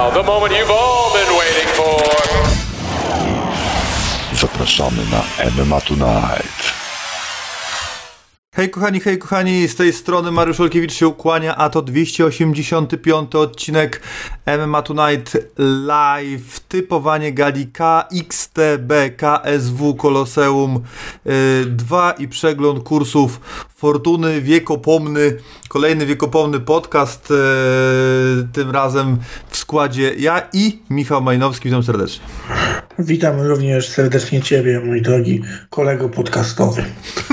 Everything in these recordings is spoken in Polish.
the moment you've all been waiting for. Zapraszamy na MMA Tonight. Hej kochani, z tej strony Mariusz Olkiewicz się ukłania, a to 285 odcinek MMA Tonight Live, typowanie gali KXTB KSW Koloseum 2 i przegląd kursów Fortuny, wiekopomny, kolejny wiekopomny podcast, tym razem w składzie ja i Michał Majnowski, witam serdecznie. Witam również serdecznie Ciebie, mój drogi kolego podcastowy.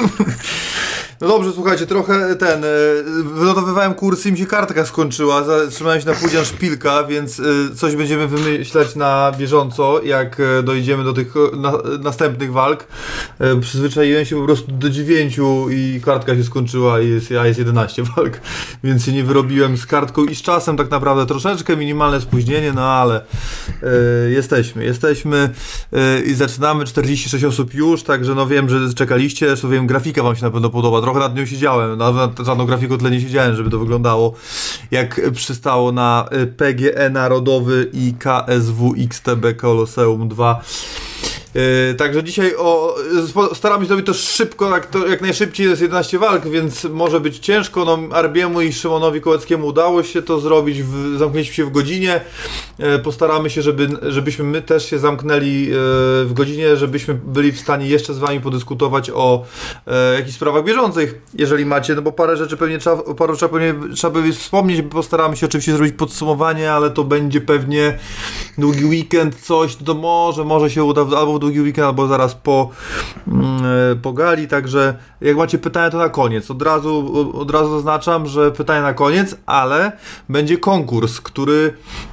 No dobrze, słuchajcie, trochę wynotowywałem kursy i mi się kartka skończyła, zatrzymałem się na później szpilka, więc coś będziemy wymyślać na bieżąco, jak dojdziemy do tych następnych walk. Przyzwyczaiłem się po prostu do 9 i kartka się skończyła i jest 11 walk, więc się nie wyrobiłem z kartką i z czasem tak naprawdę troszeczkę, minimalne spóźnienie, no ale jesteśmy i zaczynamy, 46 osób już, także no wiem, że czekaliście, zresztą wiem, grafika wam się na pewno podoba. Trochę nad nią siedziałem, nawet żadną grafiką tle nie siedziałem, żeby to wyglądało jak przystało na PGE Narodowy i KSW XTB Koloseum 2. Także dzisiaj staramy się zrobić to szybko, jak najszybciej, jest 11 walk, więc może być ciężko. No, Arbiemu i Szymonowi Kołeckiemu udało się to zrobić, zamknęliśmy się w godzinie. Postaramy się, żebyśmy my też się zamknęli w godzinie, żebyśmy byli w stanie jeszcze z wami podyskutować o jakichś sprawach bieżących, jeżeli macie, no bo parę rzeczy pewnie trzeba by wspomnieć, postaramy się oczywiście zrobić podsumowanie, ale to będzie pewnie długi weekend, coś, to może się uda albo w długi weekend, albo zaraz po gali, także jak macie pytania, to na koniec. Od razu zaznaczam, że pytania na koniec, ale będzie konkurs, który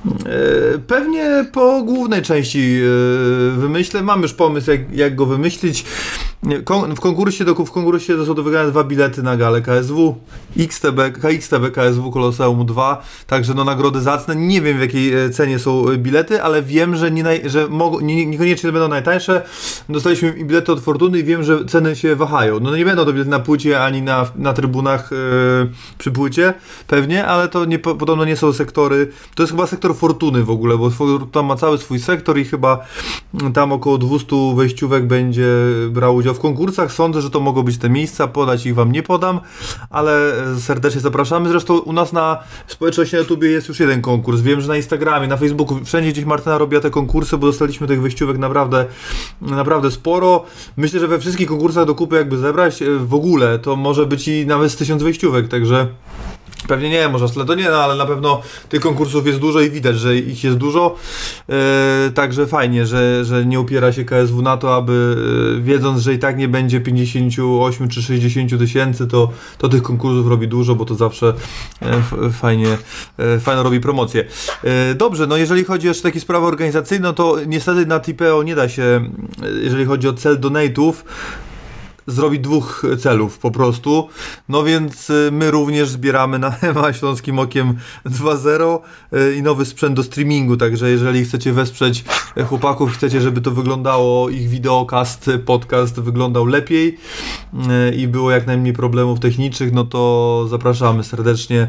pewnie po głównej części wymyślę. Mam już pomysł, jak go wymyślić. W konkursie są do wygrania 2 bilety na galę KSW, KXTB KSW Koloseum 2, także no nagrody zacne. Nie wiem, w jakiej cenie są bilety, ale wiem, że niekoniecznie będą najtańsze. Dostaliśmy bilety od Fortuny i wiem, że ceny się wahają. No nie będą to bilety na płycie ani na trybunach przy płycie, pewnie, ale to podobno nie są sektory. To jest chyba sektor Fortuny w ogóle, bo Fortuna ma cały swój sektor i chyba tam około 200 wejściówek będzie brał udział w konkursach. Sądzę, że to mogą być te miejsca, podać ich wam nie podam, ale serdecznie zapraszamy. Zresztą u nas na społeczności na YouTubie jest już jeden konkurs. Wiem, że na Instagramie, na Facebooku, wszędzie gdzieś Martyna robiła te konkursy, bo dostaliśmy tych wejściówek naprawdę sporo. Myślę, że we wszystkich konkursach do kupy jakby zebrać w ogóle, to może być i nawet z 1000 wejściówek, także pewnie nie, może tyle to nie, no ale na pewno tych konkursów jest dużo i widać, że ich jest dużo, także fajnie, że nie opiera się KSW na to, aby wiedząc, że i tak nie będzie 58 czy 60 tysięcy, to tych konkursów robi dużo, bo to zawsze fajnie robi promocję. Dobrze, no jeżeli chodzi jeszcze o takie sprawy organizacyjne, to niestety na TPO nie da się, jeżeli chodzi o cel donate'ów, zrobić 2 celów po prostu, no więc my również zbieramy na MMA Śląskim Okiem 2.0 i nowy sprzęt do streamingu, także jeżeli chcecie wesprzeć chłopaków, chcecie, żeby to wyglądało, ich wideokast, podcast wyglądał lepiej i było jak najmniej problemów technicznych, no to zapraszamy serdecznie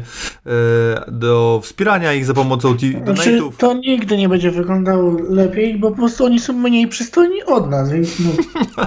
do wspierania ich za pomocą donate'ów. To nigdy nie będzie wyglądało lepiej, bo po prostu oni są mniej przystojni od nas, więc no.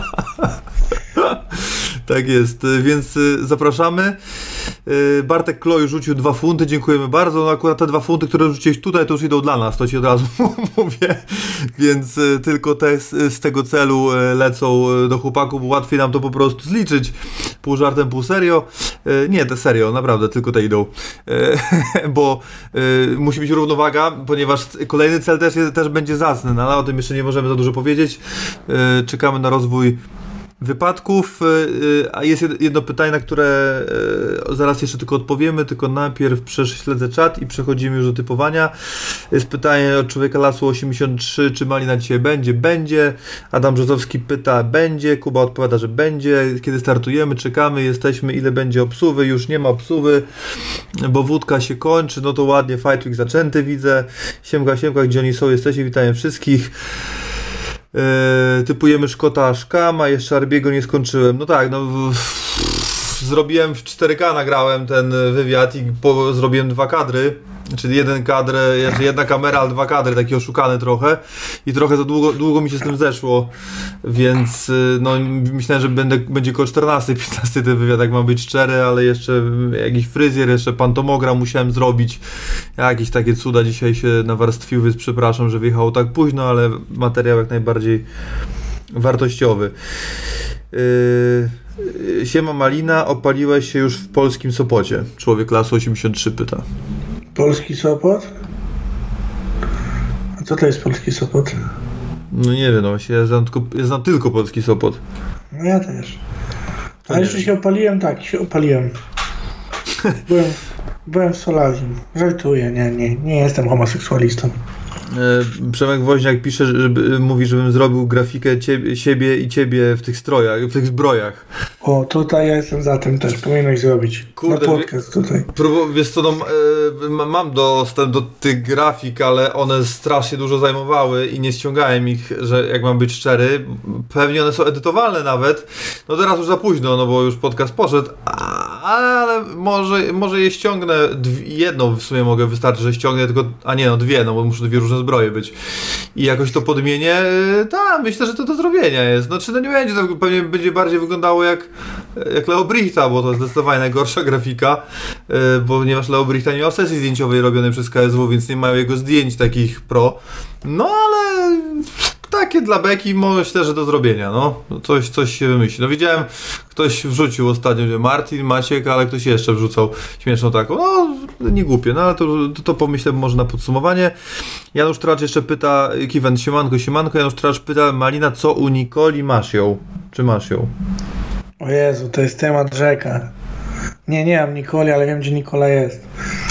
Tak jest, więc zapraszamy. Bartek Kloju rzucił 2 funty, dziękujemy bardzo. No akurat te 2 funty, które rzuciłeś tutaj, to już idą dla nas, to ci od razu mówię. Więc tylko te z tego celu lecą do chłopaków, bo łatwiej nam to po prostu zliczyć. Pół żartem, pół serio. Nie, te serio, naprawdę, tylko te idą. Bo musi być równowaga, ponieważ kolejny cel też będzie zacny, no ale o tym jeszcze nie możemy za dużo powiedzieć. Czekamy na rozwój wypadków, a jest jedno pytanie, na które zaraz jeszcze tylko odpowiemy, tylko najpierw prześledzę czat i przechodzimy już do typowania. Jest pytanie od Człowieka Lasu 83, czy Malina dzisiaj będzie? Będzie. Adam Brzozowski pyta, będzie. Kuba odpowiada, że będzie. Kiedy startujemy? Czekamy, jesteśmy. Ile będzie obsuwy? Już nie ma obsuwy, bo wódka się kończy. No to ładnie, Fight Week zaczęty, widzę. Siemka, gdzie oni są? Jesteście, witaję wszystkich. Typujemy Szkota Szkama, jeszcze Arbiego nie skończyłem. No tak, no zrobiłem w 4K, nagrałem ten wywiad i zrobiłem 2 kadry. Czyli jeden kadr, jedna kamera, ale 2 kadry, taki oszukany trochę i trochę za długo mi się z tym zeszło, więc no myślałem, że będzie koło 14-15 ten wywiad, jak mam być szczery, ale jeszcze jakiś fryzjer, jeszcze pantomogram musiałem zrobić, jakieś takie cuda dzisiaj się nawarstwiły, więc przepraszam, że wyjechało tak późno, ale materiał jak najbardziej wartościowy. Siema Malina, opaliłeś się już w polskim Sopocie? Człowiek Lasu 83 pyta. Polski Sopot? A co to jest polski Sopot? No nie wiem, no właśnie ja znam tylko polski Sopot. No ja też. A jeszcze się opaliłem, tak, się opaliłem. Byłem w solarium. Żartuję, nie jestem homoseksualistą. Przemek Woźniak pisze, mówi, żebym zrobił grafikę siebie i ciebie w tych strojach, w tych zbrojach. O, tutaj ja jestem za tym też, powinieneś zrobić. Kurde, na podcast tutaj. Wiesz co, no, mam dostęp do tych grafik, ale one strasznie dużo zajmowały i nie ściągałem ich, że jak mam być szczery. Pewnie one są edytowalne nawet. No teraz już za późno, no bo już podcast poszedł, ale może je ściągnę. Jedną w sumie mogę, wystarczy, że ściągnę, tylko, a nie, no 2, no bo muszą 2 różne zbroje być. I jakoś to podmienię. Myślę, że to do zrobienia jest. Znaczy, no nie będzie, to pewnie będzie bardziej wyglądało jak Leo Brichta, bo to jest zdecydowanie najgorsza grafika, ponieważ Leo Brichta nie miał sesji zdjęciowej robionej przez KSW, więc nie mają jego zdjęć takich pro. No ale takie dla beki myślę, że do zrobienia, no. Coś się wymyśli. No widziałem, ktoś wrzucił ostatnio, Martin, Maciek, ale ktoś jeszcze wrzucał śmieszną taką, no nie głupie, no ale to pomyślę może na podsumowanie. Janusz Tracz jeszcze pyta, Kiwen, siemanko, Janusz Tracz pyta, Malina, co u Nikoli, masz ją? Czy masz ją? O Jezu, to jest temat rzeka. Nie mam Nikoli, ale wiem, gdzie Nikola jest.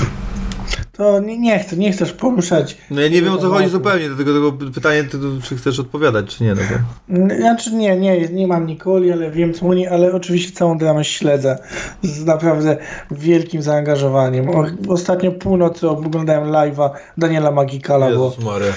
To nie chcesz poruszać. No ja nie wiem, o co chodzi zupełnie, dlatego tego pytanie, czy chcesz odpowiadać, czy nie. No Znaczy nie mam Nikoli, ale wiem co u niej, ale oczywiście całą dramę śledzę z naprawdę wielkim zaangażowaniem. Ostatnio północy oglądałem live'a Daniela Magikala, bo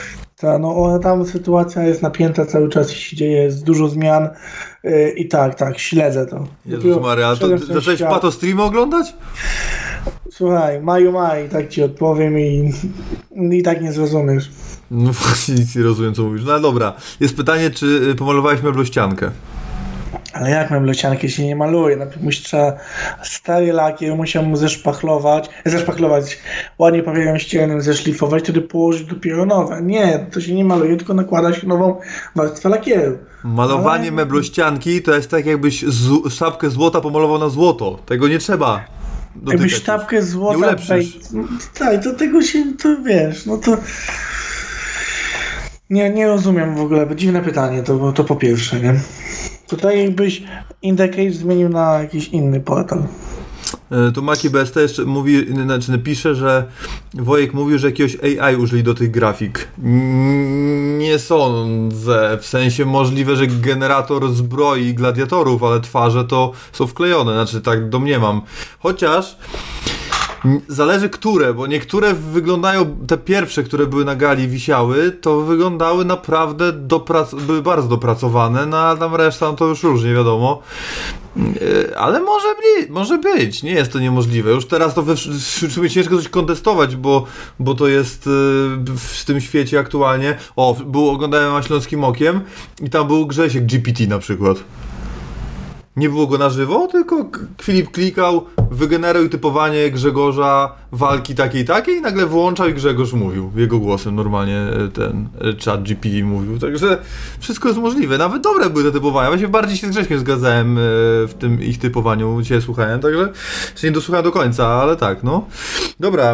tam sytuacja jest napięta cały czas się dzieje, jest dużo zmian i tak, śledzę to. Jezus Maria, a to zacząłeś Pato streamy oglądać? Słuchaj, maj, tak ci odpowiem i tak nie zrozumiesz. No właśnie nic nie rozumiem, co mówisz. No ale dobra, jest pytanie, czy pomalowałeś meblościankę? Ale jak meblościankę się nie maluje? Najpierw trzeba stary lakier, musiał mu zeszpachlować, ładnie papierem ściernym zeszlifować, wtedy położyć dopiero nowe. Nie, to się nie maluje, tylko nakłada się nową warstwę lakieru. Malowanie meblościanki to jest tak, jakbyś sztabkę złota pomalował na złoto. Tego nie trzeba dotykać. Jakbyś sztabkę złota... Nie ulepszysz. Tak, to tego się, to wiesz, no to... Nie rozumiem w ogóle, bo dziwne pytanie, to po pierwsze, nie? Tutaj jakbyś Indecade zmienił na jakiś inny portal. Tu Maki BST jeszcze pisze, że Wojek mówił, że jakiegoś AI użyli do tych grafik. Nie sądzę, w sensie możliwe, że generator zbroi i gladiatorów, ale twarze to są wklejone, znaczy tak domniemam. Chociaż zależy które, bo niektóre wyglądają, te pierwsze, które były na gali wisiały, to wyglądały naprawdę były bardzo dopracowane, no a tam reszta to już różnie wiadomo. Ale może być, nie jest to niemożliwe. Już teraz to ciężko coś kontestować, bo to jest w tym świecie aktualnie. Oglądałem na Śląskim Okiem i tam był Grzesiek GPT na przykład. Nie było go na żywo, tylko Filip klikał, wygeneruj typowanie Grzegorza walki takiej i nagle wyłączał i Grzegorz mówił. Jego głosem normalnie ten chat GPT mówił. Także wszystko jest możliwe. Nawet dobre były te typowania. Właśnie bardziej się z Grześkiem zgadzałem w tym ich typowaniu. Dzisiaj słuchałem, także się nie dosłuchałem do końca, ale tak, no. Dobra.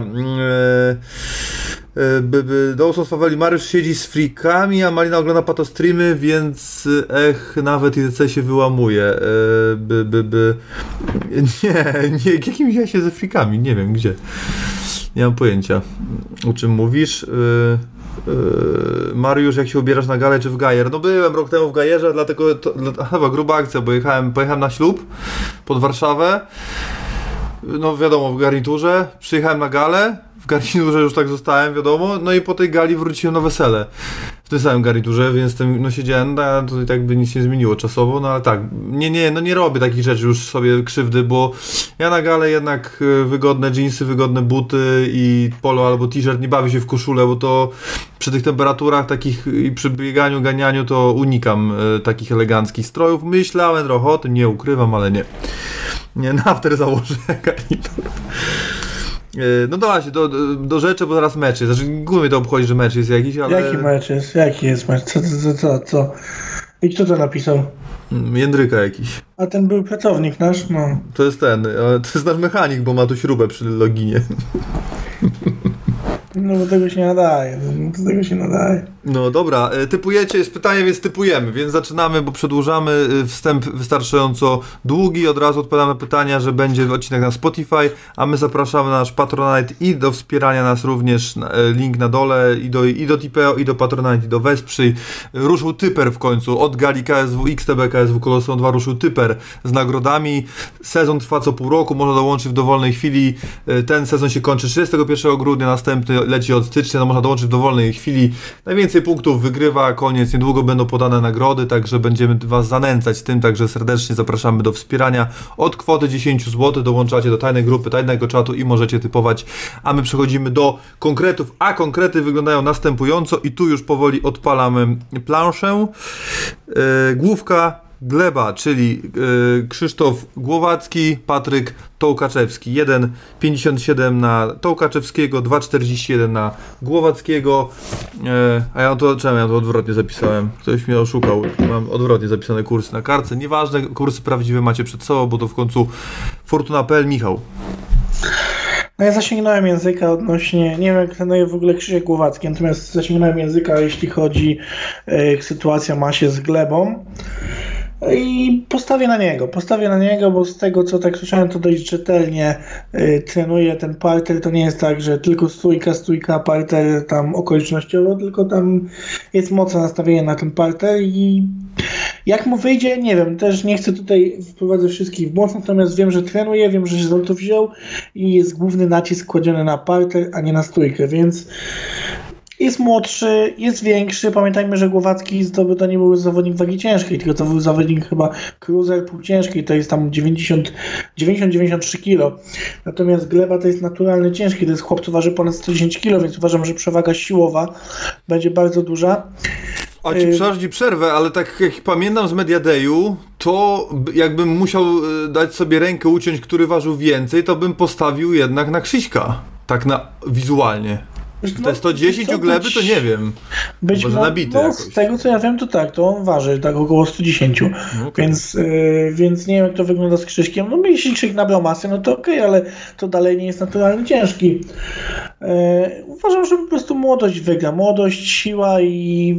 Dawson z Faweli, Mariusz siedzi z freakami, a Malina ogląda patostreamy, więc nawet IDC się wyłamuje. Nie, jakim ja się ze freakami? Nie wiem, gdzie. Nie mam pojęcia, o czym mówisz. Mariusz, jak się ubierasz na galę czy w gajer? No byłem rok temu w gajerze, dlatego chyba gruba akcja, bo pojechałem na ślub pod Warszawę. no wiadomo, w garniturze, przyjechałem na galę, w garniturze już tak zostałem, wiadomo, no i po tej gali wróciłem na wesele. W tym samym garniturze, więc tam, no siedziałem, to tak by nic nie zmieniło czasowo, no ale tak, nie robię takich rzeczy już sobie krzywdy, bo ja na galę jednak wygodne dżinsy, wygodne buty i polo albo t-shirt, nie bawię się w koszulę, bo to przy tych temperaturach takich i przy bieganiu, ganianiu to unikam takich eleganckich strojów. Myślałem trochę o tym, nie ukrywam, ale nie. Nie, na after założę garnitur. No dawajcie, do rzeczy, bo zaraz mecz jest. Znaczy, głównie to obchodzi, że mecz jest jakiś, ale... Jaki mecz jest? Jaki jest mecz? Co? I kto to napisał? Jędryka jakiś. A ten był pracownik nasz? No. To jest to jest nasz mechanik, bo ma tu śrubę przy loginie. No bo tego się nadaje. No dobra, typujecie, jest pytanie, więc typujemy, więc zaczynamy, bo przedłużamy wstęp wystarczająco długi, od razu odpowiadamy na pytania, że będzie odcinek na Spotify, a my zapraszamy na nasz Patronite i do wspierania nas również, link na dole, i do Tipeo, i do Patronite, i do Wesprzyj. Ruszył typer w końcu, od gali KSW, XTB, KSW Koloseum 2 ruszył typer z nagrodami, sezon trwa co pół roku, można dołączyć w dowolnej chwili, ten sezon się kończy 31 grudnia, następny leci od stycznia, no można dołączyć w dowolnej chwili, najwięcej punktów wygrywa, koniec, niedługo będą podane nagrody, także będziemy was zanęcać tym, także serdecznie zapraszamy do wspierania. Od kwoty 10 zł dołączacie do tajnej grupy, tajnego czatu i możecie typować, a my przechodzimy do konkretów, a konkrety wyglądają następująco i tu już powoli odpalamy planszę. Główka Gleba, czyli Krzysztof Głowacki, Patryk Tołkaczewski. 1,57 na Tołkaczewskiego, 2,41 na Głowackiego. A ja to odwrotnie zapisałem. Ktoś mnie oszukał. Mam odwrotnie zapisane kursy na kartce. Nieważne, kursy prawdziwe macie przed sobą, bo to w końcu Fortuna.pl. Michał. No ja zasięgnąłem języka odnośnie, nie wiem jak trenuje w ogóle Krzysiek Głowacki, natomiast zasięgnąłem języka, jeśli chodzi sytuacja ma się z Glebą. I postawię na niego, bo z tego co tak słyszałem, to dość rzetelnie trenuje ten parter. To nie jest tak, że tylko stójka, parter tam okolicznościowo, tylko tam jest mocne nastawienie na ten parter i jak mu wyjdzie, nie wiem, też nie chcę tutaj wprowadzać wszystkich w błąd, natomiast wiem, że trenuje, wiem, że się za to wziął i jest główny nacisk kładziony na parter, a nie na stójkę, więc jest młodszy, jest większy. Pamiętajmy, że Głowacki to nie był zawodnik wagi ciężkiej, tylko to był zawodnik chyba cruiser półciężkiej, to jest tam 90-93 kg. Natomiast Gleba to jest naturalny ciężki, to jest chłop, co waży ponad 110 kg, więc uważam, że przewaga siłowa będzie bardzo duża. A ci przerwę, ale tak jak pamiętam z Media Dayu, to jakbym musiał dać sobie rękę uciąć, który ważył więcej, to bym postawił jednak na Krzyśka. Tak na wizualnie. Te 110 u Gleby to nie wiem. Być może nabity jakoś. Z tego co ja wiem, to tak, to on waży tak około 110. Okay. Więc nie wiem jak to wygląda z Krzyśkiem. No jeśli Krzyś nabrał masy, no to okej, ale to dalej nie jest naturalnie ciężki. Uważam, że po prostu młodość wygra. Młodość, siła i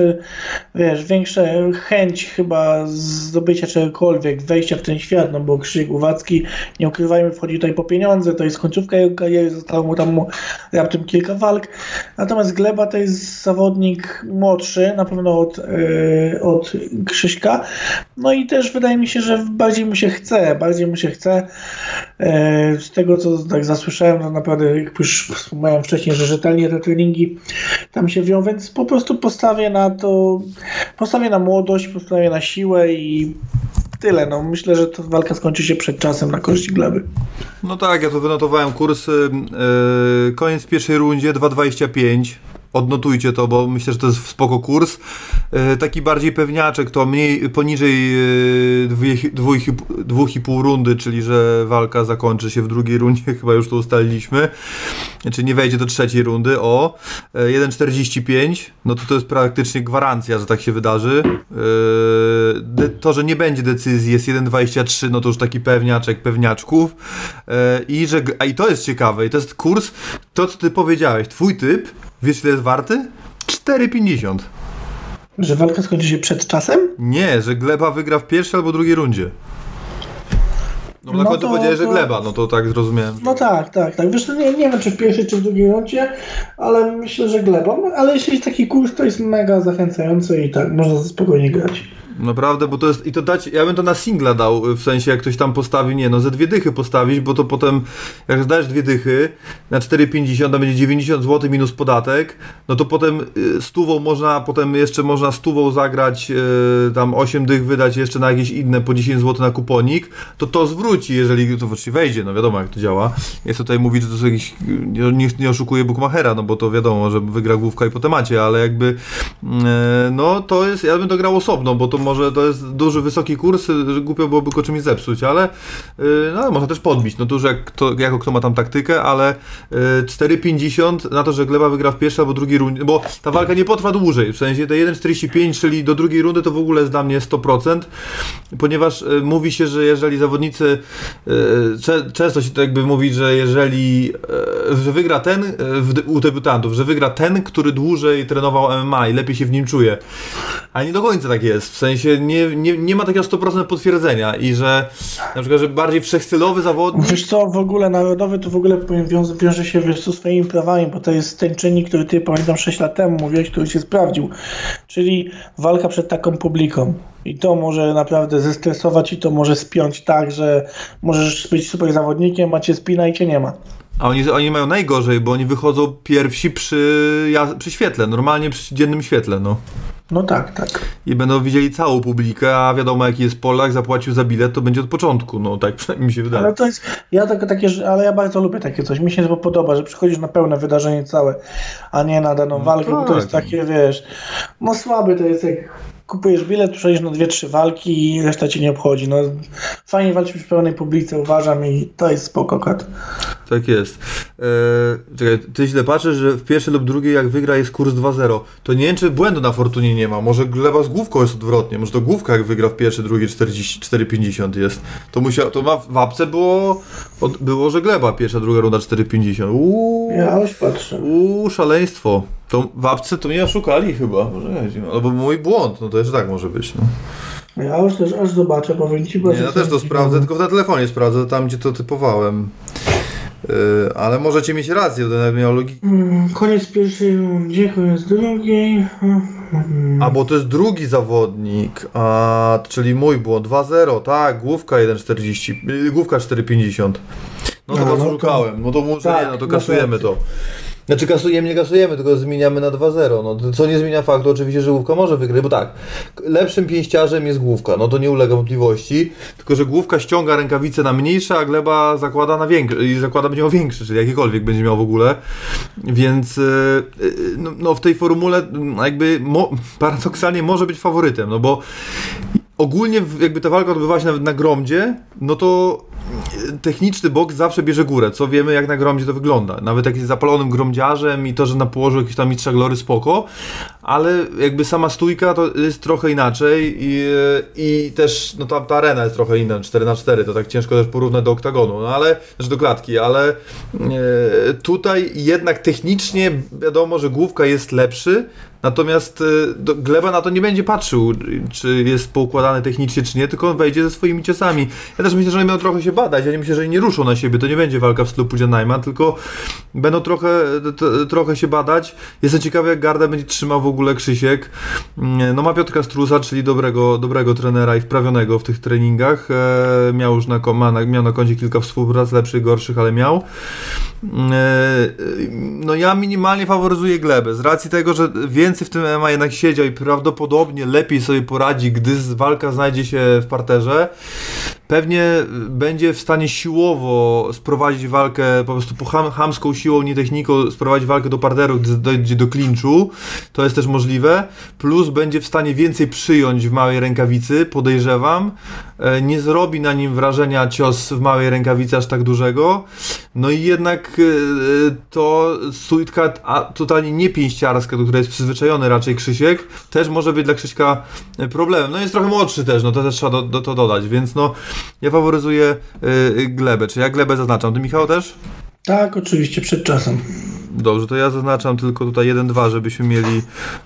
większa chęć chyba zdobycia czegokolwiek, wejścia w ten świat, no bo Krzysiek Głowacki, nie ukrywajmy, wchodzi tutaj po pieniądze, to jest końcówka jego kariery, zostało mu tam raptem kilka walk. Natomiast Gleba to jest zawodnik młodszy, na pewno od Krzyśka. No i też wydaje mi się, że bardziej mu się chce. Z tego co tak zasłyszałem, no naprawdę, jak już wspomniałem wcześniej, że rzetelnie te treningi tam się wią, więc po prostu postawię na młodość, postawię na siłę i tyle. No, myślę, że ta walka skończy się przed czasem na korzyść Gleby. No tak, ja tu wynotowałem kursy. Koniec w pierwszej rundzie 2,25. Odnotujcie to, bo myślę, że to jest spoko kurs. Taki bardziej pewniaczek to poniżej 2,5 rundy, czyli że walka zakończy się w drugiej rundzie, chyba już to ustaliliśmy. Czyli nie wejdzie do trzeciej rundy. 1,45, no to jest praktycznie gwarancja, że tak się wydarzy. To, że nie będzie decyzji, jest 1,23, no to już taki pewniaczek pewniaczków. I to jest ciekawe, i to jest kurs, to co ty powiedziałeś, twój typ, wiesz ile jest warty? 4,50. Że walka skończy się przed czasem? Nie, że Gleba wygra w pierwszej albo drugiej rundzie. No na końcu powiedziałeś, że Gleba, no to tak zrozumiałem. No tak. Wiesz, nie wiem czy w pierwszej czy w drugiej rundzie, ale myślę, że Glebą. Ale jeśli jest taki kurs, to jest mega zachęcający i tak, można spokojnie grać. Naprawdę, bo to jest, i to dać, ja bym to na singla dał, w sensie jak ktoś tam postawi, ze 2 dychy postawić, bo to potem, jak zdajesz 2 dychy, na 4,50 to będzie 90 zł minus podatek, no to potem 100 można, potem jeszcze można 100 zagrać, tam 8 dych wydać jeszcze na jakieś inne, po 10 zł na kuponik, to zwróci, jeżeli to właściwie wejdzie, no wiadomo jak to działa. Nie chcę tutaj mówić, że to jest jakiś, nie oszukuję bookmachera, no bo to wiadomo, że wygra główka i po temacie, ale jakby, no to jest, ja bym to grał osobno, bo to może to jest duży, wysoki kurs, że głupio byłoby go czymś zepsuć, ale no, można też podbić, no to już jako kto ma tam taktykę, ale 4,50 na to, że Gleba wygra w pierwszej albo drugiej rundzie, bo ta walka nie potrwa dłużej, w sensie te 1,45, czyli do drugiej rundy to w ogóle jest dla mnie 100%, ponieważ mówi się, że jeżeli zawodnicy, często się to jakby mówi, że jeżeli, że wygra ten, u debiutantów, że wygra ten, który dłużej trenował MMA i lepiej się w nim czuje, a nie do końca tak jest, w sensie nie ma takiego 100% potwierdzenia i że na przykład, że bardziej wszechstylowy zawodnik... Wiesz co, w ogóle narodowy to w ogóle wiąże się ze swoimi prawami, bo to jest ten czynnik, który ty pamiętam 6 lat temu mówiłeś, który się sprawdził, czyli walka przed taką publiką. I to może naprawdę zestresować i to może spiąć tak, że możesz być super zawodnikiem, a cię spina i cię nie ma. A oni mają najgorzej, bo oni wychodzą pierwsi przy świetle, normalnie przy dziennym świetle, no. No tak. I będą widzieli całą publikę, a wiadomo jaki jest Polak, zapłacił za bilet, to będzie od początku, no tak przynajmniej mi się wydaje. Ale to jest, ale ja bardzo lubię takie coś, mi się to podoba, że przychodzisz na pełne wydarzenie całe, a nie na daną walkę, bo to jest takie, wiesz, no słaby to jest jak kupujesz bilet, przychodzisz na 2-3 walki i reszta cię nie obchodzi, no fajnie walczyć w pełnej publice, uważam i to jest spoko kat. Tak jest. Czekaj, ty źle patrzysz, że w pierwszej lub drugiej jak wygra jest kurs 2-0. To nie wiem, czy błędu na Fortunie nie ma. Może Gleba z główką jest odwrotnie. Może to główka jak wygra w pierwszej, drugiej 4,50 jest. To w apce było, że Gleba pierwsza, druga runda 4,50. Ja już patrzę. Szaleństwo. To w apce to mnie oszukali chyba. Może nie, albo mój błąd. No to jeszcze tak może być. No. Ja już też aż zobaczę, powiem ci. Nie, ja też to sprawdzę, tylko na telefonie sprawdzę, tam gdzie to typowałem. Ale możecie mieć rację, to nawet miało logikę. Koniec pierwszej rundzie, koniec drugiej. A bo to jest drugi zawodnik, czyli mój błąd, 2-0, tak, główka 1,40, główka 4,50. No to was szukałem, no to może tak, to kasujemy to. Znaczy nie kasujemy, tylko zmieniamy na 2-0. No, co nie zmienia faktu oczywiście, że główka może wygrać, bo tak, lepszym pięściarzem jest główka, no to nie ulega wątpliwości, tylko że główka ściąga rękawice na mniejsze, a Gleba zakłada na większe i będzie miał większy, czyli jakikolwiek będzie miał w ogóle, więc no w tej formule jakby paradoksalnie może być faworytem, no bo ogólnie jakby ta walka odbywała się nawet na gromdzie, no to techniczny boks zawsze bierze górę, co wiemy jak na gromdzie to wygląda. Nawet jak jest zapalonym gromdziarzem i to, że na położył jakiś tam mistrza glory, spoko, ale jakby sama stójka to jest trochę inaczej i też no ta arena jest trochę inna, 4x4, to tak ciężko też porównać do oktagonu, no ale, znaczy do klatki, ale tutaj jednak technicznie wiadomo, że główka jest lepszy, natomiast Gleba na to nie będzie patrzył, czy jest poukładany technicznie, czy nie, tylko on wejdzie ze swoimi ciosami. Ja też myślę, że oni będą trochę się badać, ja nie myślę, że nie ruszą na siebie, to nie będzie walka w stylu Pudzia Najman, tylko będą trochę się badać. Jestem ciekawy, jak gardę będzie trzymał w ogóle Krzysiek. No ma Piotrka Strusa, czyli dobrego trenera i wprawionego w tych treningach. Miał już miał na koncie kilka współprac, lepszych, gorszych, ale miał. No ja minimalnie faworyzuję Glebę, z racji tego, że więcej w tym MMA jednak siedział i prawdopodobnie lepiej sobie poradzi, gdy walka znajdzie się w parterze. Pewnie będzie w stanie siłowo sprowadzić walkę, po prostu chamską siłą, nie techniką, sprowadzić walkę do parteru, gdy dojdzie do klinczu. To jest też możliwe. Plus będzie w stanie więcej przyjąć w małej rękawicy, podejrzewam. Nie zrobi na nim wrażenia cios w małej rękawicy aż tak dużego. No i jednak to stójka totalnie nie pięściarska, do której jest przyzwyczajony raczej Krzysiek, też może być dla Krzyśka problemem. No jest trochę młodszy też, no to też trzeba to dodać, więc no ja faworyzuję Glebę. Czy ja Glebę zaznaczam? Ty, Michał, też? Tak, oczywiście, przed czasem. Dobrze, to ja zaznaczam tylko tutaj 1-2, żebyśmy mieli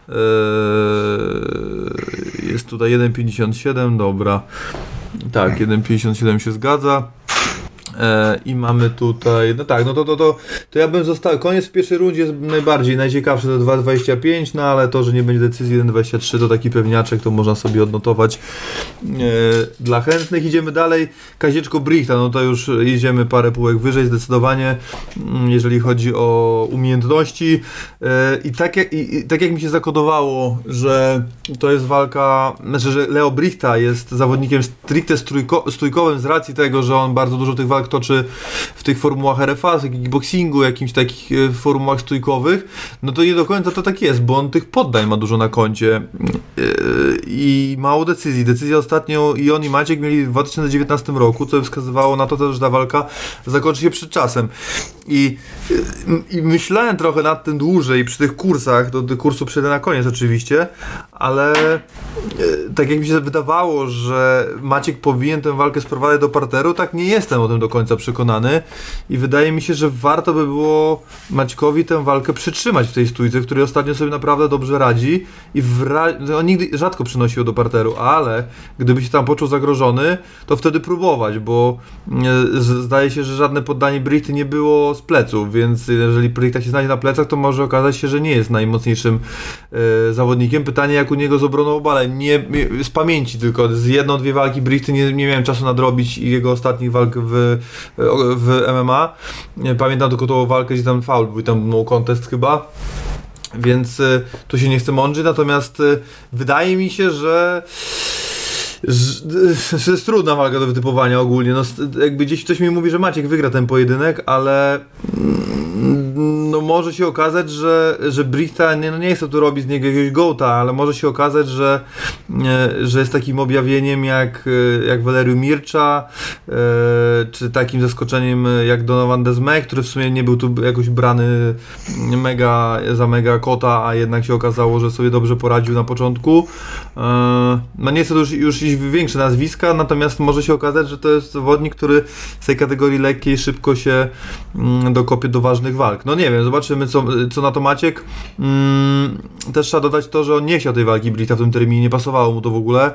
jest tutaj 1,57, dobra. Tak, 1,57 się zgadza. I mamy tutaj, no tak, to ja bym został, koniec w pierwszej rundzie jest najciekawszy to 2,25, no ale to, że nie będzie decyzji 1,23 to taki pewniaczek, to można sobie odnotować dla chętnych. Idziemy dalej, Kazieczko Brichta, no to już idziemy parę półek wyżej zdecydowanie, jeżeli chodzi o umiejętności i tak jak mi się zakodowało, że to jest walka, znaczy, że Leo Brichta jest zawodnikiem stricte stójkowym z racji tego, że on bardzo dużo tych walk toczy w tych formułach RFA, kickboxingu, jakimś takich formułach stójkowych, no to nie do końca to tak jest, bo on tych poddań ma dużo na koncie i mało decyzji. Decyzję ostatnio i on i Maciek mieli w 2019 roku, co wskazywało na to, że ta walka zakończy się przed czasem. I myślałem trochę nad tym dłużej przy tych kursach, do kursu przejdę na koniec oczywiście, ale tak jak mi się wydawało, że Maciek powinien tę walkę sprowadzać do parteru, tak nie jestem o tym do końca przekonany i wydaje mi się, że warto by było Maćkowi tę walkę przytrzymać w tej stójce, w której ostatnio sobie naprawdę dobrze radzi i on nigdy rzadko przynosił do parteru, ale gdyby się tam poczuł zagrożony, to wtedy próbować, bo zdaje się, że żadne poddanie Brichty nie było z pleców, więc jeżeli Brichta się znajdzie na plecach, to może okazać się, że nie jest najmocniejszym zawodnikiem. Pytanie jak u niego z obroną obale, nie z pamięci tylko, z jedną, dwie walki Brichty nie miałem czasu nadrobić i jego ostatnich walk w MMA. Pamiętam tylko tą walkę, gdzie tam faul był, tam no contest chyba. Więc tu się nie chcę mądrzyć, natomiast wydaje mi się, że jest trudna walka do wytypowania ogólnie. No, jakby gdzieś ktoś mi mówi, że Maciek wygra ten pojedynek, ale no może się okazać, że Brichta, nie chcę tu robić z niego jakiegoś gołta, ale może się okazać, że jest takim objawieniem jak Valeriu Mircza, czy takim zaskoczeniem jak Donovan Desmé, który w sumie nie był tu jakoś brany za mega kota, a jednak się okazało, że sobie dobrze poradził na początku. No nie chcę już iść w większe nazwiska, natomiast może się okazać, że to jest zawodnik, który z tej kategorii lekkiej szybko się dokopie do ważnych walk. No nie wiem, zobaczymy co na to Maciek. Też trzeba dodać to, że on nie chciał tej walki Brichta w tym terminie, nie pasowało mu to w ogóle.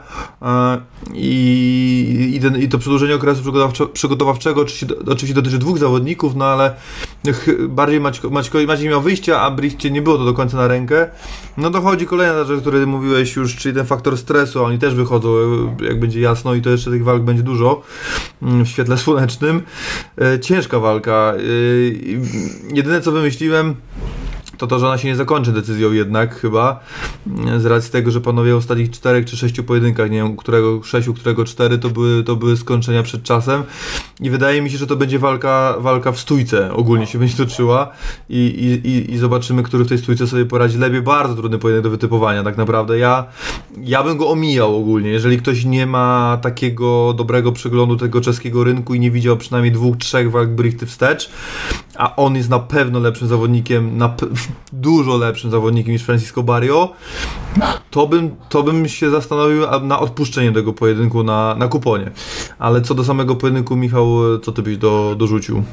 I to przedłużenie okresu przygotowawczego oczywiście dotyczy dwóch zawodników, no ale bardziej Maciek miał wyjścia, a Brichcie nie było to do końca na rękę. No dochodzi kolejna rzecz, o której mówiłeś już, czyli ten faktor stresu, a oni też wychodzą, jak będzie jasno i to jeszcze tych walk będzie dużo w świetle słonecznym. Ciężka walka. Jedyne co wymyśliłem, to, że ona się nie zakończy decyzją jednak chyba, z racji tego, że panowie w ostatnich 4 czy 6 pojedynkach, nie wiem, którego 6, którego 4, to były skończenia przed czasem i wydaje mi się, że to będzie walka w stójce, ogólnie się będzie toczyła i zobaczymy, który w tej stójce sobie poradzi lepiej. Bardzo trudny pojedynek do wytypowania tak naprawdę. Ja bym go omijał ogólnie, jeżeli ktoś nie ma takiego dobrego przeglądu tego czeskiego rynku i nie widział przynajmniej 2-3 walk Brichty wstecz, a on jest na pewno lepszym zawodnikiem, dużo lepszym zawodnikiem niż Francisco Barrio, to bym się zastanowił na odpuszczenie tego pojedynku na kuponie. Ale co do samego pojedynku, Michał, co ty byś dorzucił?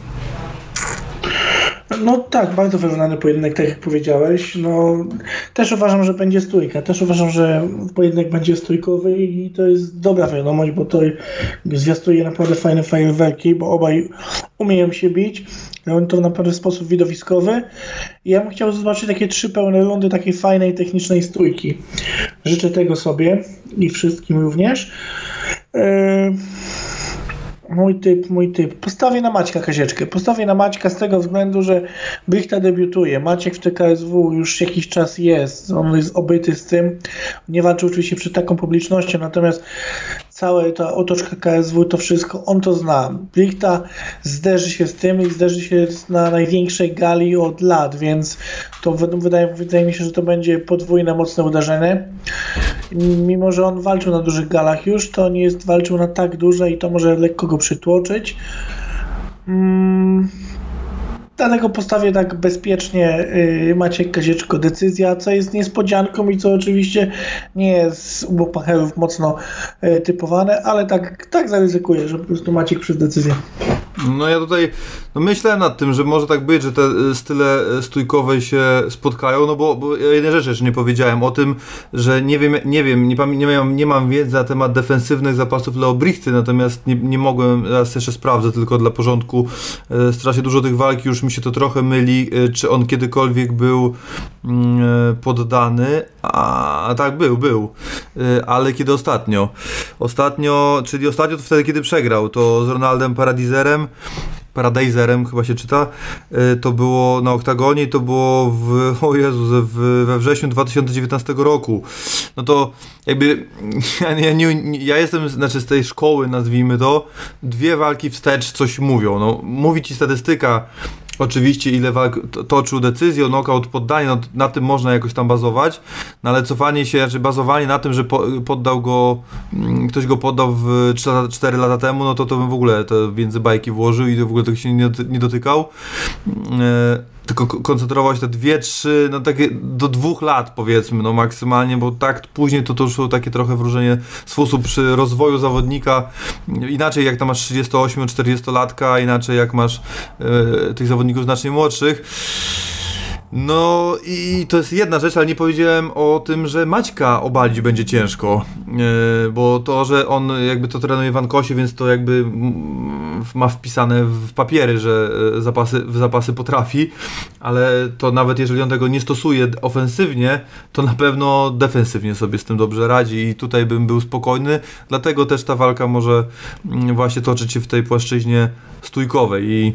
No tak, bardzo wyrównany pojedynek, tak jak powiedziałeś. No, też uważam, że będzie stójka. Też uważam, że pojedynek będzie stójkowy i to jest dobra wiadomość, bo to zwiastuje naprawdę fajne fajerwerki, bo obaj umieją się bić. Robią to naprawdę w sposób widowiskowy. I ja bym chciał zobaczyć takie 3 pełne rundy takiej fajnej, technicznej stójki. Życzę tego sobie i wszystkim również. Mój typ. Postawię na Maćka Kazieczkę. Postawię na Maćka z tego względu, że Brichta debiutuje. Maciek w TKSW już jakiś czas jest. On jest obyty z tym. Nie walczy oczywiście przed taką publicznością, natomiast cała ta otoczka KSW, to wszystko, on to zna. Brichta zderzy się z tym i zderzy się na największej gali od lat, więc to wydaje mi się, że to będzie podwójne, mocne uderzenie. Mimo że on walczył na dużych galach już, to nie jest walczył na tak duże i to może lekko go przytłoczyć. Dlatego postawię tak bezpiecznie Maciek Kazieczko decyzja, co jest niespodzianką i co oczywiście nie jest u bokmacherów mocno typowane, ale tak zaryzykuję, że po prostu Maciek przez decyzję. No ja tutaj myślałem nad tym, że może tak być, że te style stójkowe się spotkają, no bo jednej rzeczy jeszcze nie powiedziałem o tym, że nie mam wiedzy na temat defensywnych zapasów Leo Brichty, natomiast nie mogłem, raz jeszcze sprawdzę tylko dla porządku, strasznie dużo tych walk, już mi się to trochę myli, czy on kiedykolwiek był poddany, a tak był, ale kiedy ostatnio, czyli ostatnio to wtedy, kiedy przegrał, to z Ronaldem Paradejzerem chyba się czyta, to było na oktagonie i to było we wrześniu 2019 roku. No to jakby ja jestem, z tej szkoły, nazwijmy to, 2 walki wstecz coś mówią. No, mówi ci statystyka, oczywiście ile walk toczył decyzję, knockout, poddanie, no na tym można jakoś tam bazować, no ale cofanie się, bazowanie na tym, że ktoś go poddał 4 lata temu, no to bym w ogóle to między bajki włożył i w ogóle tego się nie dotykał. Tylko koncentrował się te 2-3, no takie do 2 lat powiedzmy, no maksymalnie, bo tak później to już takie trochę wróżenie sposób przy rozwoju zawodnika, inaczej jak tam masz 38-40-latka, inaczej jak masz tych zawodników znacznie młodszych. No i to jest jedna rzecz, ale nie powiedziałem o tym, że Maćka obalić będzie ciężko, bo to, że on jakby to trenuje w Ankosie, więc to jakby ma wpisane w papiery, że zapasy potrafi, ale to nawet jeżeli on tego nie stosuje ofensywnie, to na pewno defensywnie sobie z tym dobrze radzi i tutaj bym był spokojny, dlatego też ta walka może właśnie toczyć się w tej płaszczyźnie stójkowej i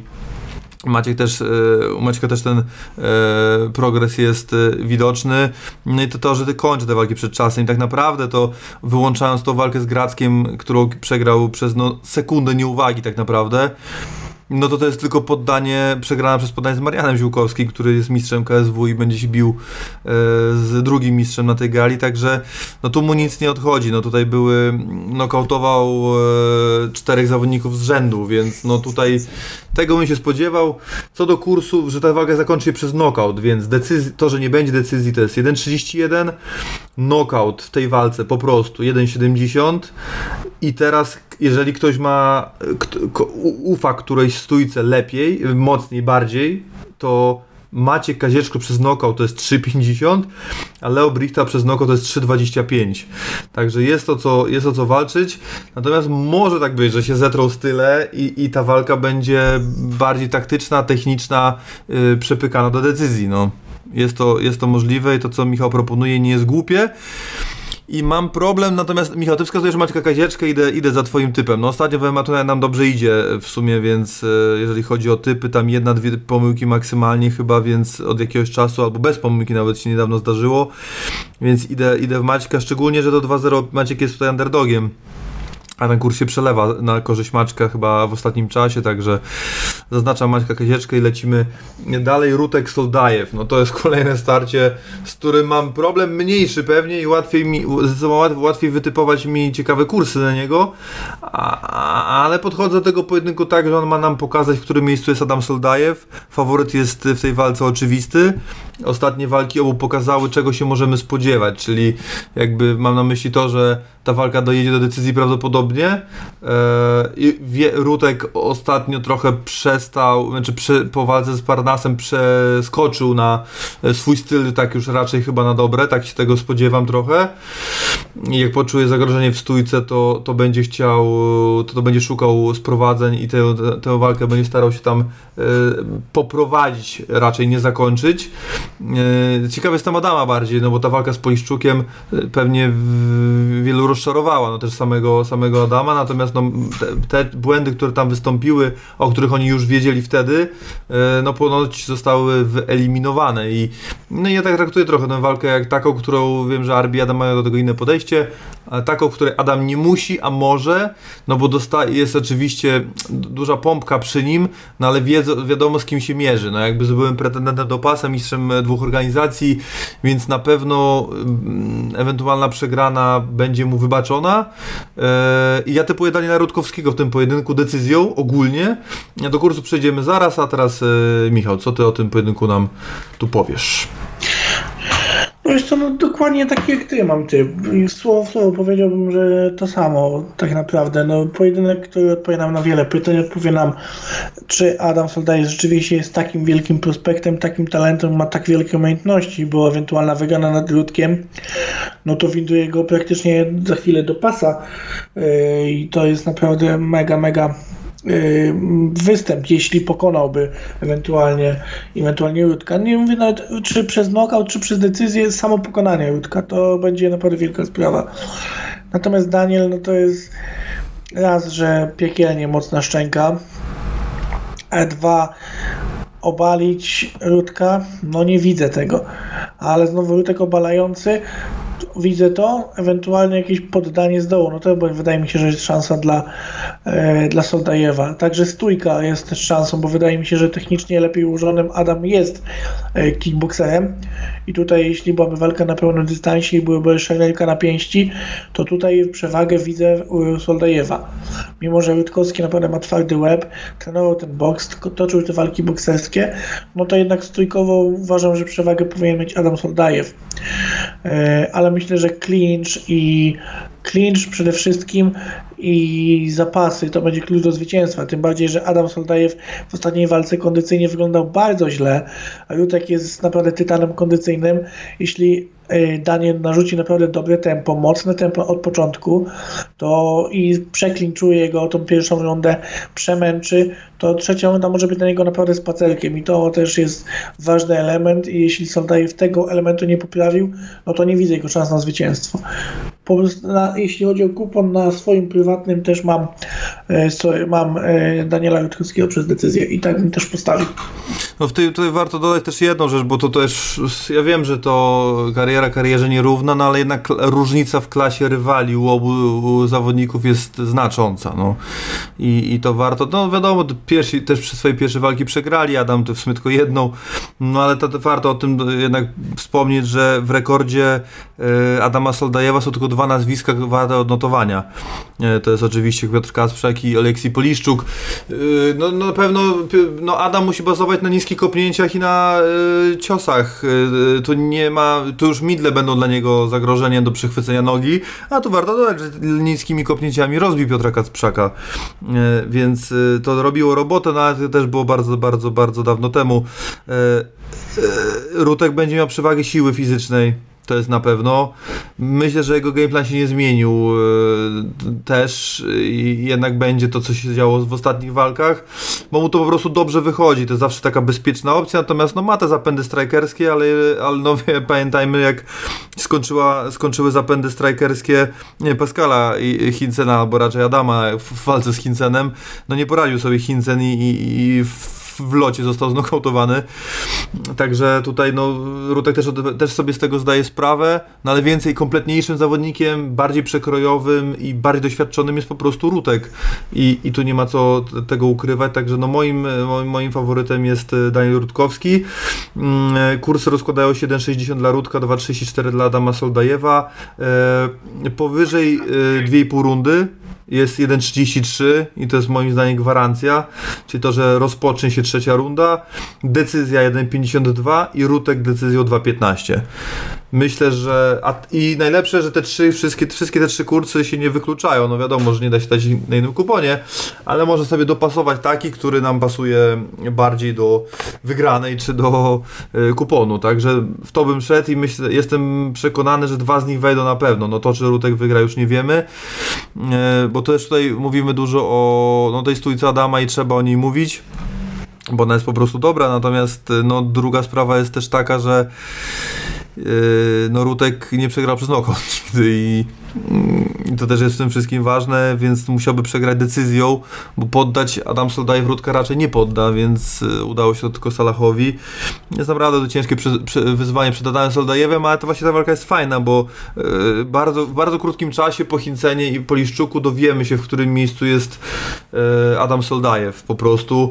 u Maćka też ten progres jest widoczny. No i to, że kończy te walki przed czasem i tak naprawdę to wyłączając tą walkę z Grackiem, którą przegrał przez sekundę nieuwagi tak naprawdę, no to jest tylko przegrana przez poddanie z Marianem Ziółkowskim, który jest mistrzem KSW i będzie się bił z drugim mistrzem na tej gali, także no tu mu nic nie odchodzi, no tutaj nokautował 4 zawodników z rzędu, więc no tutaj tego bym się spodziewał. Co do kursu, że ta walka zakończy się przez knockout, więc to, że nie będzie decyzji, to jest 1,31, knockout w tej walce po prostu 1,70 i teraz jeżeli ktoś ufa którejś stójce lepiej, mocniej, bardziej, to Maciek Kazieczko przez knockout to jest 3,50, a Leo Brichta przez knockout to jest 3,25. Także jest o co walczyć. Natomiast może tak być, że się zetrą style i ta walka będzie bardziej taktyczna, techniczna, przepykana do decyzji. No. Jest to możliwe i to, co Michał proponuje, nie jest głupie. I mam problem, natomiast Michał, ty wskazujesz Maćka Kazieczkę, idę za twoim typem. No ostatnio w MMA nam dobrze idzie w sumie, więc jeżeli chodzi o typy, tam 1-2 pomyłki maksymalnie chyba, więc od jakiegoś czasu, albo bez pomyłki nawet się niedawno zdarzyło, więc idę w Maćka, szczególnie, że to 2-0 Maciek jest tutaj underdogiem. A ten kurs się przelewa na korzyść Maćka chyba w ostatnim czasie, także zaznaczam Maćka Kazieczkę i lecimy dalej. Rutek Soldajew, no to jest kolejne starcie, z którym mam problem mniejszy pewnie i łatwiej wytypować mi ciekawe kursy na niego, ale podchodzę do tego pojedynku tak, że on ma nam pokazać, w którym miejscu jest Adam Soldajew. Faworyt jest w tej walce oczywisty. Ostatnie walki obu pokazały, czego się możemy spodziewać, czyli jakby mam na myśli to, że ta walka dojedzie do decyzji prawdopodobnie. Rutek ostatnio trochę po walce z Parnasem przeskoczył na swój styl, tak już raczej chyba na dobre, tak się tego spodziewam trochę. I jak poczuje zagrożenie w stójce, to będzie szukał sprowadzeń i tę walkę będzie starał się tam poprowadzić, raczej nie zakończyć. Ciekawy jestem Adama bardziej, no bo ta walka z Poliszczukiem pewnie wielu rozczarowała, no też samego Adama, natomiast no, te błędy, które tam wystąpiły, o których oni już wiedzieli wtedy, no ponoć zostały wyeliminowane i no ja tak traktuję trochę tę walkę jak taką, którą wiem, że Arbi i Adam mają do tego inne podejście, a taką, w której Adam nie musi, a może, no bo jest oczywiście duża pompka przy nim, no ale wiadomo z kim się mierzy, no jakby byłem pretendentem do pasa, mistrzem 2 organizacji, więc na pewno ewentualna przegrana będzie mu wybaczona i ja typuję Daniela Rutkowskiego w tym pojedynku decyzją ogólnie. Do kursu przejdziemy zaraz, a teraz Michał, co ty o tym pojedynku nam tu powiesz? No wiesz co, no dokładnie taki jak ty mam typ. I słowo w słowo powiedziałbym, że to samo tak naprawdę. No pojedynek, który odpowie nam na wiele pytań, odpowie nam, czy Adam Soldajew rzeczywiście jest takim wielkim prospektem, takim talentem, ma tak wielkie umiejętności, bo ewentualna wygrana nad Rudkiem, no to widuje go praktycznie za chwilę do pasa i to jest naprawdę mega występ, jeśli pokonałby ewentualnie Rudka. Nie mówię nawet, czy przez knockout, czy przez decyzję, samo pokonanie Rudka, to będzie naprawdę wielka sprawa. Natomiast Daniel, no to jest raz, że piekielnie mocna szczęka, a dwa, obalić Rudka, no nie widzę tego, ale znowu Rudek obalający, widzę to, ewentualnie jakieś poddanie z dołu, no to wydaje mi się, że jest szansa dla Soldajewa. Także stójka jest też szansą, bo wydaje mi się, że technicznie lepiej ułożonym Adam jest kickboxerem i tutaj jeśli byłaby walka na pełnym dystansie i byłaby szerelka na pięści, to tutaj przewagę widzę u Soldajewa. Mimo że Rutkowski naprawdę ma twardy łeb, trenował ten boks, toczył te walki bokserskie, no to jednak stójkowo uważam, że przewagę powinien mieć Adam Soldajew. Ale myślę, że clinch przede wszystkim i zapasy to będzie klucz do zwycięstwa, tym bardziej, że Adam Soldajew w ostatniej walce kondycyjnie wyglądał bardzo źle, a Rutek jest naprawdę tytanem kondycyjnym. Jeśli Daniel narzuci naprawdę dobre tempo, mocne tempo od początku, to i przeklinczuje go tą pierwszą rundę, przemęczy, to trzecią runda może być dla niego naprawdę spacerkiem i to też jest ważny element i jeśli Soldajew tego elementu nie poprawił, no to nie widzę jego szans na zwycięstwo. Po prostu jeśli chodzi o kupon na swoim prywatnym, też mam Daniela Rutkowskiego przez decyzję i tak bym też postawił. No tutaj warto dodać też jedną rzecz, bo to też, ja wiem, że to kariera karierze nierówna, no ale jednak różnica w klasie rywali u obu zawodników jest znacząca, no. I to warto, no wiadomo, też przy swojej pierwszej walki przegrali, Adam to w sumie tylko jedną, no ale to warto o tym jednak wspomnieć, że w rekordzie Adama Soldajewa są tylko 2 nazwiska warte odnotowania. To jest oczywiście Piotr Kasprzak i Aleksij Poliszczuk. No na pewno Adam musi bazować na niskich kopnięciach i na ciosach. Tu już midle będą dla niego zagrożeniem do przechwycenia nogi, a tu warto dodać, że niskimi kopnięciami rozbił Piotra Kasprzaka. Więc to robiło robotę, no ale to też było bardzo, bardzo, bardzo dawno temu. Rutek będzie miał przewagę siły fizycznej. To jest na pewno. Myślę, że jego gameplan się nie zmienił też i jednak będzie to, co się działo w ostatnich walkach, bo mu to po prostu dobrze wychodzi. To jest zawsze taka bezpieczna opcja, natomiast ma te zapędy strikerskie, ale pamiętajmy, jak skończyły zapędy strikerskie Pascala i Hinzena, albo raczej Adama w walce z Hinzenem. No nie poradził sobie Hinzen i w locie został znokautowany. Także tutaj Rutek też sobie z tego zdaje sprawę, no ale więcej kompletniejszym zawodnikiem, bardziej przekrojowym i bardziej doświadczonym jest po prostu Rutek. I tu nie ma co tego ukrywać, także moim faworytem jest Daniel Rutkowski. Kursy rozkładają się 1,60 dla Rutka, 2,34 dla Adama Soldajewa. Powyżej 2,5 rundy jest 1,33 i to jest moim zdaniem gwarancja, czyli to, że rozpocznie się trzecia runda, decyzja 1,52 i Rutek decyzją 2,15. Myślę, że i najlepsze, że wszystkie te 3 kursy się nie wykluczają. No wiadomo, że nie da się dać na innym kuponie, ale może sobie dopasować taki, który nam pasuje bardziej do wygranej czy do kuponu. Także w to bym szedł i jestem przekonany, że 2 z nich wejdą na pewno. No to, czy Rutek wygra, już nie wiemy, bo też tutaj mówimy dużo o tej stójce Adama i trzeba o niej mówić, bo ona jest po prostu dobra, natomiast druga sprawa jest też taka, że Rutek nie przegrał przez knockout nigdy i to też jest w tym wszystkim ważne, więc musiałby przegrać decyzją, bo poddać Adam Soldajew Rutka raczej nie podda, więc udało się to tylko Salahowi. Jest naprawdę to ciężkie wyzwanie przed Adamem Soldajewem, ale to właśnie ta walka jest fajna, bo w bardzo krótkim czasie po Hinzenie i Poliszczuku dowiemy się, w którym miejscu jest Adam Soldajew po prostu,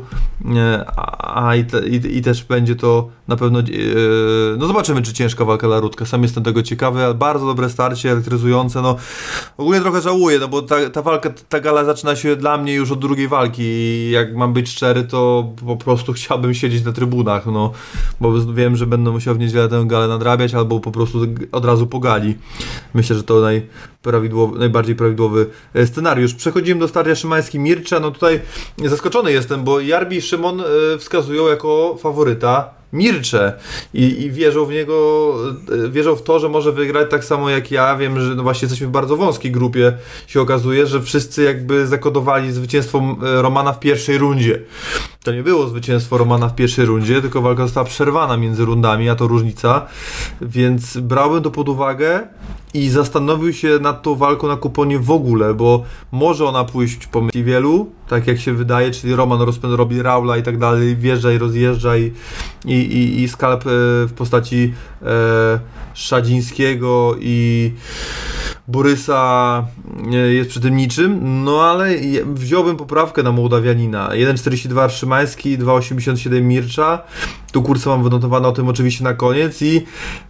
i też będzie to na pewno zobaczymy, czy ciężka walka dla Rutka. Sam jestem tego ciekawy, ale bardzo dobre starcie, elektryzujące. Ogólnie ogóle trochę żałuję, no bo ta walka, ta gala zaczyna się dla mnie już od drugiej walki i jak mam być szczery, to po prostu chciałbym siedzieć na trybunach, no, bo wiem, że będę musiał w niedzielę tę galę nadrabiać albo po prostu od razu po gali. Myślę, że to najbardziej prawidłowy scenariusz. Przechodzimy do starcia Szymański-Mircza. No tutaj zaskoczony jestem, bo Jarbi i Szymon wskazują jako faworyta Mircze i wierzą w niego, wierzą w to, że może wygrać tak samo jak ja. Wiem, że no właśnie jesteśmy w bardzo wąskiej grupie, się okazuje, że wszyscy jakby zakodowali zwycięstwo Romana w pierwszej rundzie. To nie było zwycięstwo Romana w pierwszej rundzie, tylko walka została przerwana między rundami, a to różnica, więc brałbym to pod uwagę i zastanowił się nad tą walką na kuponie w ogóle, bo może ona pójść po myśli wielu, tak jak się wydaje, czyli Roman robi Raula i tak dalej, wjeżdża i rozjeżdża i skalp w postaci Szadzińskiego i Borysa jest przy tym niczym, no ale wziąłbym poprawkę na Mołdawianina. 1,42 Szymański, 2,87 Mircza. Tu kursy mam wynotowane, o tym oczywiście na koniec i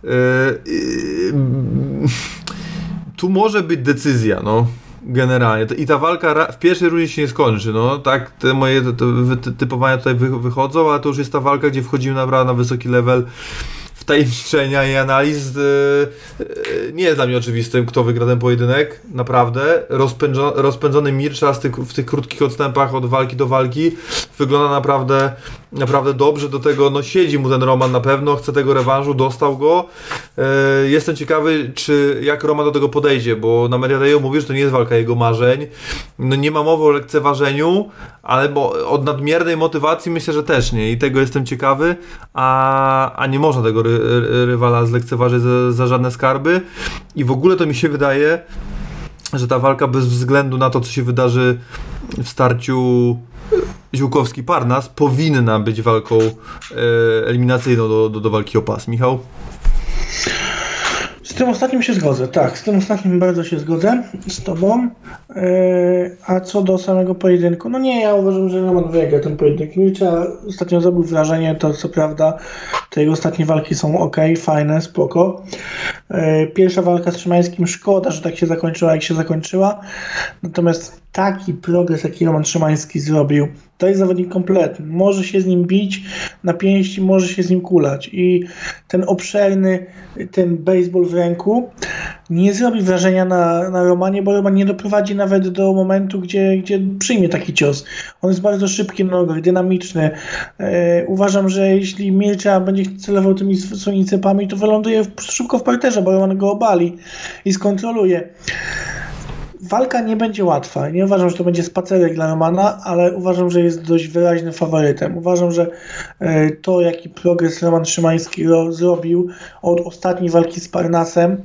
tu może być decyzja, no. Generalnie. I ta walka w pierwszej rundzie się nie skończy, no. Tak, te moje typowania tutaj wychodzą, ale to już jest ta walka, gdzie wchodzimy naprawdę na wysoki level wtajemniczenia i analiz. Nie jest dla mnie oczywistym, kto wygra ten pojedynek. Naprawdę. Rozpędzony Mircza w tych krótkich odstępach od walki do walki wygląda naprawdę dobrze. Do tego no siedzi mu ten Roman na pewno, chce tego rewanżu, dostał go. Jestem ciekawy, jak Roman do tego podejdzie, bo na Media Dayu mówi, że to nie jest walka jego marzeń. No nie ma mowy o lekceważeniu, ale bo od nadmiernej motywacji myślę, że też nie. I tego jestem ciekawy, a nie można tego rywala zlekceważyć za żadne skarby. I w ogóle to mi się wydaje, że ta walka bez względu na to, co się wydarzy w starciu Ziółkowski-Parnas, powinna być walką eliminacyjną do walki o pas. Michał? Z tym ostatnim się zgodzę, tak, z tym ostatnim bardzo się zgodzę z tobą. A co do samego pojedynku, no nie, ja uważam, że Roman wygra ten pojedynek. Mircza ostatnio zrobił wrażenie, to co prawda, te jego ostatnie walki są ok, fajne, spoko. Pierwsza walka z Szymańskim, szkoda, że tak się zakończyła, jak się zakończyła. Natomiast taki progres, jaki Roman Szymański zrobił, to jest zawodnik kompletny. Może się z nim bić na pięści, może się z nim kulać. I ten obszerny, ten baseball w ręku nie zrobi wrażenia na Romanie, bo Roman nie doprowadzi nawet do momentu, gdzie przyjmie taki cios. On jest bardzo szybki na nogach, dynamiczny. Uważam, że jeśli Mircza będzie celował tymi swoimi cepami, to wyląduje szybko w parterze, bo Roman go obali i skontroluje. Walka nie będzie łatwa. Nie uważam, że to będzie spacerek dla Romana, ale uważam, że jest dość wyraźnym faworytem. Uważam, że to, jaki progres Roman Szymański zrobił od ostatniej walki z Parnasem,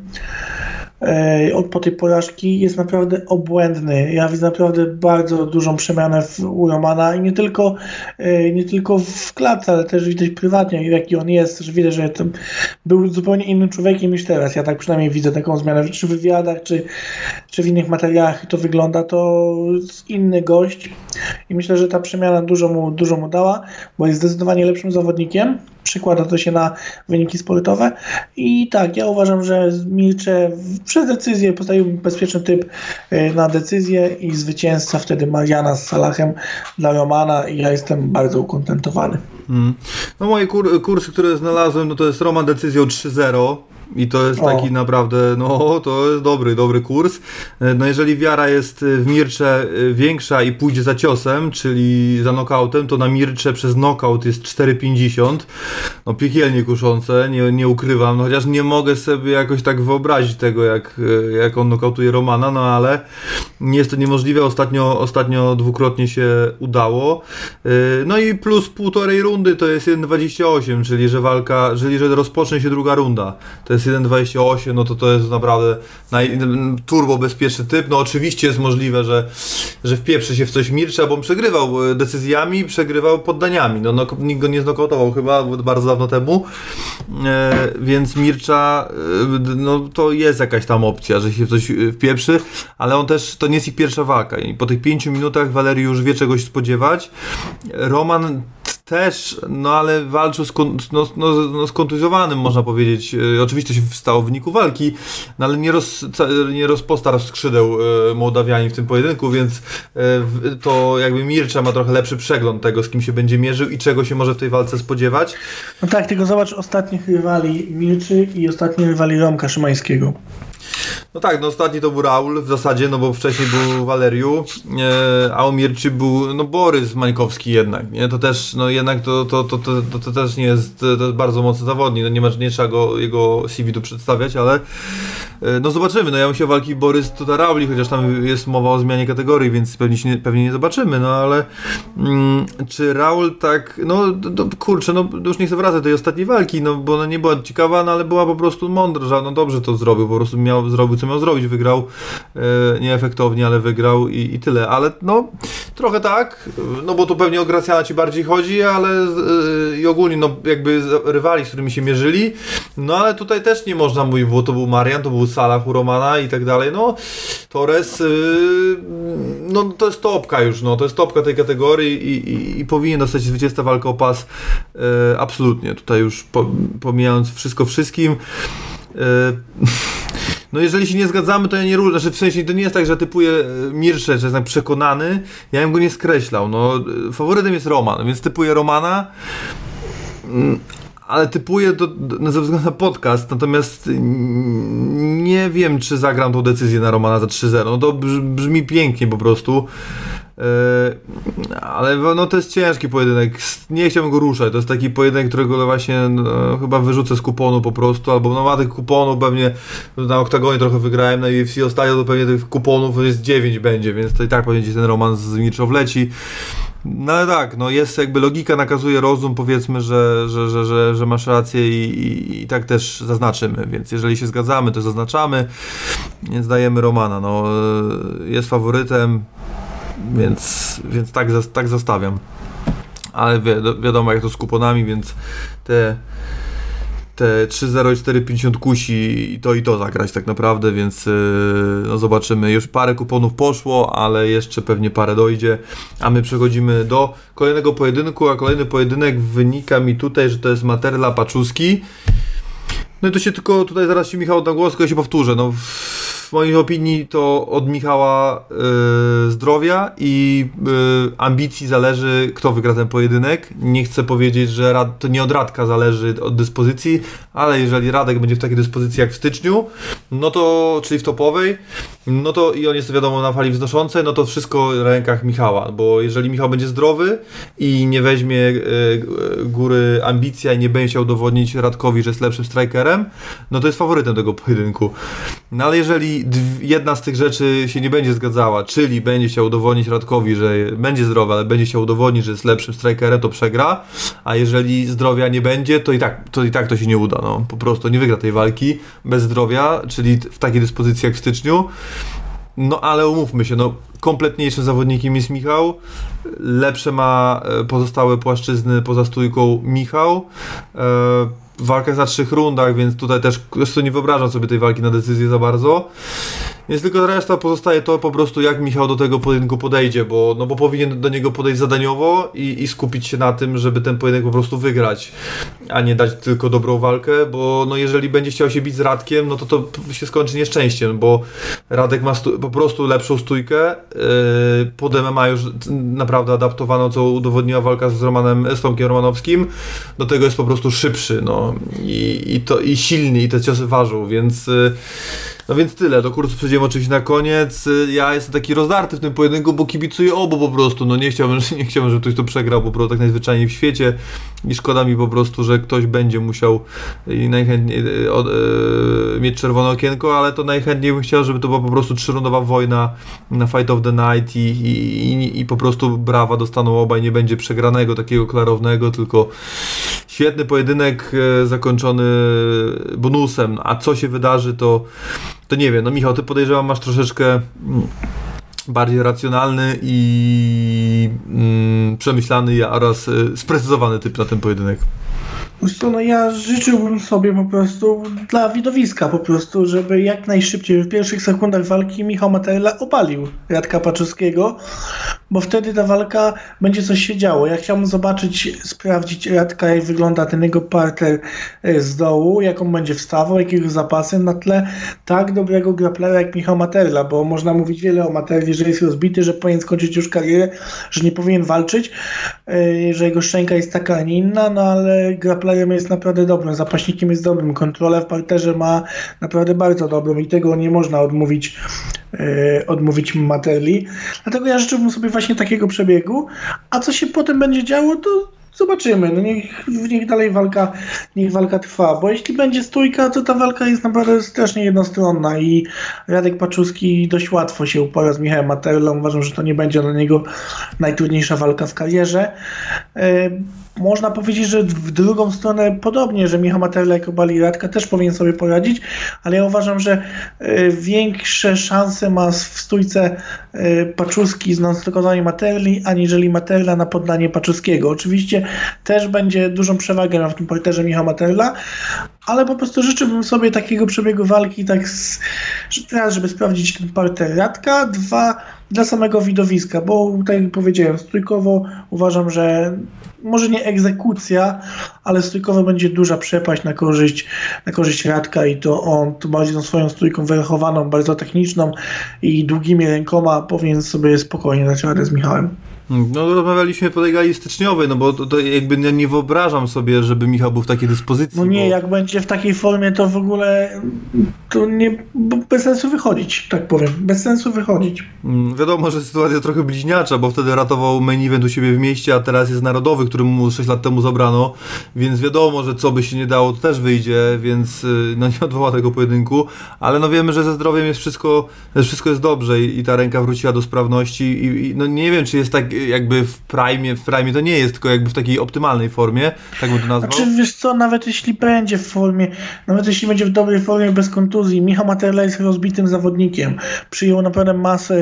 po tej porażki, jest naprawdę obłędny. Ja widzę naprawdę bardzo dużą przemianę u Romana i nie tylko w klatce, ale też widać prywatnie, jaki on jest, że widać, że był zupełnie innym człowiekiem niż teraz. Ja tak przynajmniej widzę taką zmianę, czy w wywiadach, czy w innych materiałach to wygląda, to jest inny gość i myślę, że ta przemiana dużo mu dała, bo jest zdecydowanie lepszym zawodnikiem. Przykłada to się na wyniki sportowe i tak, ja uważam, że Mircze przez decyzję postawił bezpieczny typ na decyzję i zwycięzca wtedy Mariana z Salahem dla Romana i ja jestem bardzo ukontentowany. No moje kursy, które znalazłem, no to jest Roman decyzją 3-0. I to jest taki naprawdę, no to jest dobry kurs. No jeżeli wiara jest w Mircze większa i pójdzie za ciosem, czyli za knockoutem, to na Mircze przez knockout jest 4,50. No piekielnie kuszące, nie ukrywam, no chociaż nie mogę sobie jakoś tak wyobrazić tego, jak on knockoutuje Romana, no ale nie jest to niemożliwe, ostatnio dwukrotnie się udało. No i plus półtorej rundy to jest 1,28, czyli że rozpocznie się druga runda. To jest 1,28, no to jest naprawdę turbo bezpieczny typ. No oczywiście jest możliwe, że wpieprzy się w coś Mircza, bo on przegrywał decyzjami, przegrywał poddaniami. No nikt go nie znokautował chyba bardzo dawno temu, więc Mircza, no to jest jakaś tam opcja, że się w coś wpieprzy, ale on też, to nie jest ich pierwsza walka i po tych 5 minutach Walerii już wie czego się spodziewać. Roman Też, no ale walczył z kontuzjowanym, można powiedzieć. Oczywiście się stało w wyniku walki, no ale nie rozpostarł skrzydeł Mołdawianin w tym pojedynku, więc to jakby Mircza ma trochę lepszy przegląd tego, z kim się będzie mierzył i czego się może w tej walce spodziewać. No tak, tylko zobacz ostatnich rywali Mirczy i ostatnich rywali Romka Szymańskiego. No tak, no ostatni to był Raul w zasadzie, no bo wcześniej był Waleriu, a u Mirczy był no Borys Mańkowski jednak, nie? To też, no jednak to też nie jest, to jest bardzo mocny zawodnik, no nie trzeba jego CV tu przedstawiać, ale no zobaczymy, no ja bym się walki Borys tutaj Rauli, chociaż tam jest mowa o zmianie kategorii, więc pewnie nie zobaczymy, no ale czy Raul tak, no kurczę, no już nie chcę wracać do tej ostatniej walki, no bo ona nie była ciekawa, no ale była po prostu mądra, no dobrze to zrobił, po prostu zrobił co miał zrobić, wygrał nieefektownie, ale wygrał i tyle, ale no trochę tak, no bo to pewnie o Gracjana ci bardziej chodzi, ale i ogólnie no jakby rywali, z którymi się mierzyli, no ale tutaj też nie można mówić, bo to był Marian, to był Salah u Romana i tak dalej, no Torres, no to jest topka już, no to jest topka tej kategorii i powinien dostać zwycięzca walkę o pas, absolutnie, tutaj już pomijając wszystko wszystkim. No jeżeli się nie zgadzamy, to ja nie różnię, znaczy w sensie to nie jest tak, że typuję Mirczę, że jestem przekonany, ja bym go nie skreślał, no faworytem jest Roman, więc typuję Romana, ale typuję ze względu na podcast, natomiast nie wiem, czy zagram tą decyzję na Romana za 3-0, no to brzmi pięknie po prostu. Ale no to jest ciężki pojedynek, nie chciałbym go ruszać, to jest taki pojedynek, którego właśnie chyba wyrzucę z kuponu po prostu, albo no ma tych kuponów pewnie, na Oktagonie trochę wygrałem, na UFC ostatnio to pewnie tych kuponów jest 9 będzie, więc to i tak pewnie ten romans z Mirczą wleci. No ale tak, no jest jakby logika nakazuje rozum, powiedzmy, że masz rację i tak też zaznaczymy, więc jeżeli się zgadzamy, to zaznaczamy, więc dajemy Romana, no jest faworytem, więc tak zostawiam. Ale wiadomo jak to z kuponami, więc te 3-0 i 4,50 kusi i to zagrać tak naprawdę, więc no zobaczymy. Już parę kuponów poszło, ale jeszcze pewnie parę dojdzie, a my przechodzimy do kolejnego pojedynku, a kolejny pojedynek wynika mi tutaj, że to jest Materla Paczuski. No i to się tylko, tutaj zaraz się Michał na głos, tylko ja się powtórzę, no w mojej opinii to od Michała zdrowia i ambicji zależy, kto wygra ten pojedynek. Nie chcę powiedzieć, że to nie od Radka zależy od dyspozycji, ale jeżeli Radek będzie w takiej dyspozycji jak w styczniu, no to, czyli w topowej, no to i on jest wiadomo na fali wznoszącej, no to wszystko w rękach Michała, bo jeżeli Michał będzie zdrowy i nie weźmie góry ambicja i nie będzie chciał udowodnić Radkowi, że jest lepszym strikerem, no to jest faworytem tego pojedynku. No ale jeżeli jedna z tych rzeczy się nie będzie zgadzała, czyli będzie chciał udowodnić Radkowi, że będzie zdrowy, ale będzie chciał udowodnić, że jest lepszym strikerem, to przegra, a jeżeli zdrowia nie będzie, to i tak to się nie uda, no po prostu nie wygra tej walki bez zdrowia, czyli w takiej dyspozycji jak w styczniu. No ale umówmy się, no kompletniejszym zawodnikiem jest Michał, lepsze ma pozostałe płaszczyzny poza stójką Michał, w walkach za 3 rundach, więc tutaj też nie wyobrażam sobie tej walki na decyzję za bardzo. Więc tylko reszta pozostaje to po prostu, jak Michał do tego pojedynku podejdzie, bo powinien do niego podejść zadaniowo i skupić się na tym, żeby ten pojedynek po prostu wygrać, a nie dać tylko dobrą walkę, bo no jeżeli będzie chciał się bić z Radkiem, no to się skończy nieszczęściem, bo Radek ma po prostu lepszą stójkę, pod MMA już naprawdę adaptowaną, co udowodniła walka z Tomkiem Romanowskim, do tego jest po prostu szybszy, no i silny, i te ciosy ważą, więc no więc tyle, do kursu przejdziemy oczywiście na koniec. Ja jestem taki rozdarty w tym pojedynku, bo kibicuję obu po prostu, no nie chciałbym, żeby ktoś to przegrał po prostu tak najzwyczajniej w świecie i szkoda mi po prostu, że ktoś będzie musiał i najchętniej mieć czerwone okienko, ale to najchętniej bym chciał, żeby to była po prostu 3-rundowa wojna na Fight of the Night i po prostu brawa dostaną obaj, nie będzie przegranego takiego klarownego, tylko świetny pojedynek zakończony bonusem, a co się wydarzy, to nie wiem. No Michał, ty podejrzewam masz troszeczkę bardziej racjonalny i przemyślany oraz sprecyzowany typ na ten pojedynek. No ja życzyłbym sobie po prostu dla widowiska po prostu, żeby jak najszybciej w pierwszych sekundach walki Michał Materla obalił Radka Paczuskiego, bo wtedy ta walka będzie coś się działo. Ja chciałbym sprawdzić Radka, jak wygląda ten jego parter z dołu, jaką będzie wstawą, jakiego zapasem na tle tak dobrego grapplera jak Michał Materla, bo można mówić wiele o Materli, że jest rozbity, że powinien skończyć już karierę, że nie powinien walczyć, że jego szczęka jest taka, a nie inna, no ale grapplerem jest naprawdę dobrym, zapaśnikiem jest dobrym, kontrolę w parterze ma naprawdę bardzo dobrą i tego nie można odmówić Materli. Dlatego ja życzyłbym sobie właśnie takiego przebiegu, a co się potem będzie działo, to zobaczymy. No niech dalej walka trwa, bo jeśli będzie stójka, to ta walka jest naprawdę strasznie jednostronna i Radek Paczuski dość łatwo się upora z Michałem Materlą. Uważam, że to nie będzie dla niego najtrudniejsza walka w karierze. Można powiedzieć, że w drugą stronę podobnie, że Michał Materla jako obali Radka też powinien sobie poradzić, ale ja uważam, że większe szanse ma w stójce Paczuski z non-stokowaniem Materli, aniżeli Materla na poddanie Paczuskiego. Oczywiście też będzie dużą przewagę na w tym parterze Michał Materla, ale po prostu życzyłbym sobie takiego przebiegu walki, tak raz, żeby sprawdzić ten parter Radka, dwa, dla samego widowiska, bo tak jak powiedziałem, stójkowo uważam, że może nie egzekucja, ale stójkowo będzie duża przepaść na korzyść Radka i to on tu bardziej tą swoją stójką wyrachowaną, bardzo techniczną i długimi rękoma powinien sobie spokojnie dać radę z Michałem. No rozmawialiśmy po tej gali styczniowej, no bo to jakby nie wyobrażam sobie, żeby Michał był w takiej dyspozycji. No nie, jak będzie w takiej formie, to w ogóle to nie, bez sensu wychodzić, tak powiem, bez sensu wychodzić. Wiadomo, że sytuacja trochę bliźniacza, bo wtedy ratował main event u siebie w mieście, a teraz jest narodowy, który mu 6 lat temu zabrano, więc wiadomo, że co by się nie dało, to też wyjdzie, więc no nie odwoła tego pojedynku, ale no wiemy, że ze zdrowiem jest wszystko jest dobrze i ta ręka wróciła do sprawności i no nie wiem, czy jest tak jakby w prime to nie jest, tylko jakby w takiej optymalnej formie, tak bym to nazwał. Znaczy wiesz co, nawet jeśli będzie w formie, nawet jeśli będzie w dobrej formie bez kontuzji, Michał Materla jest rozbitym zawodnikiem, przyjął naprawdę masę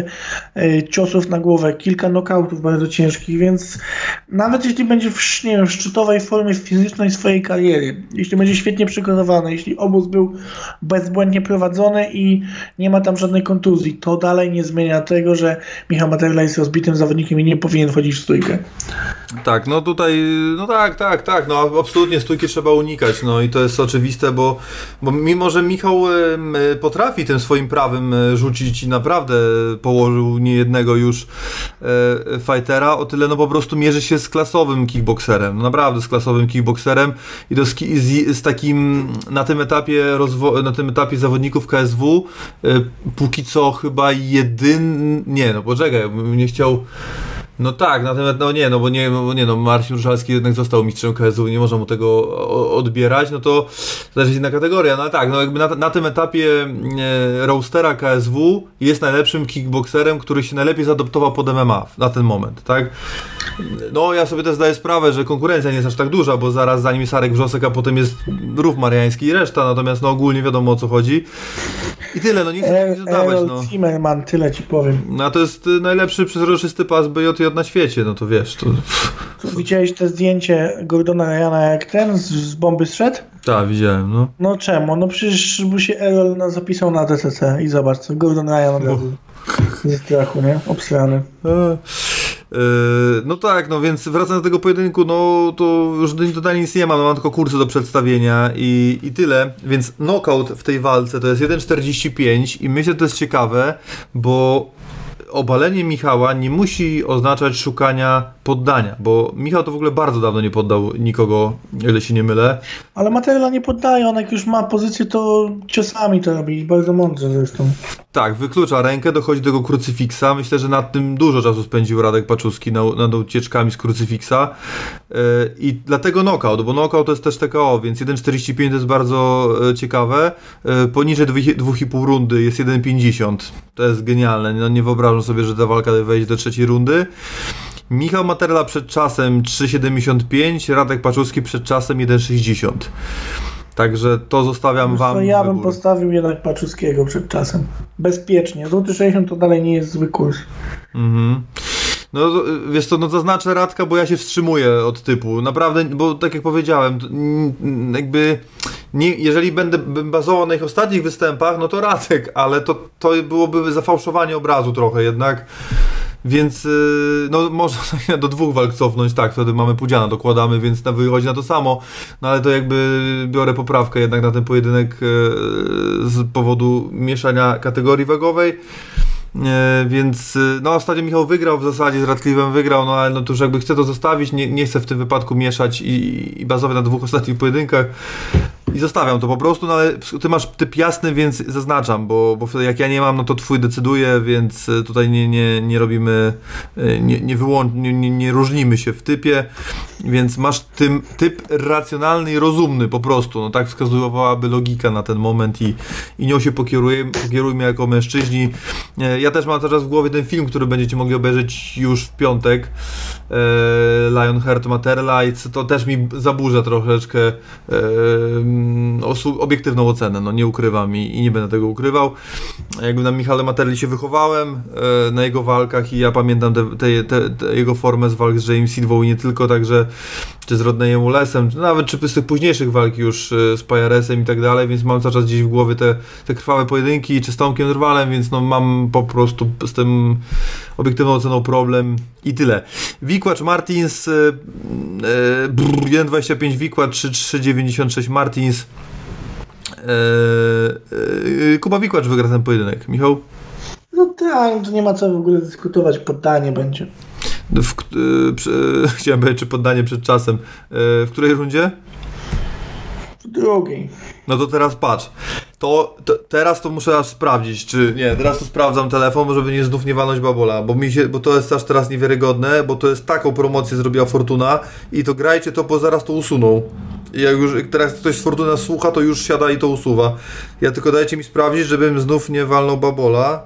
ciosów na głowę, kilka knockoutów bardzo ciężkich, więc nawet jeśli będzie w szczytowej formie fizycznej swojej kariery, jeśli będzie świetnie przygotowany, jeśli obóz był bezbłędnie prowadzony i nie ma tam żadnej kontuzji, to dalej nie zmienia tego, że Michał Materla jest rozbitym zawodnikiem i nie powinien wchodzić w stójkę. Tak, no tutaj, no tak, no absolutnie stójki trzeba unikać, no i to jest oczywiste, bo mimo, że Michał potrafi tym swoim prawem rzucić i naprawdę położył niejednego już fightera, o tyle no po prostu mierzy się z klasowym kickbokserem, no naprawdę z klasowym kickbokserem i to z takim na tym etapie zawodników KSW póki co chyba nie chciał. No tak, natomiast Marcin Ruszalski jednak został mistrzem KSW, nie można mu tego odbierać, no to też jest inna kategoria, no tak, no jakby na tym etapie roastera KSW jest najlepszym kickbokserem, który się najlepiej zaadoptował pod MMA na ten moment, tak? No ja sobie też zdaję sprawę, że konkurencja nie jest aż tak duża, bo zaraz za nim jest Arek Wrzosek, a potem jest Rów Mariański i reszta, natomiast no ogólnie wiadomo o co chodzi. I tyle, no nie chcę nic dodawać, no. Zimmerman, tyle ci powiem. No a to jest najlepszy przezroczysty pas BJJ na świecie, no to wiesz, to... Widziałeś to zdjęcie Gordona Ryana, jak ten z bomby zszedł? Tak, widziałem, no. No czemu? No przecież by się Errol zapisał na DCC i zobacz, co Gordon Ryan od razu ze strachu, nie? Obsrany. No tak, no więc wracając do tego pojedynku, no to już totalnie nic nie ma, no mam tylko kursy do przedstawienia i tyle, więc knockout w tej walce to jest 1,45 i myślę, że to jest ciekawe, bo obalenie Michała nie musi oznaczać szukania poddania, bo Michał to w ogóle bardzo dawno nie poddał nikogo, ile się nie mylę. Ale Materla nie poddaje, on jak już ma pozycję, to ciosami to robi, bardzo mądrze zresztą. Tak, wyklucza rękę, dochodzi do tego krucyfiksa. Myślę, że nad tym dużo czasu spędził Radek Paczuski, nad ucieczkami z krucyfiksa. I dlatego knockout, bo knockout to jest też TKO, więc 1,45 to jest bardzo ciekawe. Poniżej 2,5 rundy jest 1,50. To jest genialne. No, nie wyobrażam sobie, że ta walka wejdzie do trzeciej rundy. Michał Materla przed czasem 3,75, Radek Paczuski przed czasem 1,60. Także to zostawiam wam. Ja bym postawił jednak Paczuskiego przed czasem. Bezpiecznie. Złoty 60 to dalej nie jest zły kurs. No wiesz co, no zaznaczę Radka, bo ja się wstrzymuję od typu. Naprawdę, bo tak jak powiedziałem, jakby nie, jeżeli będę bazował na ich ostatnich występach, no to Radek, ale to byłoby zafałszowanie obrazu trochę jednak. Więc no można do 2 walk cofnąć, tak, wtedy mamy Pudziana, dokładamy, więc wychodzi na to samo, no ale to jakby biorę poprawkę jednak na ten pojedynek z powodu mieszania kategorii wagowej. Więc no ostatnio Michał wygrał, w zasadzie z Radcliffe'em wygrał, no ale no to już jakby chcę to zostawić, nie chcę w tym wypadku mieszać i bazować na 2 ostatnich pojedynkach i zostawiam to po prostu, no ale ty masz typ jasny, więc zaznaczam, bo wtedy jak ja nie mam, no to twój decyduje, więc tutaj nie robimy, nie różnimy się w typie, więc masz typ racjonalny i rozumny po prostu, no tak wskazywałaby logika na ten moment i nią się pokierujmy jako mężczyźni. Ja też mam teraz w głowie ten film, który będziecie mogli obejrzeć już w piątek, Lionheart Materlights, to też mi zaburza troszeczkę obiektywną ocenę, no nie ukrywam i nie będę tego ukrywał. Jakby na Michale Materli się wychowałem, na jego walkach i ja pamiętam te jego formę z walk z James Sidwą i nie tylko, także czy z Rodneyem Wallace'em, czy nawet czy z tych późniejszych walk już z Pajaresem i tak dalej, więc mam cały czas gdzieś w głowie te krwawe pojedynki, czy z Tomkiem Drwalem, więc no mam po prostu z tym obiektywną oceną problem i tyle. Wikłacz Martins 1,25 Wikłacz, 3,96 Martins. Kuba Wikłacz wygra ten pojedynek. Michał? No tak, to nie ma co w ogóle dyskutować, poddanie będzie. Chciałem powiedzieć, czy poddanie przed czasem. W której rundzie? W drugiej. No to teraz patrz. Teraz to muszę aż sprawdzić, czy nie, teraz to sprawdzam telefon, żeby nie znów nie walnąć babola, bo to jest aż teraz niewiarygodne, bo to jest taką promocję zrobiła Fortuna i to grajcie to, bo zaraz to usuną. I jak już teraz ktoś z Fortuna słucha, to już siada i to usuwa. Ja tylko dajcie mi sprawdzić, żebym znów nie walnął babola.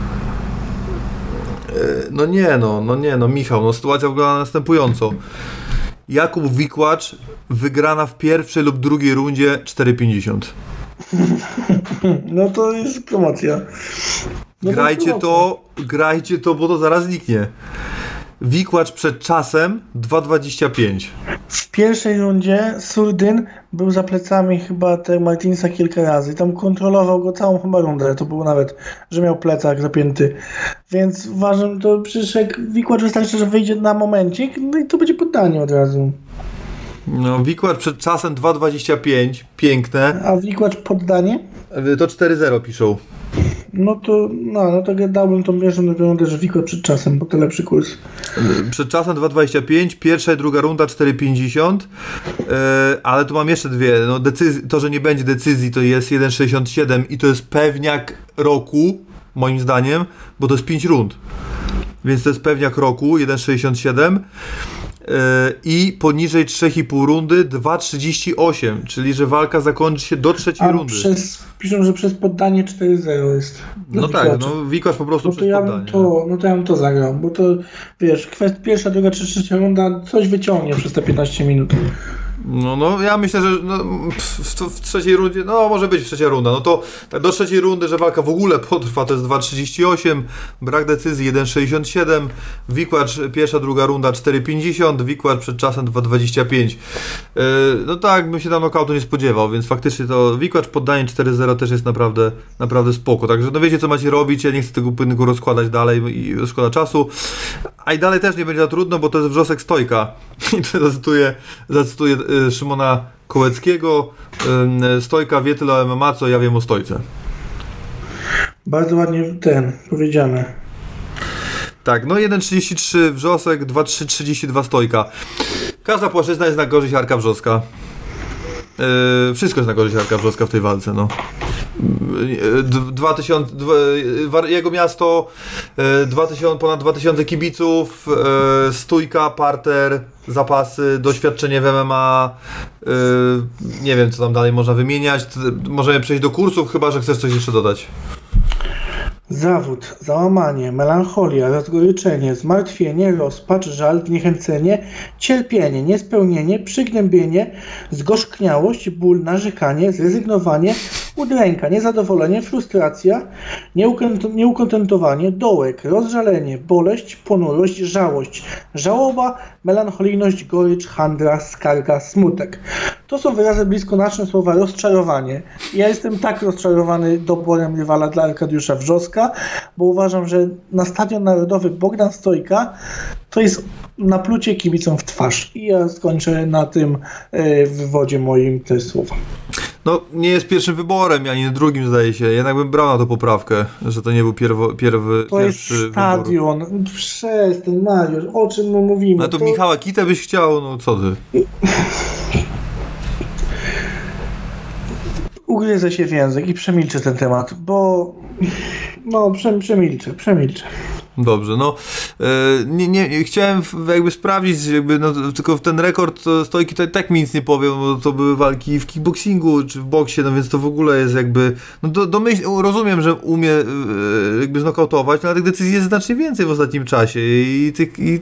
No nie, Michał, sytuacja wygląda następująco. Jakub Wikłacz wygrana w pierwszej lub drugiej rundzie 4,50. No to jest promocja. No grajcie to, bo to zaraz zniknie. Wikłacz przed czasem 2,25. W pierwszej rundzie Surdyn był za plecami chyba Martinsa kilka razy. Tam kontrolował go całą chyba rundę. To było nawet, że miał plecak zapięty. Więc uważam, to przecież jak Wikłacz wystarczy, że wyjdzie na momencik, no i to będzie poddanie od razu. No, Wikłacz przed czasem 2,25. Piękne. A Wikłacz poddanie? To 4-0 piszą. No to dałbym tą pierwszą rundę, że Wikłacz przed czasem, bo to lepszy kurs. Przed czasem 2,25, pierwsza i druga runda 4,50, ale tu mam jeszcze dwie. No, to, że nie będzie decyzji, to jest 1,67 i to jest pewniak roku, moim zdaniem, bo to jest 5 rund. Więc to jest pewniak roku, 1,67. I poniżej 3,5 rundy 2,38, czyli że walka zakończy się do trzeciej rundy. Piszą, że przez poddanie 4-0 jest. No tak, Wikłacz po prostu przez poddanie. To ja bym to zagrał, bo to wiesz, pierwsza, druga, trzecia runda coś wyciągnie przez te 15 minut. No ja myślę, że w trzeciej rundzie, może być trzecia runda, no to tak do trzeciej rundy, że walka w ogóle potrwa, to jest 2,38, brak decyzji 1,67, Wikłacz pierwsza, druga runda 4,50, Wikłacz przed czasem 2,25. No tak, bym się tam nokautu nie spodziewał, więc faktycznie to Wikłacz poddanie 4-0 też jest naprawdę spoko, także no wiecie co macie robić, ja nie chcę tego pojedynku rozkładać dalej i szkoda czasu, a i dalej też nie będzie za trudno, bo to jest wrzosek Stojka i to zacytuję Szymona Kołeckiego, Stojka wie tyle o MMA, co ja wiem o Stojce. Bardzo ładnie powiedziane. Tak, 1,33 Wrzosek, 2,32 Stojka. Każda płaszczyzna jest na korzyść Arka Wrzoska. Wszystko jest na korzyść Arka Wrzoska w tej walce, 2000, jego miasto, ponad 2000 kibiców, stójka, parter, zapasy, doświadczenie w MMA, nie wiem co tam dalej można wymieniać, możemy przejść do kursów, chyba że chcesz coś jeszcze dodać. Zawód, załamanie, melancholia, rozgoryczenie, zmartwienie, rozpacz, żal, zniechęcenie, cierpienie, niespełnienie, przygnębienie, zgorzkniałość, ból, narzekanie, zrezygnowanie, Udręka, niezadowolenie, frustracja, nieukontentowanie, dołek, rozżalenie, boleść, ponurość, żałość, żałoba, melancholijność, gorycz, handra, skarga, smutek. To są wyrazy bliskonaczne słowa rozczarowanie. Ja jestem tak rozczarowany doborem rywala dla Arkadiusza Wrzoska, bo uważam, że na Stadion Narodowy Bogdan Stojka to jest naplucie kibicom w twarz. I ja skończę na tym wywodzie moim te słowa. No, nie jest pierwszym wyborem, ani drugim, zdaje się. Jednak bym brał na to poprawkę, że to nie był To jest stadion. Wybór. Przestań, Mariusz, o czym my mówimy? No to Michała Kitę byś chciał, no co ty? Ugryzę się w język i przemilczę ten temat, bo... No, przemilczę. Dobrze, no nie chciałem jakby sprawdzić, jakby, no, tylko ten rekord Stojki to tak mi nic nie powiem, bo to były walki w kickboxingu czy w boksie, no więc to w ogóle jest jakby, no rozumiem, że umie jakby znokautować, no ale tych decyzji jest znacznie więcej w ostatnim czasie i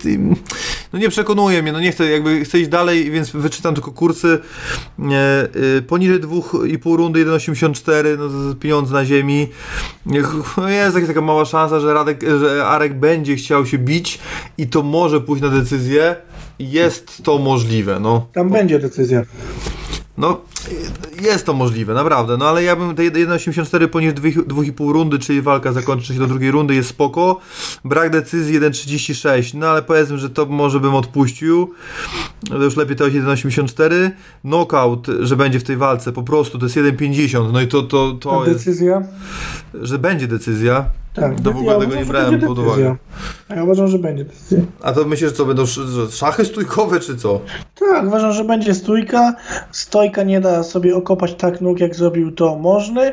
no nie przekonuje mnie, no nie chcę, jakby chcę iść dalej, więc wyczytam tylko kursy poniżej 2,5 rundy 1,84, no pieniądze na ziemi, jest taka mała szansa, że Arek będzie chciał się bić i to może pójść na decyzję. Jest to możliwe, no. Tam będzie decyzja. No, jest to możliwe, naprawdę, no ale ja bym te 1,84 poniżej 2,5 rundy, czyli walka zakończy się do drugiej rundy, jest spoko. Brak decyzji 1,36, no ale powiedzmy, że to może bym odpuścił. To już lepiej to jest 1,84. Knockout, że będzie w tej walce, po prostu to jest 1,50, no i to jest... decyzja? Że będzie decyzja. Tak, to w ogóle tego nie brałem pod uwagę. A ja uważam, że będzie decyzja. A to myślisz, że co, będą szachy stójkowe, czy co? Tak, uważam, że będzie stójka. Stojka nie da sobie okopać tak nóg, jak zrobił to Możny.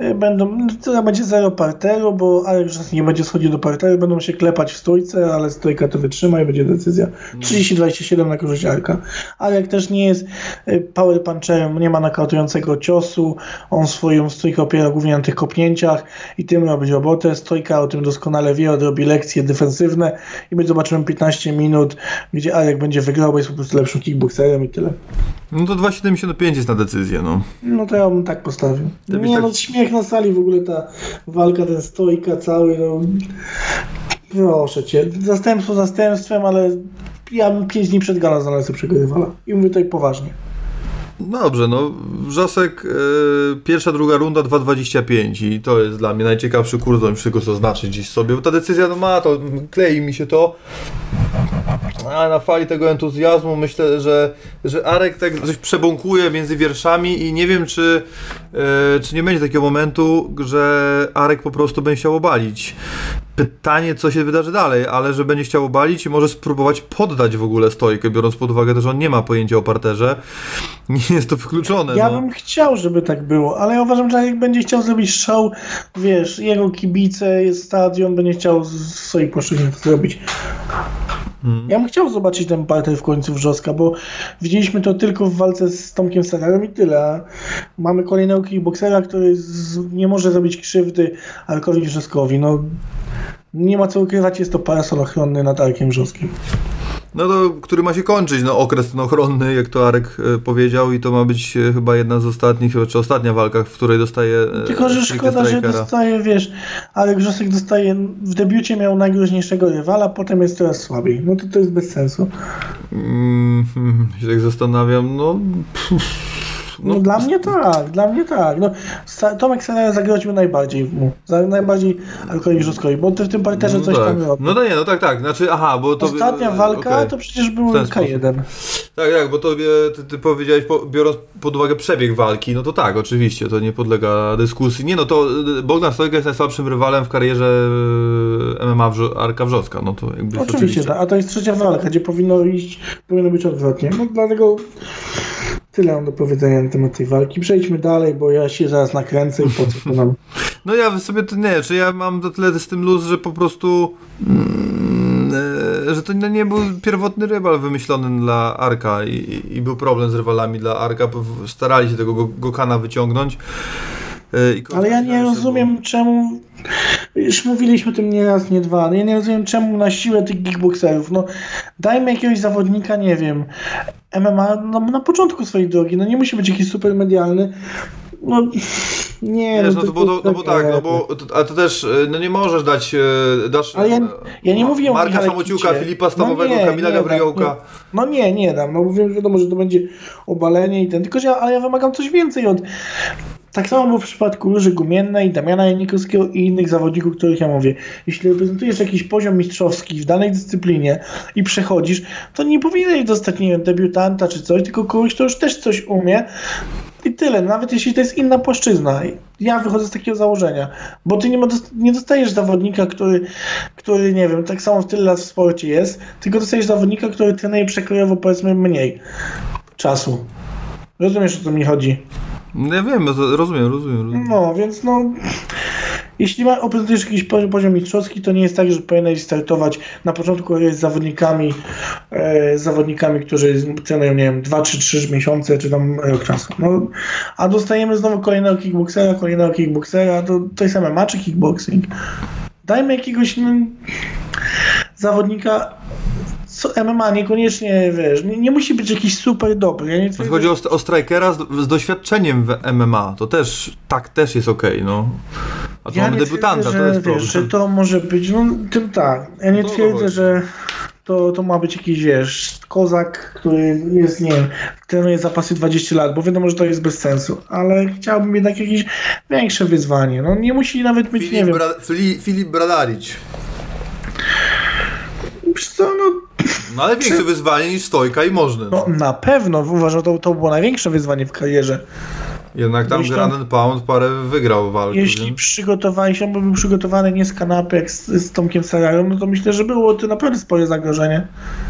To będzie zero parteru, bo Arek nie będzie schodził do parteru, będą się klepać w stójce, ale stojka to wytrzyma i będzie decyzja. 30-27 na korzyść Arka. Arek też nie jest power puncherem, nie ma nakautującego ciosu, on swoją stójkę opiera głównie na tych kopnięciach i tym robi robotę. Stojka o tym doskonale wie, odrobi lekcje defensywne i my zobaczymy 15 minut, gdzie Arek będzie wygrał, bo jest po prostu lepszym kickboxerem i tyle. No to 2,75 jest na decyzję, no. No to ja bym tak postawił. No śmiech na sali w ogóle ta walka, ten Stojka cały, no. Proszę cię, zastępstwo zastępstwem, ale ja bym 5 dni przed galą znalazł lepszego rywala. I mówię tutaj poważnie. No dobrze, no Wrzosek, pierwsza, druga runda 2,25 i to jest dla mnie najciekawszy kurs, do wszystko co znaczy gdzieś sobie, bo ta decyzja no ma to, klei mi się to, a na fali tego entuzjazmu myślę, że Arek tak coś przebąkuje między wierszami i nie wiem czy nie będzie takiego momentu, że Arek po prostu będzie chciał obalić. Pytanie, co się wydarzy dalej, ale że będzie chciał obalić i może spróbować poddać w ogóle Stojkę, biorąc pod uwagę też, że on nie ma pojęcia o parterze. Nie jest to wykluczone. Ja bym chciał, żeby tak było, ale ja uważam, że jak będzie chciał zrobić show, wiesz, jego kibice, jest stadion, będzie chciał w swojej płaszczyźnie to zrobić. Ja bym chciał zobaczyć ten parter w końcu Wrzoska, bo widzieliśmy to tylko w walce z Tomkiem Sararem i tyle. A mamy kolejnego kickboksera, który nie może zrobić krzywdy Arkowi Wrzoskowi. No, nie ma co ukrywać, jest to parasol ochronny nad Arkiem Wrzoskim. No to, który ma się kończyć, no okres ten ochronny, jak to Arek powiedział i to ma być chyba jedna z ostatnich, czy ostatnia walka, w której dostaje tylko, że szkoda, że dostaje, wiesz, Arek Wrzosek dostaje, w debiucie miał najgroźniejszego rywala, potem jest coraz słabiej. No to jest bez sensu. Się tak zastanawiam, No dla mnie tak. No, Tomek Sarara zagroził najbardziej Arkowi Wrzoskowi, bo w tym parterze coś tam robi. No to nie, no tak, znaczy, bo to... Ostatnia walka to przecież był K1. Tak, bo to ty powiedziałeś, biorąc pod uwagę przebieg walki, no to tak, oczywiście, to nie podlega dyskusji. Nie, no to Bogdan Stojka jest najsłabszym rywalem w karierze MMA Arka Wrzoska, no to jakby... Oczywiście, tak, a to jest trzecia walka, gdzie powinno być odwrotnie. No dlatego... Tyle mam do powiedzenia na temat tej walki. Przejdźmy dalej, bo ja się zaraz nakręcę i po co to nam... No ja sobie to nie, czy ja mam do tyle z tym luz, że po prostu że to nie był pierwotny rywal wymyślony dla Arka i był problem z rywalami dla Arka, starali się tego Gokana wyciągnąć. Ale ja nie rozumiem czemu, już mówiliśmy o tym nie raz, nie dwa, ja nie rozumiem czemu na siłę tych kickboxerów, no dajmy jakiegoś zawodnika, nie wiem, MMA na początku swojej drogi, no nie musi być jakiś super medialny, no nie, wiesz, ale to też, no nie możesz dasz ale ja nie mówię o Marka Michale Samociuka, Kicie. Filipa Stawowego, Kamila Gabriołka. Nie dam, no mówię, wiadomo, że to będzie obalenie i tylko ale ja wymagam coś więcej tak samo było w przypadku Róży Gumiennej, Damiana Janikowskiego i innych zawodników, których ja mówię. Jeśli reprezentujesz jakiś poziom mistrzowski w danej dyscyplinie i przechodzisz, to nie powinieneś dostać, nie wiem, debiutanta czy coś, tylko kogoś, kto już też coś umie i tyle. Nawet jeśli to jest inna płaszczyzna. Ja wychodzę z takiego założenia, bo ty nie dostajesz zawodnika, który, nie wiem, tak samo w tyle lat w sporcie jest, tylko dostajesz zawodnika, który trenuje przekrojowo, powiedzmy, mniej czasu. Rozumiesz, o co mi chodzi? Ja wiem, rozumiem. No, więc jeśli reprezentujesz jakiś poziom mistrzowski, to nie jest tak, że powinieneś startować na początku z zawodnikami, którzy trenują, nie wiem, 2 czy 3 miesiące, czy tam rok czasu. No, a dostajemy znowu kolejnego kickboxera, to jest MMA czy kickboxing. Dajmy jakiegoś zawodnika MMA, niekoniecznie, wiesz, nie musi być jakiś super dobry. Ja chodzi o strikera z doświadczeniem w MMA, to też jest okej, no. A tu mamy debiutanta, to jest problem. Że to może być, tym tak. Ja nie twierdzę, że to ma być jakiś, wiesz, kozak, który jest, nie wiem, trenuje zapasy 20 lat, bo wiadomo, że to jest bez sensu, ale chciałbym jednak jakieś większe wyzwanie. No nie musi nawet być, nie wiem... Filip Bradarić. Wiesz co, no ale większe wyzwanie niż Stojka i Możny. No na pewno, uważam, że to było największe wyzwanie w karierze. Jednak tam Ground and Pound parę wygrał walki. Jeśli przygotowali się, bo był przygotowany nie z kanapy jak z Tomkiem Sarają, no to myślę, że było to naprawdę spore zagrożenie.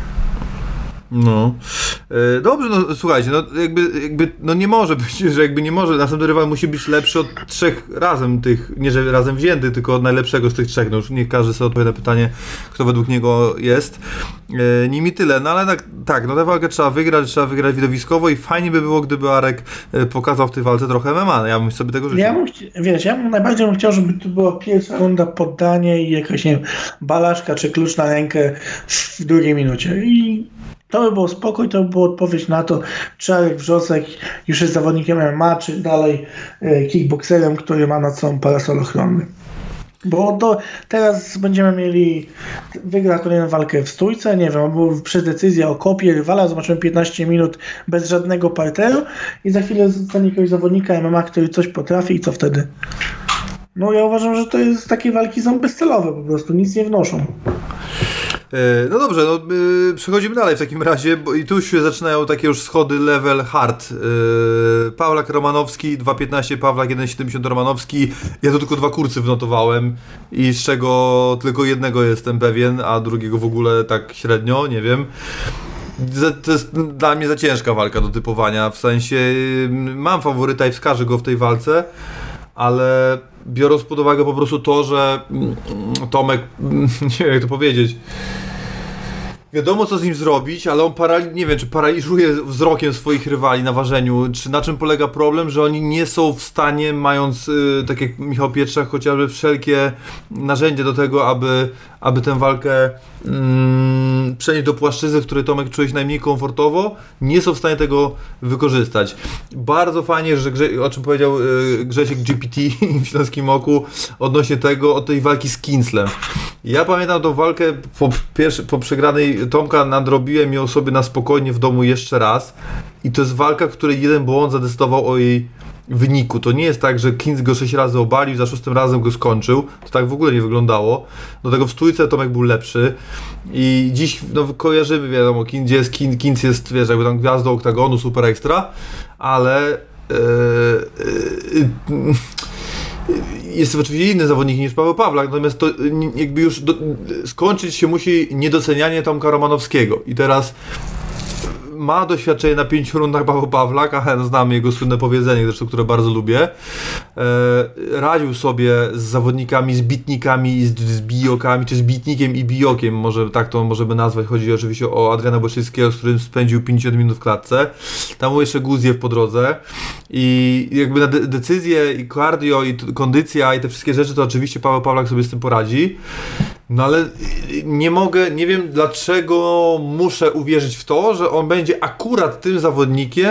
No. Dobrze, no słuchajcie, no jakby no nie może być, że jakby nie może, następny rywal musi być lepszy od 3 razem tych, nie że razem wziętych, tylko od najlepszego z tych 3, no już niech każdy sobie odpowie na pytanie, kto według niego jest. Nimi tyle, no ale tak, no tę walkę trzeba wygrać widowiskowo i fajnie by było, gdyby Arek pokazał w tej walce trochę MMA, ja bym sobie tego życzył. Ja bym najbardziej chciał, żeby to była pierwsza runda, poddanie i jakaś, nie wiem, balaczka czy klucz na rękę w drugiej minucie i to by było spokój, to by było odpowiedź na to, czy Arek Wrzosek już jest zawodnikiem MMA, czy dalej kickboxerem, który ma nad sobą parasol ochronny. Bo teraz będziemy mieli, wygra kolejną walkę w stójce, nie wiem, albo przez decyzję o kopie rywala, zobaczymy 15 minut bez żadnego parteru i za chwilę zostanie jakiegoś zawodnika MMA, który coś potrafi i co wtedy? No ja uważam, że to jest, takie walki są bezcelowe po prostu, nic nie wnoszą. No dobrze, no przechodzimy dalej w takim razie, bo i tu się zaczynają takie już schody level hard. Pawlak Romanowski, 2.15 Pawlak, 1.70 Romanowski. Ja tu tylko 2 kursy wnotowałem i z czego tylko jednego jestem pewien, a drugiego w ogóle tak średnio, nie wiem. To jest dla mnie za ciężka walka do typowania, w sensie mam faworyta i wskażę go w tej walce, ale biorąc pod uwagę po prostu to, że Tomek, nie wiem jak to powiedzieć, wiadomo co z nim zrobić, ale on nie wiem, czy paraliżuje wzrokiem swoich rywali na ważeniu, czy na czym polega problem, że oni nie są w stanie, mając, tak jak Michał Pietrzak, chociażby wszelkie narzędzia do tego, aby tę walkę przenieść do płaszczyzny, w której Tomek czuje się najmniej komfortowo, nie są w stanie tego wykorzystać. Bardzo fajnie, że o czym powiedział Grzesiek GPT w Śląskim Oku odnośnie od tej walki z Kinslem. Ja pamiętam tą walkę po przegranej Tomka, nadrobiłem ją sobie na spokojnie w domu jeszcze raz i to jest walka, w której jeden błąd zadecydował o jej wyniku. To nie jest tak, że Kins go 6 razy obalił, za 6 razem go skończył. To tak w ogóle nie wyglądało. Do tego w stójce Tomek był lepszy i dziś kojarzymy, wiadomo, gdzie jest Kins jest, wiesz, jakby tam gwiazdą oktagonu, super ekstra, ale jest oczywiście inny zawodnik niż Paweł Pawlak, natomiast to jakby już skończyć się musi niedocenianie Tomka Romanowskiego i teraz ma doświadczenie na 5 rundach Paweł Pawlak, a znam jego słynne powiedzenie, zresztą, które bardzo lubię. Radził sobie z zawodnikami, z bitnikami i z bijokami, czy z bitnikiem i bijokiem, może tak to możemy nazwać. Chodzi oczywiście o Adriana Błaszczyckiego, z którym spędził 50 minut w klatce. Tam był jeszcze Guziew po drodze i jakby na decyzje i cardio i kondycja i te wszystkie rzeczy, to oczywiście Paweł Pawlak sobie z tym poradzi. No ale nie wiem dlaczego muszę uwierzyć w to, że on będzie akurat tym zawodnikiem,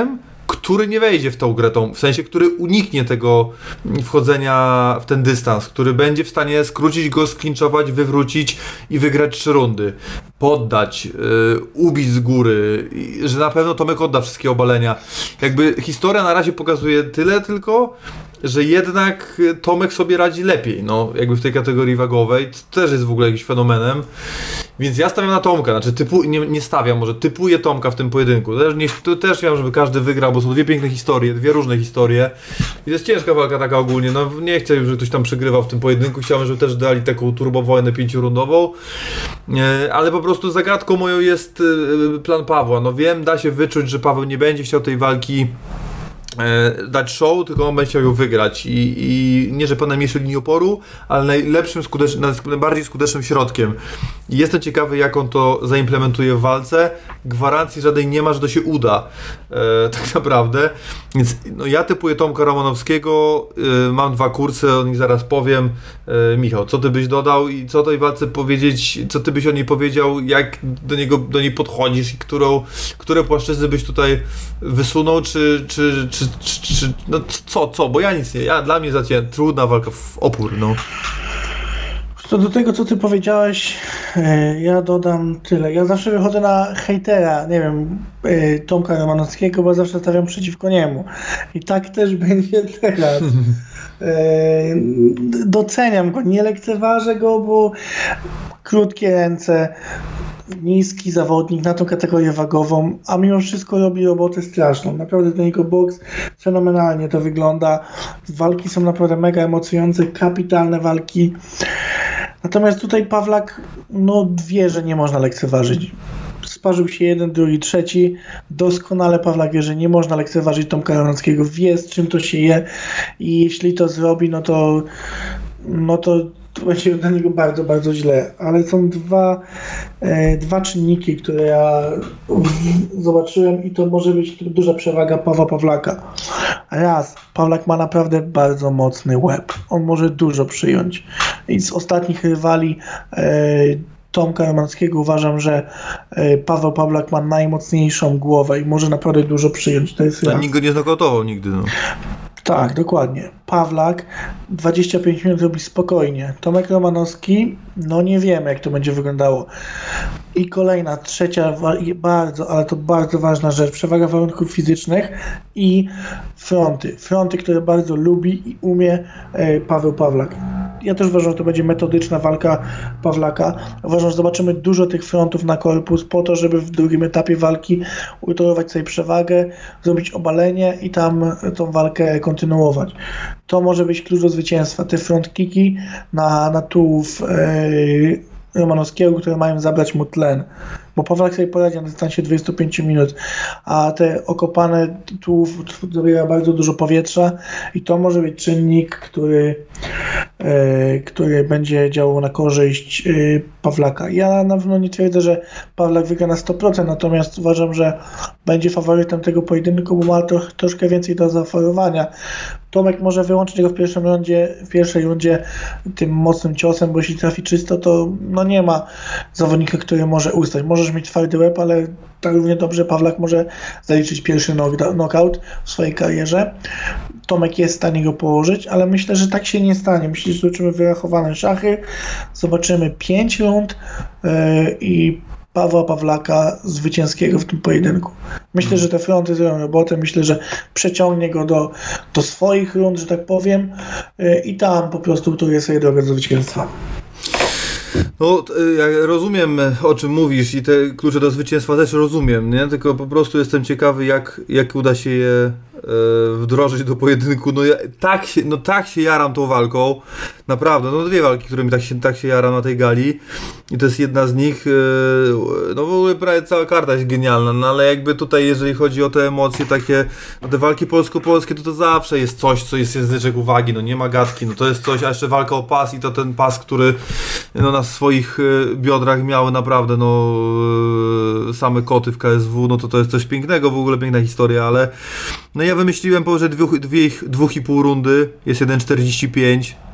który nie wejdzie w tą grę, w sensie, który uniknie tego wchodzenia w ten dystans, który będzie w stanie skrócić go, sklinczować, wywrócić i wygrać 3 rundy, poddać, ubić z góry, że na pewno Tomek odda wszystkie obalenia. Jakby historia na razie pokazuje tyle tylko, że jednak Tomek sobie radzi lepiej, no, jakby w tej kategorii wagowej, to też jest w ogóle jakimś fenomenem, więc ja stawiam na Tomka, znaczy nie stawiam, może typuję Tomka w tym pojedynku, też chciałem, żeby każdy wygrał, bo są 2 piękne historie, 2 różne historie i to jest ciężka walka taka ogólnie, no nie chcę, żeby ktoś tam przegrywał w tym pojedynku, chciałem, żeby też dali taką turbowojnę 5-rundową, ale po prostu zagadką moją jest plan Pawła, no wiem, da się wyczuć, że Paweł nie będzie chciał tej walki dać show, tylko on będzie chciał ją wygrać i nie, że po najmniejszej linii oporu, ale najbardziej skutecznym środkiem. I jestem ciekawy, jak on to zaimplementuje w walce. Gwarancji żadnej nie ma, że to się uda, tak naprawdę. Więc no, ja typuję Tomka Romanowskiego, mam 2 kursy, o nich zaraz powiem. Michał, co ty byś dodał i co o tej walce powiedzieć, co ty byś o niej powiedział, jak do niej podchodzisz i które płaszczyzny byś tutaj wysunął, czy no co, bo ja nic nie, dla mnie trudna walka w opór, no. Co do tego, co ty powiedziałeś, ja dodam tyle. Ja zawsze wychodzę na hejtera, nie wiem, Tomka Romanowskiego, bo zawsze stawiam przeciwko niemu. I tak też będzie teraz. Doceniam go, nie lekceważę go, bo krótkie ręce, niski zawodnik na tą kategorię wagową, a mimo wszystko robi robotę straszną. Naprawdę ten jego boks fenomenalnie to wygląda. Walki są naprawdę mega emocjonujące, kapitalne walki. Natomiast tutaj Pawlak wie, że nie można lekceważyć. Sparzył się 1, 2, 3. Doskonale Pawlak wie, że nie można lekceważyć Tomka Romanowskiego. Wie, z czym to się je i jeśli to zrobi, no to będzie dla niego bardzo, bardzo źle. Ale są dwa czynniki, które ja zobaczyłem i to może być duża przewaga Pawła Pawlaka. Raz, Pawlak ma naprawdę bardzo mocny łeb. On może dużo przyjąć. I z ostatnich rywali Tomka Romanowskiego uważam, że Paweł Pawlak ma najmocniejszą głowę i może naprawdę dużo przyjąć. To jest nikt go nie znokautował nigdy, no. Tak, dokładnie. Pawlak 25 minut robi spokojnie. Tomek Romanowski, nie wiemy, jak to będzie wyglądało. I kolejna, trzecia, bardzo, ale to bardzo ważna rzecz, przewaga warunków fizycznych i fronty. Fronty, które bardzo lubi i umie Paweł Pawlak. Ja też uważam, że to będzie metodyczna walka Pawlaka. Uważam, że zobaczymy dużo tych frontów na korpus po to, żeby w drugim etapie walki utorować sobie przewagę, zrobić obalenie i tam tą walkę kontynuować. To może być klucz do zwycięstwa. Te front kicki na tułów Romanowskiego, które mają zabrać mu tlen. Bo Pawlak sobie poradzi na dystansie 25 minut, a te okopane tułów zabiera bardzo dużo powietrza i to może być czynnik, który będzie działał na korzyść Pawlaka. Ja na pewno nie twierdzę, że Pawlak wygra na 100%, natomiast uważam, że będzie faworytem tego pojedynku, bo ma troszkę więcej do zaoferowania. Tomek może wyłączyć go w pierwszej rundzie tym mocnym ciosem, bo jeśli trafi czysto, to nie ma zawodnika, który może ustać. Możesz mieć twardy łeb, ale tak równie dobrze Pawlak może zaliczyć pierwszy knockout w swojej karierze. Tomek jest w stanie go położyć, ale myślę, że tak się nie stanie. Myślę, że zobaczymy wyrachowane szachy, zobaczymy 5 rund i Pawła Pawlaka zwycięskiego w tym pojedynku. Myślę, że te fronty zrobią robotę, myślę, że przeciągnie go do swoich rund, że tak powiem, i tam po prostu utuje sobie drogę do zwycięstwa. No, ja rozumiem, o czym mówisz i te klucze do zwycięstwa też rozumiem, nie? Tylko po prostu jestem ciekawy, jak uda się je wdrożyć do pojedynku. Tak się jaram tą walką, naprawdę, 2 walki, którymi tak się jaram na tej gali i to jest jedna z nich, w ogóle prawie cała karta jest genialna, ale jakby tutaj, jeżeli chodzi o te emocje takie, te walki polsko-polskie, to zawsze jest coś, co jest języczek uwagi, nie ma gadki, to jest coś, a jeszcze walka o pas i to ten pas, który na swoich biodrach miały naprawdę same koty w KSW, to jest coś pięknego, w ogóle piękna historia, ale ja wymyśliłem powyżej 2,5 rundy, jest 1,45,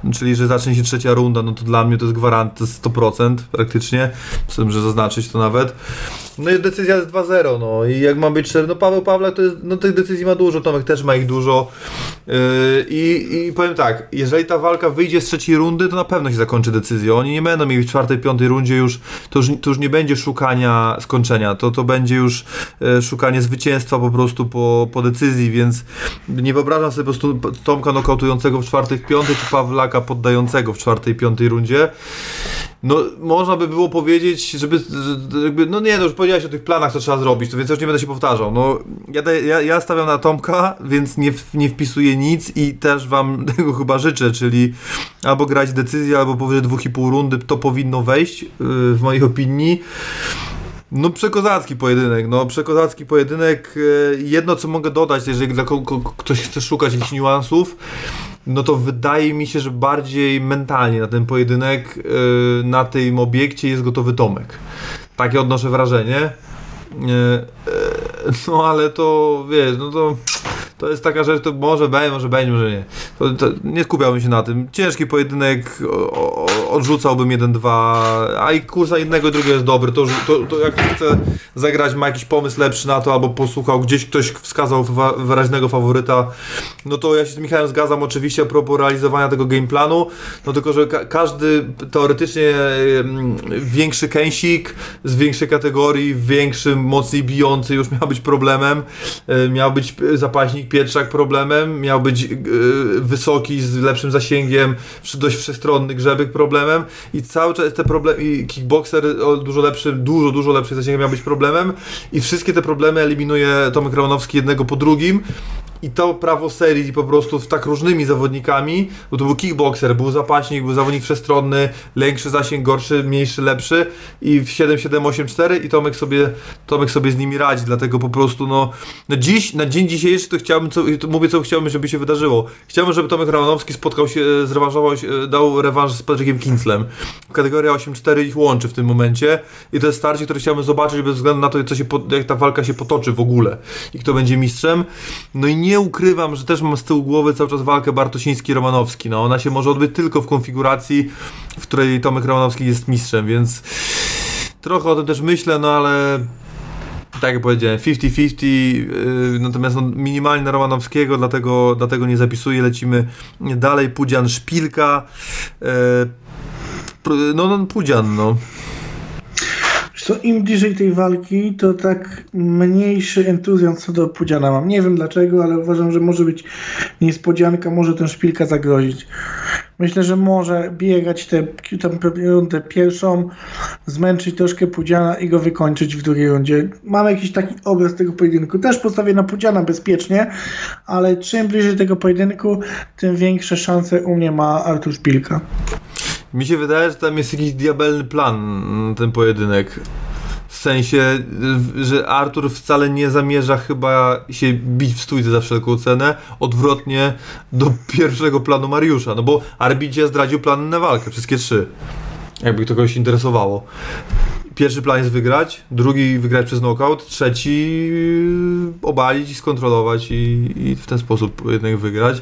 czyli że zacznie się trzecia runda, no to dla mnie to jest gwarant, to jest 100% praktycznie, chcę, że zaznaczyć to nawet. No i decyzja jest 2-0, no i jak mam być szczery, no Paweł Pawlak to jest, no tych decyzji ma dużo, Tomek też ma ich dużo i powiem tak, jeżeli ta walka wyjdzie z trzeciej rundy, to na pewno się zakończy decyzją, oni nie będą mieli w czwartej, piątej rundzie już, to już nie będzie szukania skończenia, to będzie już szukanie zwycięstwa po prostu po decyzji, więc nie wyobrażam sobie po prostu Tomka nokautującego w czwartej, w piątej, czy Pawlaka poddającego w czwartej, piątej rundzie. No, można by było powiedzieć, żeby jakby, no nie, no już powiedziałeś o tych planach, co trzeba zrobić, to więc już nie będę się powtarzał. No, ja stawiam na Tomka, więc nie wpisuję nic i też wam tego chyba życzę, czyli albo grać decyzję, albo powyżej 2,5 rundy, to powinno wejść, w mojej opinii. No przekozacki pojedynek, jedno co mogę dodać, jeżeli ktoś chce szukać jakichś niuansów, no to wydaje mi się, że bardziej mentalnie na ten pojedynek, na tym obiekcie jest gotowy Tomek. Takie odnoszę wrażenie. No ale to, wiesz, no to jest taka rzecz, to może nie. To nie skupiałbym się na tym. Ciężki pojedynek, odrzucałbym 1-2, a i kursa jednego i drugiego jest dobry. To jak ktoś chce zagrać, ma jakiś pomysł lepszy na to, albo posłuchał, gdzieś ktoś wskazał wyraźnego faworyta, no to ja się z Michałem zgadzam oczywiście a propos realizowania tego gameplanu, no tylko, że każdy teoretycznie większy kęsik z większej kategorii, większy, mocniej bijący już miał być problemem, miał być zapaśnik Pietrzak problemem, miał być wysoki, z lepszym zasięgiem, dość wszechstronny Grzebek problemem i cały czas te problemy, i kickboxer o dużo lepszym zasięgiem miał być problemem i wszystkie te problemy eliminuje Tomek Ramanowski jednego po drugim. I to prawo serii po prostu z tak różnymi zawodnikami, bo to był kickboxer, był zapaśnik, był zawodnik wszechstronny, większy zasięg, gorszy, mniejszy, lepszy i w 7-7-8-4 i Tomek sobie z nimi radzi, dlatego po prostu na dzień dzisiejszy to chciałbym, co chciałbym, żeby się wydarzyło. Chciałbym, żeby Tomek Ramanowski spotkał się, zrewanżował, dał rewanż z Patrykiem Kinslem. Kategoria 8-4 ich łączy w tym momencie i to jest starcie, które chciałbym zobaczyć bez względu na to, jak ta walka się potoczy w ogóle i kto będzie mistrzem. No i nie ukrywam, że też mam z tyłu głowy cały czas walkę Bartosiński-Romanowski. No ona się może odbyć tylko w konfiguracji, w której Tomek Ramanowski jest mistrzem, więc trochę o tym też myślę, no ale tak jak powiedziałem, 50-50, natomiast minimalnie na Romanowskiego, dlatego nie zapisuję, lecimy dalej. Pudzian Szpilka, Pudzian, no. Co im bliżej tej walki, to tak mniejszy entuzjazm co do Pudziana mam. Nie wiem dlaczego, ale uważam, że może być niespodzianka, może ten Szpilka zagrozić. Myślę, że może biegać tę rundę pierwszą, zmęczyć troszkę Pudziana i go wykończyć w drugiej rundzie. Mam jakiś taki obraz tego pojedynku. Też postawię na Pudziana bezpiecznie, ale czym bliżej tego pojedynku, tym większe szanse u mnie ma Artur Szpilka. Mi się wydaje, że tam jest jakiś diabelny plan na ten pojedynek. W sensie, że Artur wcale nie zamierza chyba się bić w stójce za wszelką cenę, odwrotnie do pierwszego planu Mariusza, no bo Arbicie zdradził plan na walkę, wszystkie trzy. Jakby to kogoś interesowało. Pierwszy plan jest wygrać, drugi wygrać przez knockout, trzeci obalić i skontrolować i w ten sposób jednak wygrać.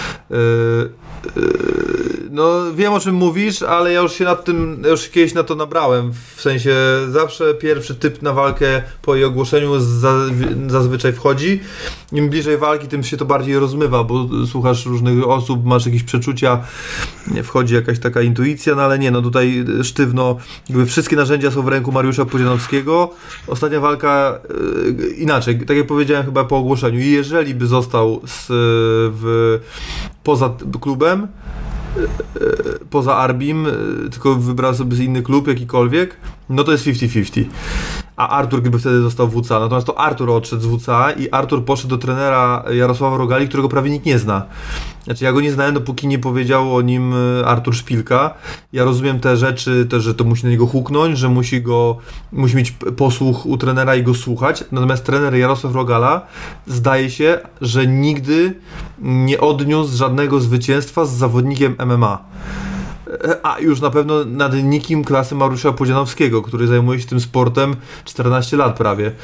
No wiem o czym mówisz, ale ja już kiedyś na to nabrałem, w sensie zawsze pierwszy typ na walkę po jej ogłoszeniu zazwyczaj wchodzi. Im bliżej walki, tym się to bardziej rozmywa, bo słuchasz różnych osób, masz jakieś przeczucia, wchodzi jakaś taka intuicja, no ale nie, no tutaj sztywno, jakby wszystkie narzędzia są w ręku Mariusza Pudzianowskiego. Ostatnia walka inaczej, tak jak powiedziałem chyba po ogłoszeniu, jeżeli by został poza klubem, poza Arbim, tylko wybrał sobie inny klub, jakikolwiek, no to jest 50-50. A Artur gdyby wtedy został w WCA. Natomiast to Artur odszedł z WCA i Artur poszedł do trenera Jarosława Rogali, którego prawie nikt nie zna. Znaczy ja go nie znałem, dopóki nie powiedział o nim Artur Szpilka. Ja rozumiem te rzeczy, że to musi na niego huknąć, że musi mieć posłuch u trenera i go słuchać. Natomiast trener Jarosław Rogala zdaje się, że nigdy nie odniósł żadnego zwycięstwa z zawodnikiem MMA. A już na pewno nad nikim klasy Mariusza Pudzianowskiego, który zajmuje się tym sportem 14 lat prawie.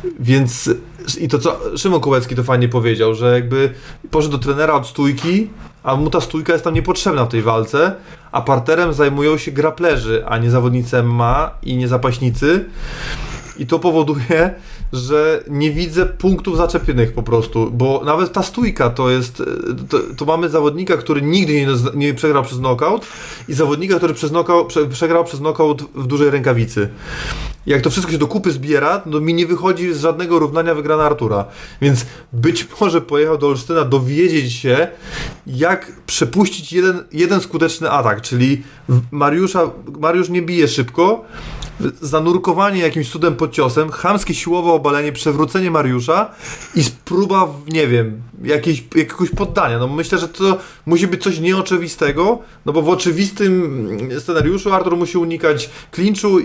Więc i to co Szymon Kołecki to fajnie powiedział, że jakby poszedł do trenera od stójki a mu ta stójka jest tam niepotrzebna w tej walce, a parterem zajmują się graplerzy, a nie zawodnicy MMA i nie zapaśnicy. I to powoduje, że nie widzę punktów zaczepionych po prostu, bo nawet ta stójka to jest, to mamy zawodnika, który nigdy nie przegrał przez knockout i zawodnika, który przegrał przez knockout w dużej rękawicy. Jak to wszystko się do kupy zbiera, to mi nie wychodzi z żadnego równania wygrana Artura. Więc być może pojechał do Olsztyna dowiedzieć się, jak przepuścić jeden skuteczny atak, czyli Mariusz nie bije szybko, zanurkowanie jakimś cudem pod ciosem, chamskie siłowe obalenie, przewrócenie Mariusza i próba, nie wiem, jakiegoś poddania. No myślę, że to musi być coś nieoczywistego, no bo w oczywistym scenariuszu Artur musi unikać klinczu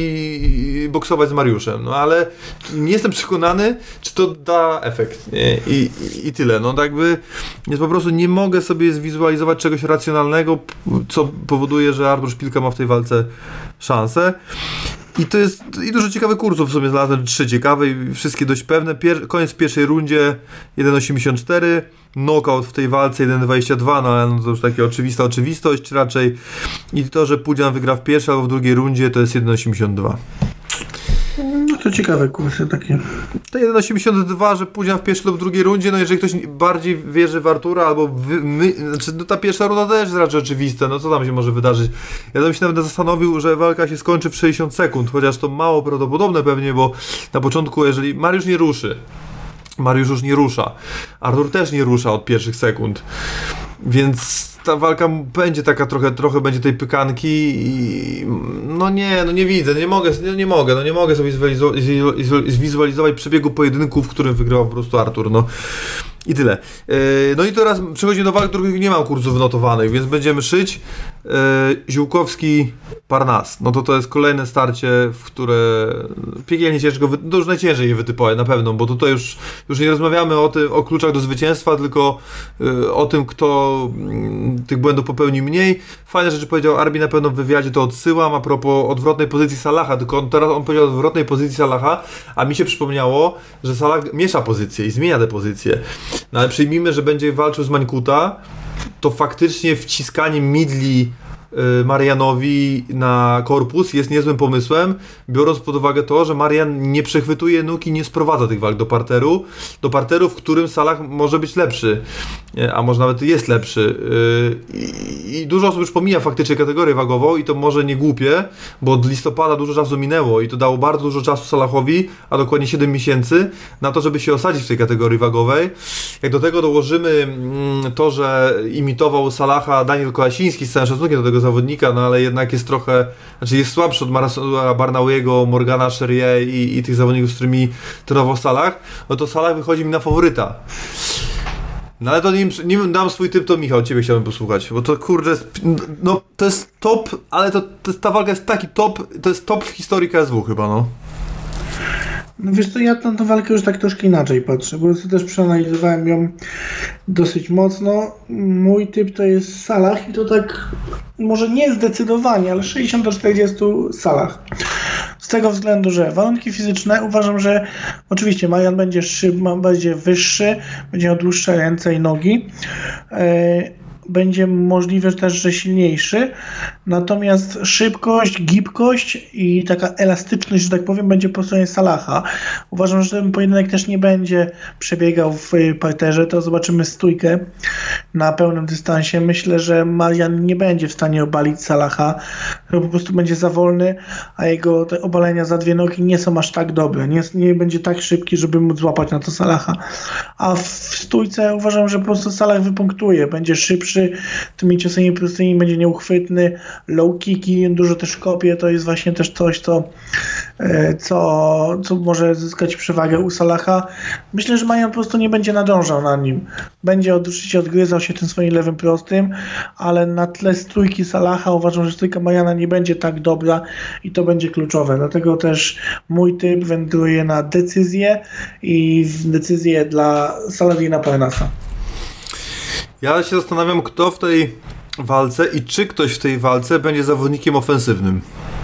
i boksować z Mariuszem, no ale nie jestem przekonany, czy to da efekt, nie? I tyle, no tak jakby, więc po prostu nie mogę sobie zwizualizować czegoś racjonalnego, co powoduje, że Artur Szpilka ma w tej walce szansę. I to jest, i dużo ciekawych kursów w sumie znalazłem, 3 ciekawe i wszystkie dość pewne. Koniec w pierwszej rundzie 1,84, knockout w tej walce 1,22, no ale to już taka oczywistość raczej. I to, że Pudzian wygra w pierwszej albo w drugiej rundzie, to jest 1,82. No to ciekawe kursy takie. To 1,82, że Pudzian w pierwszej lub drugiej rundzie, no jeżeli ktoś bardziej wierzy w Artura, albo znaczy no ta pierwsza runda też jest raczej oczywista, no co tam się może wydarzyć? Ja bym się nawet zastanowił, że walka się skończy w 60 sekund, chociaż to mało prawdopodobne pewnie, bo na początku, jeżeli Mariusz już nie rusza, Artur też nie rusza od pierwszych sekund, więc ta walka będzie taka trochę będzie tej pykanki i nie widzę, nie mogę sobie zwizualizować przebiegu pojedynku, w którym wygrał po prostu Artur, no. I tyle. No i teraz przechodzimy do walk, których nie mam kursów wynotowanych, więc będziemy szyć. Ziółkowski Parnas. No to jest kolejne starcie, w które piekielnie ciężko, to już najciężej je wytypować na pewno, bo tutaj już nie rozmawiamy o kluczach do zwycięstwa, tylko o tym, kto tych błędów popełni mniej. Fajne rzeczy powiedział Arbi na pewno w wywiadzie, to odsyłam a propos odwrotnej pozycji Salaha, tylko teraz on powiedział o odwrotnej pozycji Salaha, a mi się przypomniało, że Salah miesza pozycję i zmienia te pozycje. No ale przyjmijmy, że będzie walczył z Mańkuta, to faktycznie wciskanie midli Marianowi na korpus jest niezłym pomysłem, biorąc pod uwagę to, że Marian nie przechwytuje nóg i nie sprowadza tych walk do parteru, w którym Salah może być lepszy, a może nawet jest lepszy. I dużo osób już pomija faktycznie kategorię wagową i to może nie głupie, bo od listopada dużo czasu minęło i to dało bardzo dużo czasu Salahowi, a dokładnie 7 miesięcy, na to, żeby się osadzić w tej kategorii wagowej. Jak do tego dołożymy to, że imitował Salaha Daniel Kołasiński, z całym szacunkiem do tego zawodnika, no ale jednak jest trochę, znaczy jest słabszy od Marcela Barnaouiego, Morgana Charrier i tych zawodników, z którymi trenował Salah, no to Salah wychodzi mi na faworyta. No ale to nie dam swój typ, to Michał, ciebie chciałbym posłuchać, bo to kurde, no to jest top, ale ta walka jest taki top, to jest top w historii KSW chyba, no. No wiesz co, ja na tę walkę już tak troszkę inaczej patrzę, bo też przeanalizowałem ją dosyć mocno. Mój typ to jest Salah i to tak, może nie zdecydowanie, ale 60-40 Salah. Z tego względu, że warunki fizyczne uważam, że oczywiście Marian będzie wyższy, będzie miał dłuższe ręce i nogi. Będzie możliwe też, że silniejszy, natomiast szybkość, gibkość i taka elastyczność, że tak powiem, będzie po stronie Salaha. Uważam, że ten pojedynek też nie będzie przebiegał w parterze, to zobaczymy stójkę na pełnym dystansie. Myślę, że Marian nie będzie w stanie obalić Salaha, bo po prostu będzie za wolny, a jego te obalenia za dwie nogi nie są aż tak dobre, nie będzie tak szybki, żeby móc złapać na to Salaha. A w stójce uważam, że po prostu Salah wypunktuje, będzie szybszy, tymi ciosami prostymi, będzie nieuchwytny, low kicki, dużo też kopie, to jest właśnie też coś, co może zyskać przewagę u Salaha. Myślę, że Marian po prostu nie będzie nadążał na nim. Będzie oczywiście odgryzał się tym swoim lewym prostym, ale na tle stójki Salaha uważam, że stójka Mariana nie będzie tak dobra i to będzie kluczowe. Dlatego też mój typ wędruje na decyzję i decyzję dla Saladina Parnasa. Ja się zastanawiam, kto w tej walce i czy ktoś w tej walce będzie zawodnikiem ofensywnym.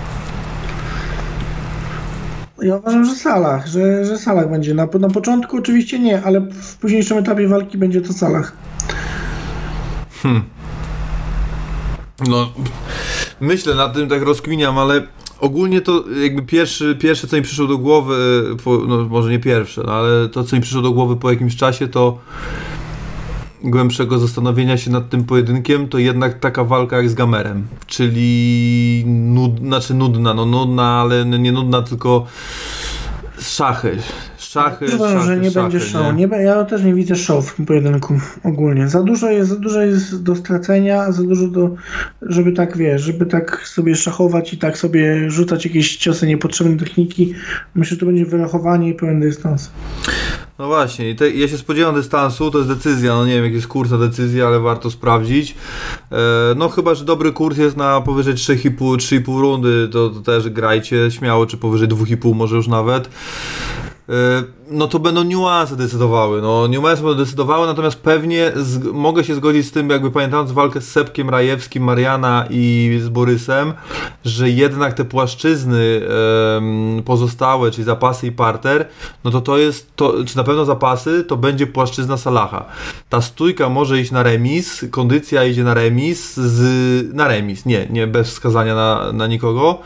Ja uważam, że Salah, że Salah będzie. Na początku oczywiście nie, ale w późniejszym etapie walki będzie to Salah. No, myślę nad tym, tak rozkminiam, ale ogólnie to jakby pierwsze co mi przyszło do głowy, no może nie pierwsze, no ale to co mi przyszło do głowy po jakimś czasie, to głębszego zastanowienia się nad tym pojedynkiem, to jednak taka walka jak z Gamerem, czyli nudna, ale nie nudna, tylko szachy. Uważam, że nie będzie show. Nie, ja też nie widzę show w tym pojedynku ogólnie. Za dużo jest do stracenia, za dużo żeby tak, żeby tak sobie szachować i tak sobie rzucać jakieś ciosy niepotrzebne techniki. Myślę, że to będzie wyrachowanie i pełen dystans. No właśnie, ja się spodziewam dystansu, to jest decyzja, no nie wiem jaki jest kurs na decyzję, ale warto sprawdzić. No chyba, że dobry kurs jest na powyżej 3,5 rundy, to też grajcie śmiało, czy powyżej 2,5 może już nawet. No to będą niuanse decydowały, natomiast pewnie mogę się zgodzić z tym, jakby pamiętając walkę z Sepkiem Rajewskim, Mariana i z Borysem, że jednak te płaszczyzny pozostałe, czyli zapasy i parter, no to jest, czy na pewno zapasy, to będzie płaszczyzna Salaha. Ta stójka może iść na remis, kondycja idzie na remis, nie bez wskazania na nikogo.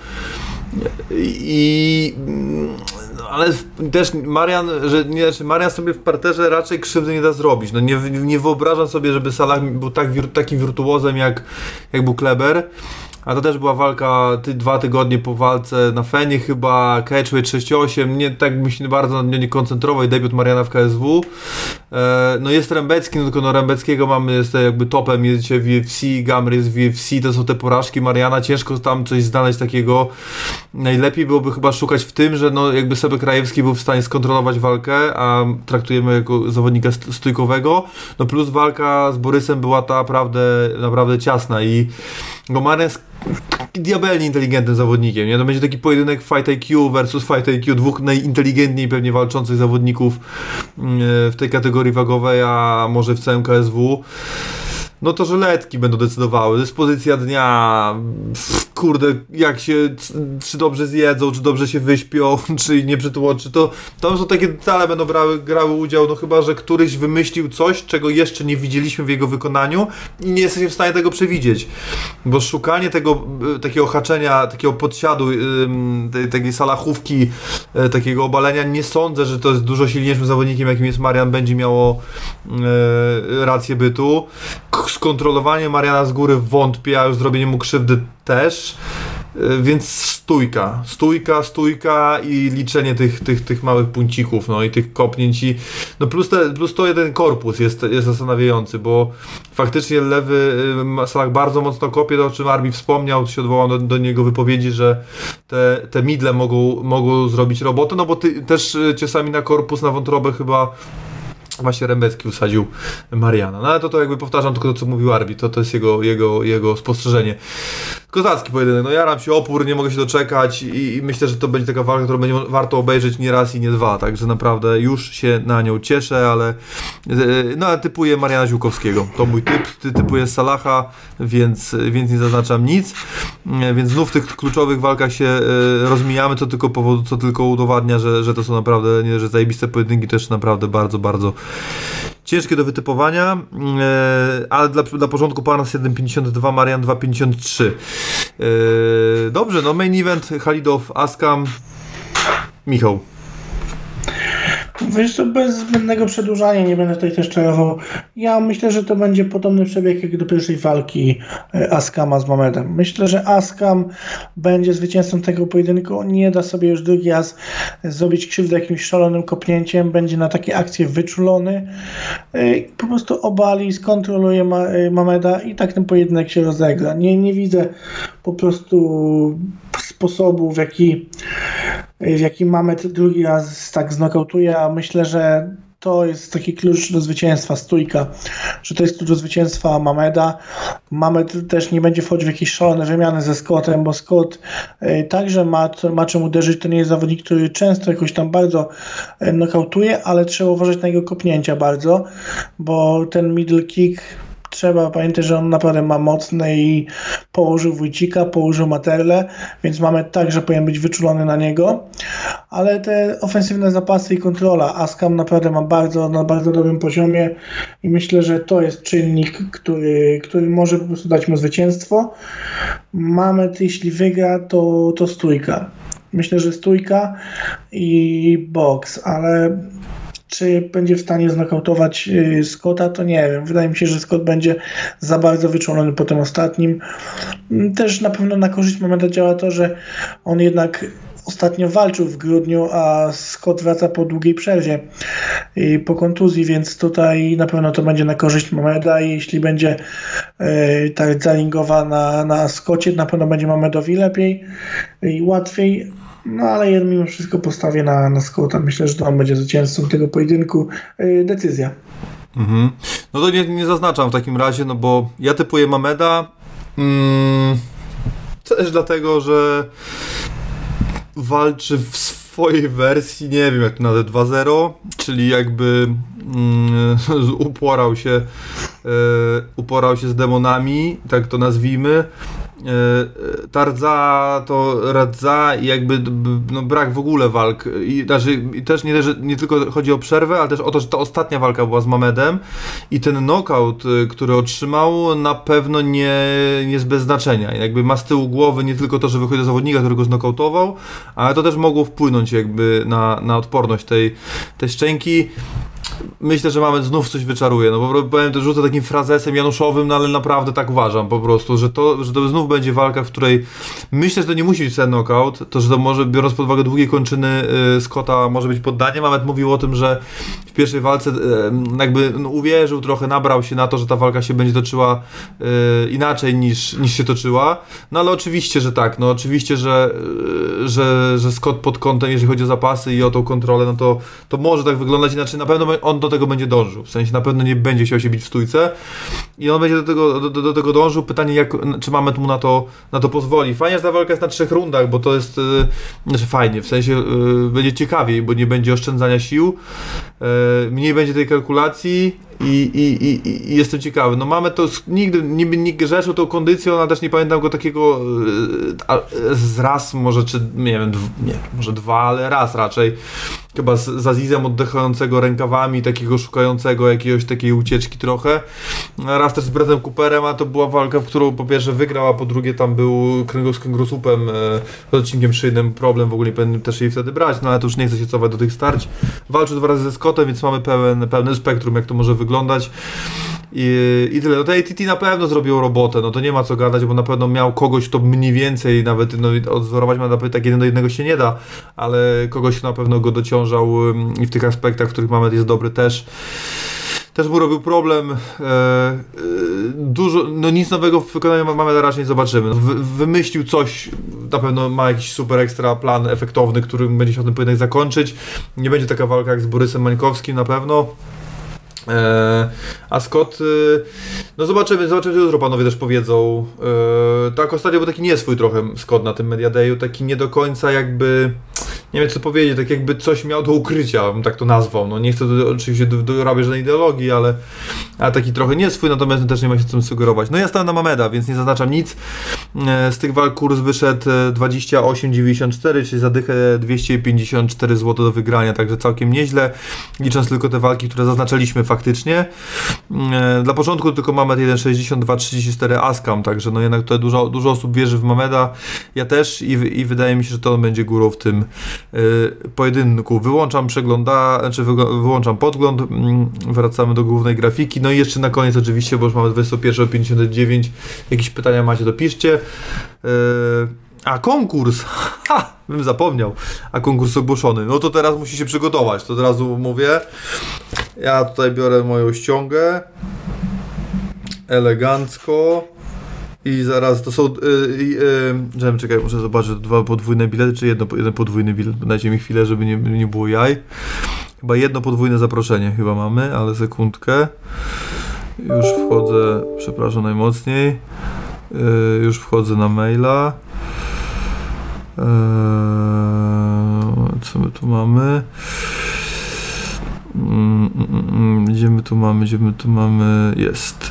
Ale też Marian sobie w parterze raczej krzywdy nie da zrobić. No nie wyobrażam sobie, żeby Salah był takim wirtuozem jak był Kleber. A to też była walka 2 tygodnie po walce na Fenie chyba, catchweight 6-8, tak bym się bardzo na nie koncentrował i debiut Mariana w KSW. No jest Rembecki, tylko Rembeckiego mamy, jest jakby topem, jedziecie w UFC, Gamer jest w UFC, to są te porażki Mariana, ciężko tam coś znaleźć takiego. Najlepiej byłoby chyba szukać w tym, że jakby Sebek Rajewski był w stanie skontrolować walkę, a traktujemy jako zawodnika stójkowego, no plus walka z Borysem była ta naprawdę ciasna i Marian jest diabelnie inteligentnym zawodnikiem, nie? To będzie taki pojedynek Fight IQ versus Fight IQ, dwóch najinteligentniej pewnie walczących zawodników w tej kategorii wagowej, a może w całym KSW. No to żyletki będą decydowały, dyspozycja dnia, czy dobrze zjedzą, czy dobrze się wyśpią, czy nie przytłoczy, to tam są takie detale, będą grały udział, no chyba, że któryś wymyślił coś, czego jeszcze nie widzieliśmy w jego wykonaniu i nie jesteśmy w stanie tego przewidzieć, bo szukanie tego takiego haczenia, takiego podsiadu, takiej salachówki, takiego obalenia, nie sądzę, że to jest dużo silniejszym zawodnikiem, jakim jest Marian, będzie miało rację bytu. Skontrolowanie Mariana z góry wątpię, a już zrobienie mu krzywdy też, więc stójka i liczenie tych małych puncików, no i tych kopnięć i no plus to jeden korpus jest zastanawiający, bo faktycznie lewy Salah bardzo mocno kopie, to o czym Arbi wspomniał, się odwołał do niego wypowiedzi, że te midle mogą zrobić robotę, no bo też ciosami na korpus, na wątrobę chyba właśnie Rembecki usadził Mariana. No ale to jakby powtarzam tylko to, co mówił Arbi, to jest jego spostrzeżenie. Kozacki pojedynek, no jaram się opór, nie mogę się doczekać i myślę, że to będzie taka walka, którą będzie warto obejrzeć nie raz i nie dwa, także naprawdę już się na nią cieszę, ale typuję Mariana Ziółkowskiego, to mój typ, ty typujesz Salaha, więc nie zaznaczam nic, więc znów w tych kluczowych walkach się rozmijamy, co tylko udowadnia, że to są naprawdę, że zajebiste pojedynki, też naprawdę bardzo, bardzo ciężkie do wytypowania, ale dla porządku Panas 1,52, Marian 2,53. Dobrze, no main event Halidow, Askam, Michał. Wiesz, to bez zbędnego przedłużania, nie będę tutaj też czarował. Ja myślę, że to będzie podobny przebieg jak do pierwszej walki Askama z Mamedem. Myślę, że Askam będzie zwycięzcą tego pojedynku. Nie da sobie już drugi raz zrobić krzywdy jakimś szalonym kopnięciem. Będzie na takie akcje wyczulony. Po prostu obali, skontroluje Mameda i tak ten pojedynek się rozegra. Nie widzę po prostu sposobu, w jaki Mamed drugi raz tak znokautuje, a myślę, że to jest taki klucz do zwycięstwa, stójka, że to jest klucz do zwycięstwa Mameda. Mamed też nie będzie wchodził w jakieś szalone wymiany ze Scottem, bo Scott także ma czym uderzyć. To nie jest zawodnik, który często jakoś tam bardzo nokautuje, ale trzeba uważać na jego kopnięcia bardzo, bo ten middle kick trzeba pamiętać, że on naprawdę ma mocne i położył Wójcika, położył Materle, więc mamy tak, że powinien być wyczulony na niego, ale te ofensywne zapasy i kontrola Askam naprawdę ma na bardzo dobrym poziomie i myślę, że to jest czynnik, który może po prostu dać mu zwycięstwo. Mamet, jeśli wygra, to stójka. Myślę, że stójka i boks, ale czy będzie w stanie znokautować Scotta, to nie wiem. Wydaje mi się, że Scott będzie za bardzo wyczulony po tym ostatnim. Też na pewno na korzyść Mameda działa to, że on jednak ostatnio walczył w grudniu, a Scott wraca po długiej przerwie i po kontuzji, więc tutaj na pewno to będzie na korzyść Mameda i jeśli będzie tak zaringowa na Scotcie, na pewno będzie Mamedowi lepiej i łatwiej. No ale ja mimo wszystko postawię na Scotta. Myślę, że to on będzie zwycięzcą tego pojedynku. Decyzja. Mhm. No to nie zaznaczam w takim razie, no bo ja typuję Mameda też dlatego, że walczy w swojej wersji, nie wiem jak to nazwać, 2-0, czyli jakby uporał się z demonami, tak to nazwijmy. Tardza to Radza i jakby brak w ogóle walk i też nie tylko chodzi o przerwę, ale też o to, że ta ostatnia walka była z Mamedem i ten knockout, który otrzymał, na pewno nie jest bez znaczenia. Jakby ma z tyłu głowy nie tylko to, że wychodzi do zawodnika, który go znokautował, ale to też mogło wpłynąć jakby na odporność tej szczęki. Myślę, że Mamed znów coś wyczaruje, no bo powiem, to rzucę takim frazesem januszowym, no ale naprawdę tak uważam po prostu, że to znów będzie walka, w której myślę, że to nie musi być ten knockout, to, że to może, biorąc pod uwagę długie kończyny Scotta, może być poddanie. Mamed mówił o tym, że w pierwszej walce jakby uwierzył trochę, nabrał się na to, że ta walka się będzie toczyła inaczej niż się toczyła, no ale oczywiście, że tak, no oczywiście, że Scott pod kątem, jeżeli chodzi o zapasy i o tą kontrolę, no to może tak wyglądać inaczej, na pewno on do tego będzie dążył, w sensie na pewno nie będzie chciał się bić w stójce i on będzie do tego dążył. Pytanie, czy Mamed mu na to pozwoli. Fajnie, że ta walka jest na 3 rundach, bo to jest fajnie, w sensie będzie ciekawiej, bo nie będzie oszczędzania sił, mniej będzie tej kalkulacji i jestem ciekawy. No Mamed to nigdy nie grzeszył tą kondycją, ale też nie pamiętam go takiego z raz może, czy nie wiem, może 2, ale raz raczej. Chyba z Azizem oddychającego rękawami, takiego szukającego jakiegoś takiej ucieczki trochę. Raz też z Brettem Cooperem, a to była walka, w którą po pierwsze wygrał, a po drugie tam był z kręgosłupem, z odcinkiem szyjnym problem, w ogóle nie powinien też jej wtedy brać, no ale to już nie chcę się cofać do tych starć. Walczył 2 razy ze Scottem, więc mamy pełne spektrum, jak to może wyglądać. I tyle. No te ATT na pewno zrobił robotę, no to nie ma co gadać, bo na pewno miał kogoś, kto mniej więcej nawet odzorować ma, tak 1 do 1 się nie da, ale kogoś na pewno go dociążał i w tych aspektach, w których Mamed jest dobry też mu robił problem. Dużo, no nic nowego w wykonaniu Mameda raczej nie zobaczymy. Wymyślił coś, na pewno ma jakiś super ekstra plan efektowny, którym będzie się ten pojedynek zakończyć. Nie będzie taka walka jak z Borysem Mańkowskim na pewno. A Scott, no zobaczymy jutro, panowie też powiedzą. Tak, ostatnio był taki nieswój trochę Scott na tym Media Dayu, taki nie do końca jakby, nie wiem co powiedzieć, tak jakby coś miał do ukrycia, bym tak to nazwał. No nie chcę oczywiście dorabiać żadnej ideologii, ale taki trochę nieswój, natomiast też nie ma się tym sugerować. No ja stałem na Mameda, więc nie zaznaczam nic. Z tych walk kurs wyszedł 28,94, czyli za dychę 254 zł do wygrania, także całkiem nieźle, licząc tylko te walki, które zaznaczaliśmy faktycznie. Dla początku tylko Mamed 1,62-34 Askam, także no jednak tutaj dużo osób wierzy w Mameda, ja też i wydaje mi się, że to on będzie górą w tym pojedynku. Wyłączam podgląd, wracamy do głównej grafiki, no i jeszcze na koniec oczywiście, bo już mamy 21:59, jakieś pytania macie, to piszcie. A konkurs, bym zapomniał, a konkurs ogłoszony, no to teraz musi się przygotować, to od razu mówię. Ja tutaj biorę moją ściągę, elegancko i zaraz to są, czekaj, muszę zobaczyć, 2 podwójne bilety, czy jeden podwójny bilet, dajcie mi chwilę, żeby nie było jaj. Chyba 1 podwójne zaproszenie chyba mamy, ale sekundkę. Już wchodzę, przepraszam najmocniej, już wchodzę na maila. Co my tu mamy? Gdzie my tu mamy, jest.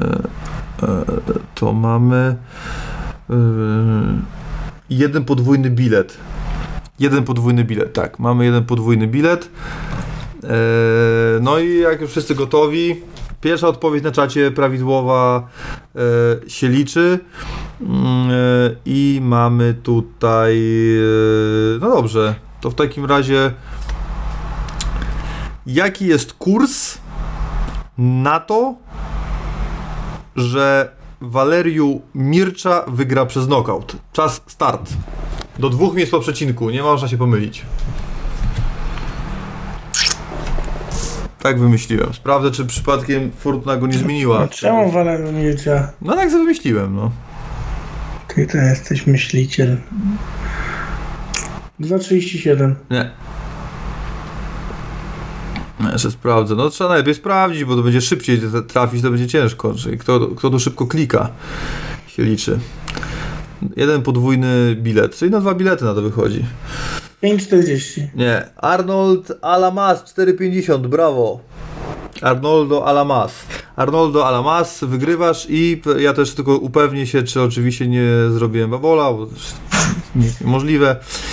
To mamy jeden podwójny bilet. Tak. Mamy jeden podwójny bilet. No i jak już wszyscy gotowi, pierwsza odpowiedź na czacie prawidłowa się liczy. I mamy tutaj... No dobrze, to w takim razie jaki jest kurs na to, że Waleriu Mircza wygra przez knockout? Czas start. Do 2 miejsc po przecinku, nie można się pomylić. Tak wymyśliłem. Sprawdzę, czy przypadkiem Fortuna go nie zmieniła. Czemu Waleriu Mircza? No tak sobie wymyśliłem, no. Ty to jesteś myśliciel. 2,37. Nie. Jeszcze sprawdzę. No trzeba najlepiej sprawdzić, bo to będzie szybciej trafić, to będzie ciężko. Czyli kto tu szybko klika, się liczy. Jeden podwójny bilet, czyli na 2 bilety na to wychodzi. 5,40. Nie. Arnold Alamas 4,50, brawo. Arnoldo Alamas, wygrywasz i ja też tylko upewnię się, czy oczywiście nie zrobiłem babola, bo to nie jest niemożliwe.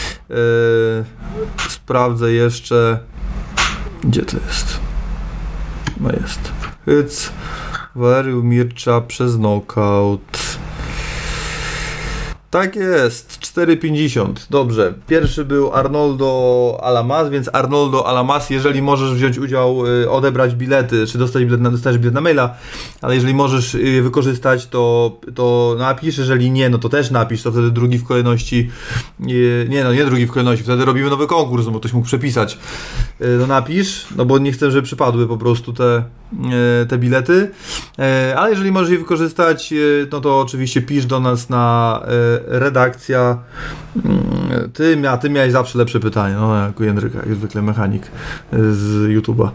Sprawdzę jeszcze, gdzie to jest. No jest. Hyc, Waleriu Mircza przez knockout. Tak jest, 4,50. Dobrze. Pierwszy był Arnoldo Alamas, więc Arnoldo Alamas, jeżeli możesz wziąć udział, odebrać bilety, czy dostać bilet dostaniesz bilet na maila, ale jeżeli możesz je wykorzystać, to napisz, jeżeli nie, no to też napisz, to wtedy drugi w kolejności, nie drugi w kolejności, wtedy robimy nowy konkurs, bo ktoś mógł przepisać. No napisz, no bo nie chcę, żeby przypadły po prostu te bilety, ale jeżeli możesz je wykorzystać, no to oczywiście pisz do nas na redakcja. Ty miałeś zawsze lepsze pytanie, no jak u Jędryka, jak zwykle mechanik z YouTube'a.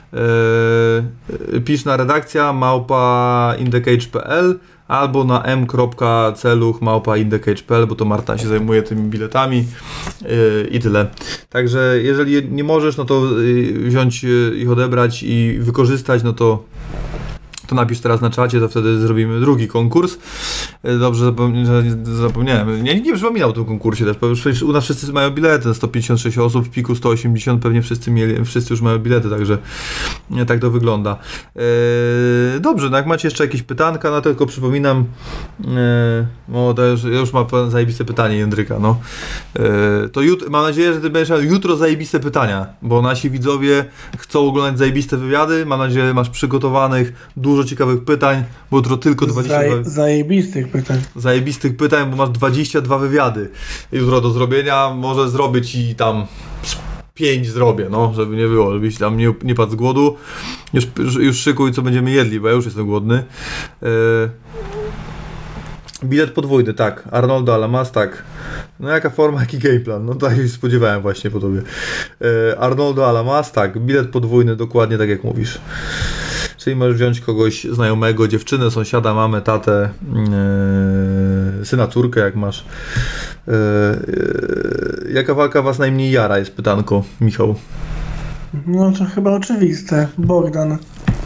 Pisz na redakcja @indecage.pl albo na m.celuch@indecage.pl, bo to Marta się zajmuje tymi biletami i tyle. Także jeżeli nie możesz, no to wziąć ich, odebrać i wykorzystać, no to napisz teraz na czacie, to wtedy zrobimy drugi konkurs. Dobrze, zapomniałem. Nie przypominał o tym konkursie też, bo już u nas wszyscy mają bilety, 156 osób, w piku 180, pewnie wszyscy już mają bilety, także tak to wygląda. Dobrze, no jak macie jeszcze jakieś pytanka, no to tylko przypominam, to już ma zajebiste pytanie Jędryka, no. To mam nadzieję, że ty będziesz miał jutro zajebiste pytania, bo nasi widzowie chcą oglądać zajebiste wywiady, mam nadzieję, że masz przygotowanych dużo ciekawych pytań, bo jutro tylko 22... Zajebistych pytań, bo masz 22 wywiady jutro do zrobienia, może zrobić i tam 5 zrobię, no, żeby nie było, żebyś tam nie padł z głodu. Już szykuj, co będziemy jedli, bo ja już jestem głodny. Bilet podwójny, tak. Arnoldo Alamas, tak. No jaka forma, jaki gameplan? No tak się spodziewałem właśnie po tobie. Arnoldo Alamas, tak. Bilet podwójny, dokładnie tak jak mówisz. Czyli możesz wziąć kogoś znajomego, dziewczynę, sąsiada, mamę, tatę, syna, córkę, jak masz. Jaka walka was najmniej jara, jest pytanko, Michał? No to chyba oczywiste. Bogdan.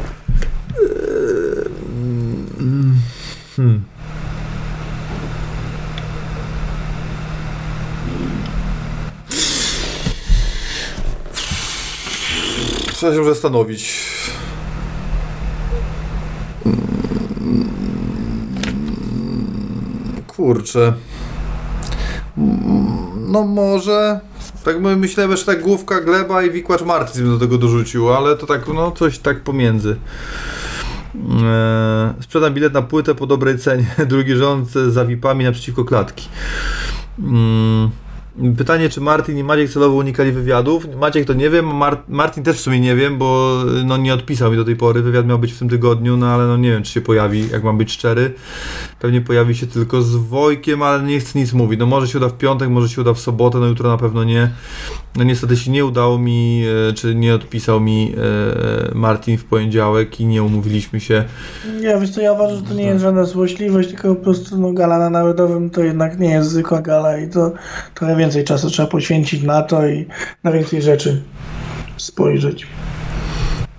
Trzeba się zastanowić. Kurczę. No może. Tak myślałem, że tak Główka, Gleba i Wikłacz Martin bym do tego dorzucił, ale to tak, no coś tak pomiędzy. Sprzedam bilet na płytę po dobrej cenie. Drugi rząd za VIP-ami naprzeciwko klatki. Pytanie, czy Martin i Maciek celowo unikali wywiadów? Maciek to nie wiem, Martin też w sumie nie wiem, bo no nie odpisał mi do tej pory. Wywiad miał być w tym tygodniu, no ale no nie wiem, czy się pojawi, jak mam być szczery. Pewnie pojawi się tylko z Wojkiem, ale nie chcę nic mówić. No może się uda w piątek, może się uda w sobotę, no jutro na pewno nie. No niestety się nie udało mi, czy nie odpisał mi Martin w poniedziałek i nie umówiliśmy się. Ja wiesz co, ja uważam, że to nie jest żadna złośliwość, tylko po prostu no, gala na Narodowym to jednak nie jest zwykła gala i to trochę więcej czasu trzeba poświęcić na to i na więcej rzeczy spojrzeć.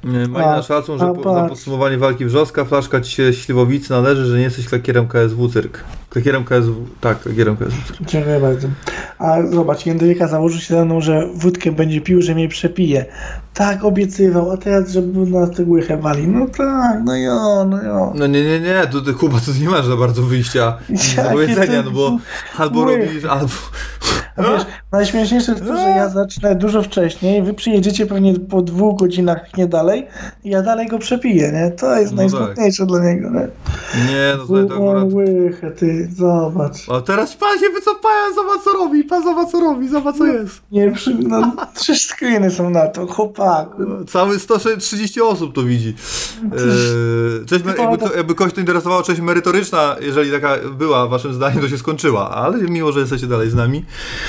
Majna szacun, że za podsumowanie walki wrzoska flaszka ci się śliwowicy należy, że nie jesteś klakierem KSW Cyrk. Klakierem KSW, tak, klakierem KSW Cyrk. Dziękuję bardzo. A zobacz, Jędryka założył się ze mną, że wódkę będzie pił, że mnie przepije. Tak obiecywał, a teraz, żeby na te łychę wali. No tak, no jo. No nie, tu ty, Kuba, tu nie masz za bardzo wyjścia do powiedzenia, no bo albo robisz, albo... A wiesz, najśmieszniejsze jest to, że ja zacznę dużo wcześniej, wy przyjedziecie pewnie po 2 godzinach, nie dalej, i ja dalej go przepiję, nie? To jest najsmutniejsze dla niego, nie? Nie, no to akurat... łychę, ty, zobacz. A teraz pan się wycofaja, zobacz co robi, zobacz co jest. Nie, 3 screeny są na to, chłopaku. Cały 130 osób to widzi. Część, jakby kogoś to interesowało, część merytoryczna, jeżeli taka była waszym zdaniem, to się skończyła, ale miło, że jesteście dalej z nami.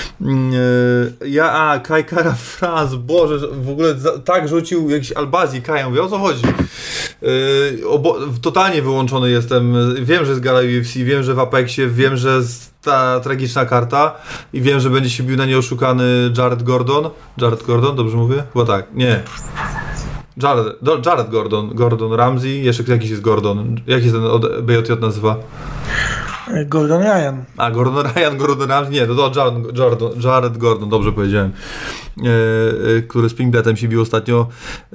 Kai Kara France, Boże, w ogóle tak rzucił jakiś Albazji Kaja, mówię, o co chodzi? Totalnie wyłączony jestem, wiem, że jest gala UFC, wiem, że w Apexie, wiem, że jest ta tragiczna karta i wiem, że będzie się bił na nieoszukany Jared Gordon, dobrze mówię? Chyba tak, nie. Jared Gordon Ramsey, jeszcze jakiś jest Gordon, jak się ten od BJJ nazywa? Gordon Ryan. A, Gordon Ramsey, nie, to Jared Gordon, dobrze powiedziałem, który z Pinkbetem się bił ostatnio.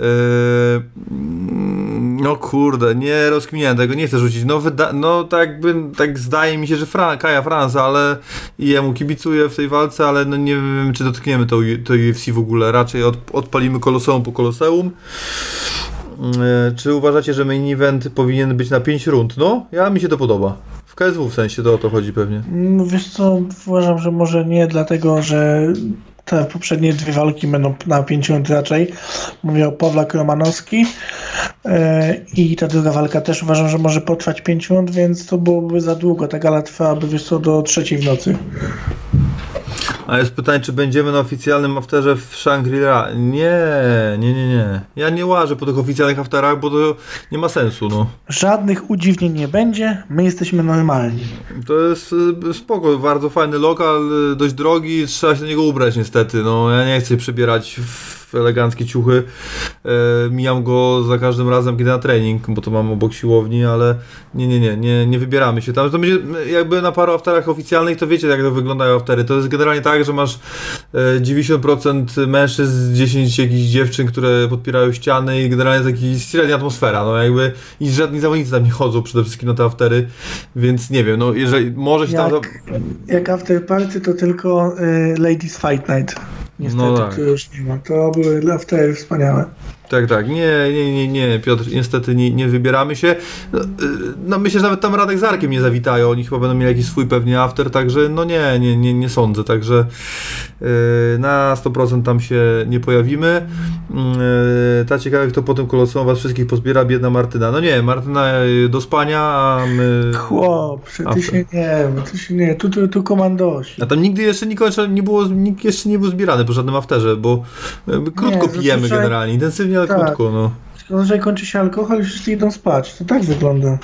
No kurde, nie rozkminiałem tego, nie chcę rzucić. Tak zdaje mi się, że Kaja France, ale i jemu kibicuję w tej walce, ale no nie wiem, czy dotkniemy to UFC w ogóle. Raczej odpalimy koloseum po koloseum. Czy uważacie, że main event powinien być na 5 rund? No, mi się to podoba. W KSW w sensie to o to chodzi pewnie. No wiesz co, uważam, że może nie, dlatego że te poprzednie 2 walki będą na 5 rund raczej. Mówię o Pawlak Romanowski i ta druga walka też uważam, że może potrwać 5 rund, więc to byłoby za długo. Ta gala trwałaby, wiesz co, do 3 w nocy. A jest pytanie, czy będziemy na oficjalnym afterze w Shangri-La? Nie. Ja nie łażę po tych oficjalnych afterach, bo to nie ma sensu, no. Żadnych udziwnień nie będzie, my jesteśmy normalni. To jest spoko, bardzo fajny lokal, dość drogi, trzeba się do niego ubrać niestety, no. Ja nie chcę się przebierać w eleganckie ciuchy. Mijam go za każdym razem, kiedy na trening, bo to mam obok siłowni, ale nie wybieramy się tam. To będzie jakby na paru afterach oficjalnych, to wiecie, jak to wyglądają aftery. To jest generalnie tak, że masz 90% mężczyzn, 10 jakichś dziewczyn, które podpierają ściany i generalnie jest jakaś średnia atmosfera, no jakby i żadni zawodnicy tam nie chodzą przede wszystkim na te aftery, więc nie wiem, no jeżeli może się tam... Jak after party to tylko Ladies Fight Night. Niestety, no tak. To już nie ma. To były aftery wspaniałe. Tak. Nie, Piotr, niestety nie wybieramy się. No myślę, że nawet tam Radek z Arkiem nie zawitają. Oni chyba będą mieli jakiś swój pewnie after, także no nie sądzę. Także na 100% tam się nie pojawimy. Ta ciekawe, kto potem koloseum was wszystkich pozbiera, biedna Martyna. No nie, Martyna do spania, a my... Chłopcze, ty się nie, tu komandosi. A tam nigdy jeszcze nikt jeszcze nie był zbierany po żadnym afterze, bo krótko pijemy generalnie, intensywnie, ale krótko, no. Jeżeli kończy się alkohol i wszyscy idą spać. To tak wygląda.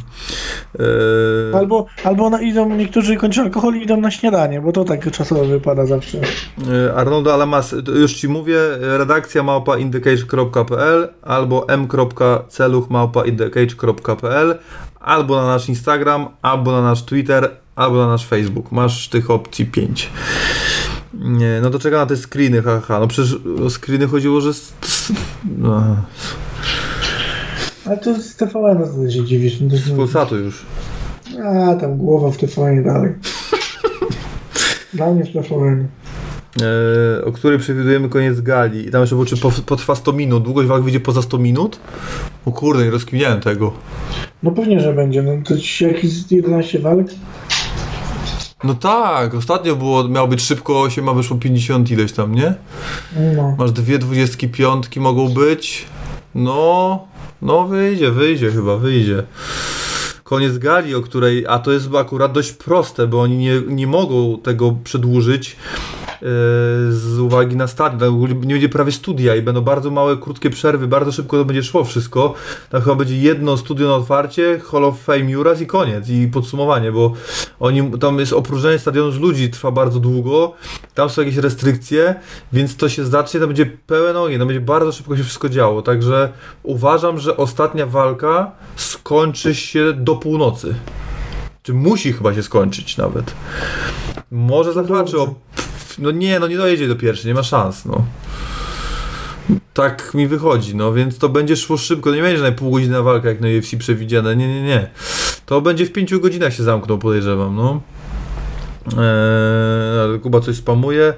Albo idą, niektórzy kończą alkohol i idą na śniadanie, bo to tak czasowo wypada zawsze. Arnoldo Alamas, już ci mówię, redakcja @indecage.pl albo m.celuch@indecage.pl albo na nasz Instagram, albo na nasz Twitter, albo na nasz Facebook. Masz tych opcji 5. Nie, no to czeka na te screeny, haha. No przecież o screeny chodziło, że... No. Ale to z TVN się dziwisz. Z Polsatu już. A, tam głowa w TVN dalej. Dla mnie w TVN. O której przewidujemy koniec gali. I tam jeszcze było, czy potrwa 100 minut. Długość walk wyjdzie poza 100 minut? O kurde, nie rozkminiałem tego. No pewnie, że będzie. No to jakieś 11 walk? No tak, ostatnio miało być szybko 8, a wyszło 50 ileś tam, nie? No. Masz 2 25 mogą być. No wyjdzie chyba. Koniec gali, o której, a to jest akurat dość proste, bo oni nie mogą tego przedłużyć, z uwagi na stadion. Nie będzie prawie studia i będą bardzo małe, krótkie przerwy, bardzo szybko to będzie szło wszystko. Tam chyba będzie jedno studio na otwarcie, Hall of Fame Juras i koniec, i podsumowanie, bo tam jest opróżnienie stadionu z ludzi, trwa bardzo długo, tam są jakieś restrykcje, więc to się zacznie, to będzie pełen ogień, to będzie bardzo szybko się wszystko działo, także uważam, że ostatnia walka skończy się do północy. Czy musi chyba się skończyć nawet. Może zahaczy o... No nie dojedzie do pierwszej, nie ma szans, no. Tak mi wychodzi, no więc to będzie szło szybko, nie będzie półgodzinna walka jak na UFC przewidziane, nie. To będzie w 5 godzinach się zamknął, podejrzewam, no. Kuba coś spamuje.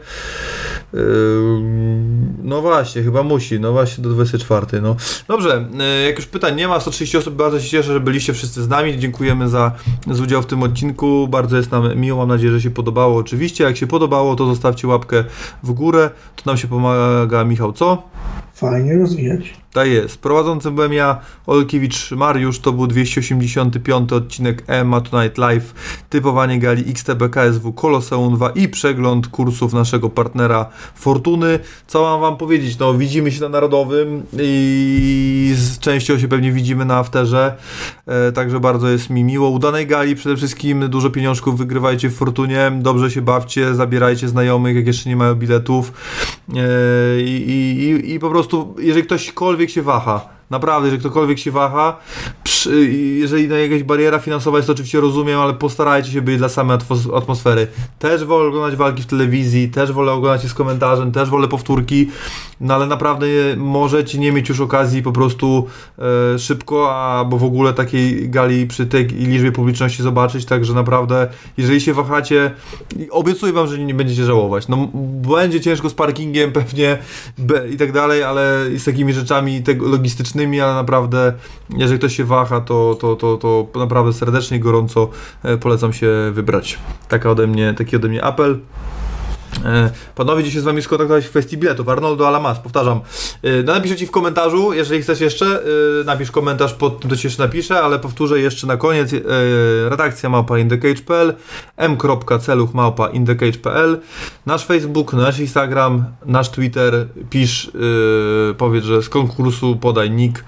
No właśnie, chyba musi, no właśnie do 24, no. Dobrze, jak już pytań nie ma, 130 osób, bardzo się cieszę, że byliście wszyscy z nami, dziękujemy za udział w tym odcinku, bardzo jest nam miło, mam nadzieję, że się podobało oczywiście, jak się podobało, to zostawcie łapkę w górę, to nam się pomaga Michał, co? Fajnie rozwijać. Tak jest. Prowadzącym byłem ja, Olkiewicz Mariusz. To był 285 odcinek MMA Tonight Live. Typowanie gali XTB KSW Koloseum 2 i przegląd kursów naszego partnera Fortuny. Co mam wam powiedzieć? No, widzimy się na Narodowym i z częścią się pewnie widzimy na afterze. Także bardzo jest mi miło. Udanej gali przede wszystkim. Dużo pieniążków wygrywajcie w Fortunie. Dobrze się bawcie, zabierajcie znajomych, jak jeszcze nie mają biletów. I po prostu, jeżeli ktośkolwiek się waha, naprawdę, jeżeli ktokolwiek się waha, jeżeli jakaś bariera finansowa jest, to oczywiście rozumiem, ale postarajcie się być dla samej atmosfery. Też wolę oglądać walki w telewizji, też wolę oglądać je z komentarzem, też wolę powtórki, no ale naprawdę możecie nie mieć już okazji po prostu szybko, albo w ogóle takiej gali przy tej liczbie publiczności zobaczyć, także naprawdę, jeżeli się wahacie, obiecuję wam, że nie będziecie żałować. No, będzie ciężko z parkingiem pewnie i tak dalej, ale i z takimi rzeczami logistycznymi, ale naprawdę, jeżeli ktoś się waha, to naprawdę serdecznie i gorąco polecam się wybrać. Taki ode mnie apel. Panowie, dzisiaj z wami skontaktować w kwestii biletów. Arnoldo Alamas, powtarzam. Napiszcie ci w komentarzu, jeżeli chcesz jeszcze, napisz komentarz pod tym, co ci jeszcze napiszę, ale powtórzę jeszcze na koniec. Redakcja @indecage.pl, m.celuch@indecage.pl, nasz Facebook, nasz Instagram, nasz Twitter. Pisz, powiedz, że z konkursu, podaj nick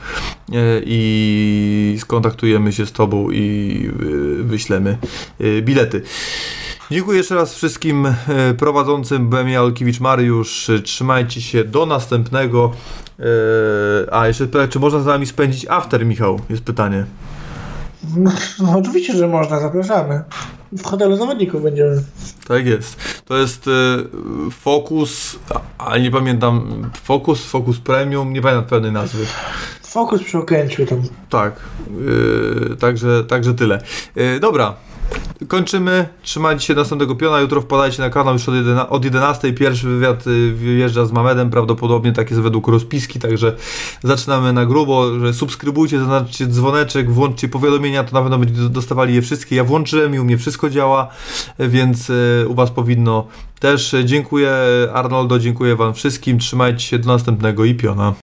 i skontaktujemy się z tobą i wyślemy bilety. Dziękuję jeszcze raz wszystkim prowadzącym. Byłem ja, Olkiewicz Mariusz. Trzymajcie się, do następnego. A jeszcze pytanie, czy można z nami spędzić after, Michał? Jest pytanie. No oczywiście, że można, zapraszamy. W hotelu zawodników będziemy. Tak jest. To jest Focus, ale nie pamiętam, Focus Premium, nie pamiętam pełnej nazwy. Focus przy Okęciu tam. Tak, także tyle. Dobra. Kończymy. Trzymajcie się następnego piona. Jutro wpadajcie na kanał już od 11. Pierwszy wywiad wyjeżdża z Mamedem. Prawdopodobnie tak jest według rozpiski. Także zaczynamy na grubo. Że subskrybujcie, zaznaczcie dzwoneczek, włączcie powiadomienia, to na pewno będziecie dostawali je wszystkie. Ja włączyłem i u mnie wszystko działa, więc u was powinno też. Dziękuję Arnoldo, dziękuję wam wszystkim. Trzymajcie się, do następnego i piona.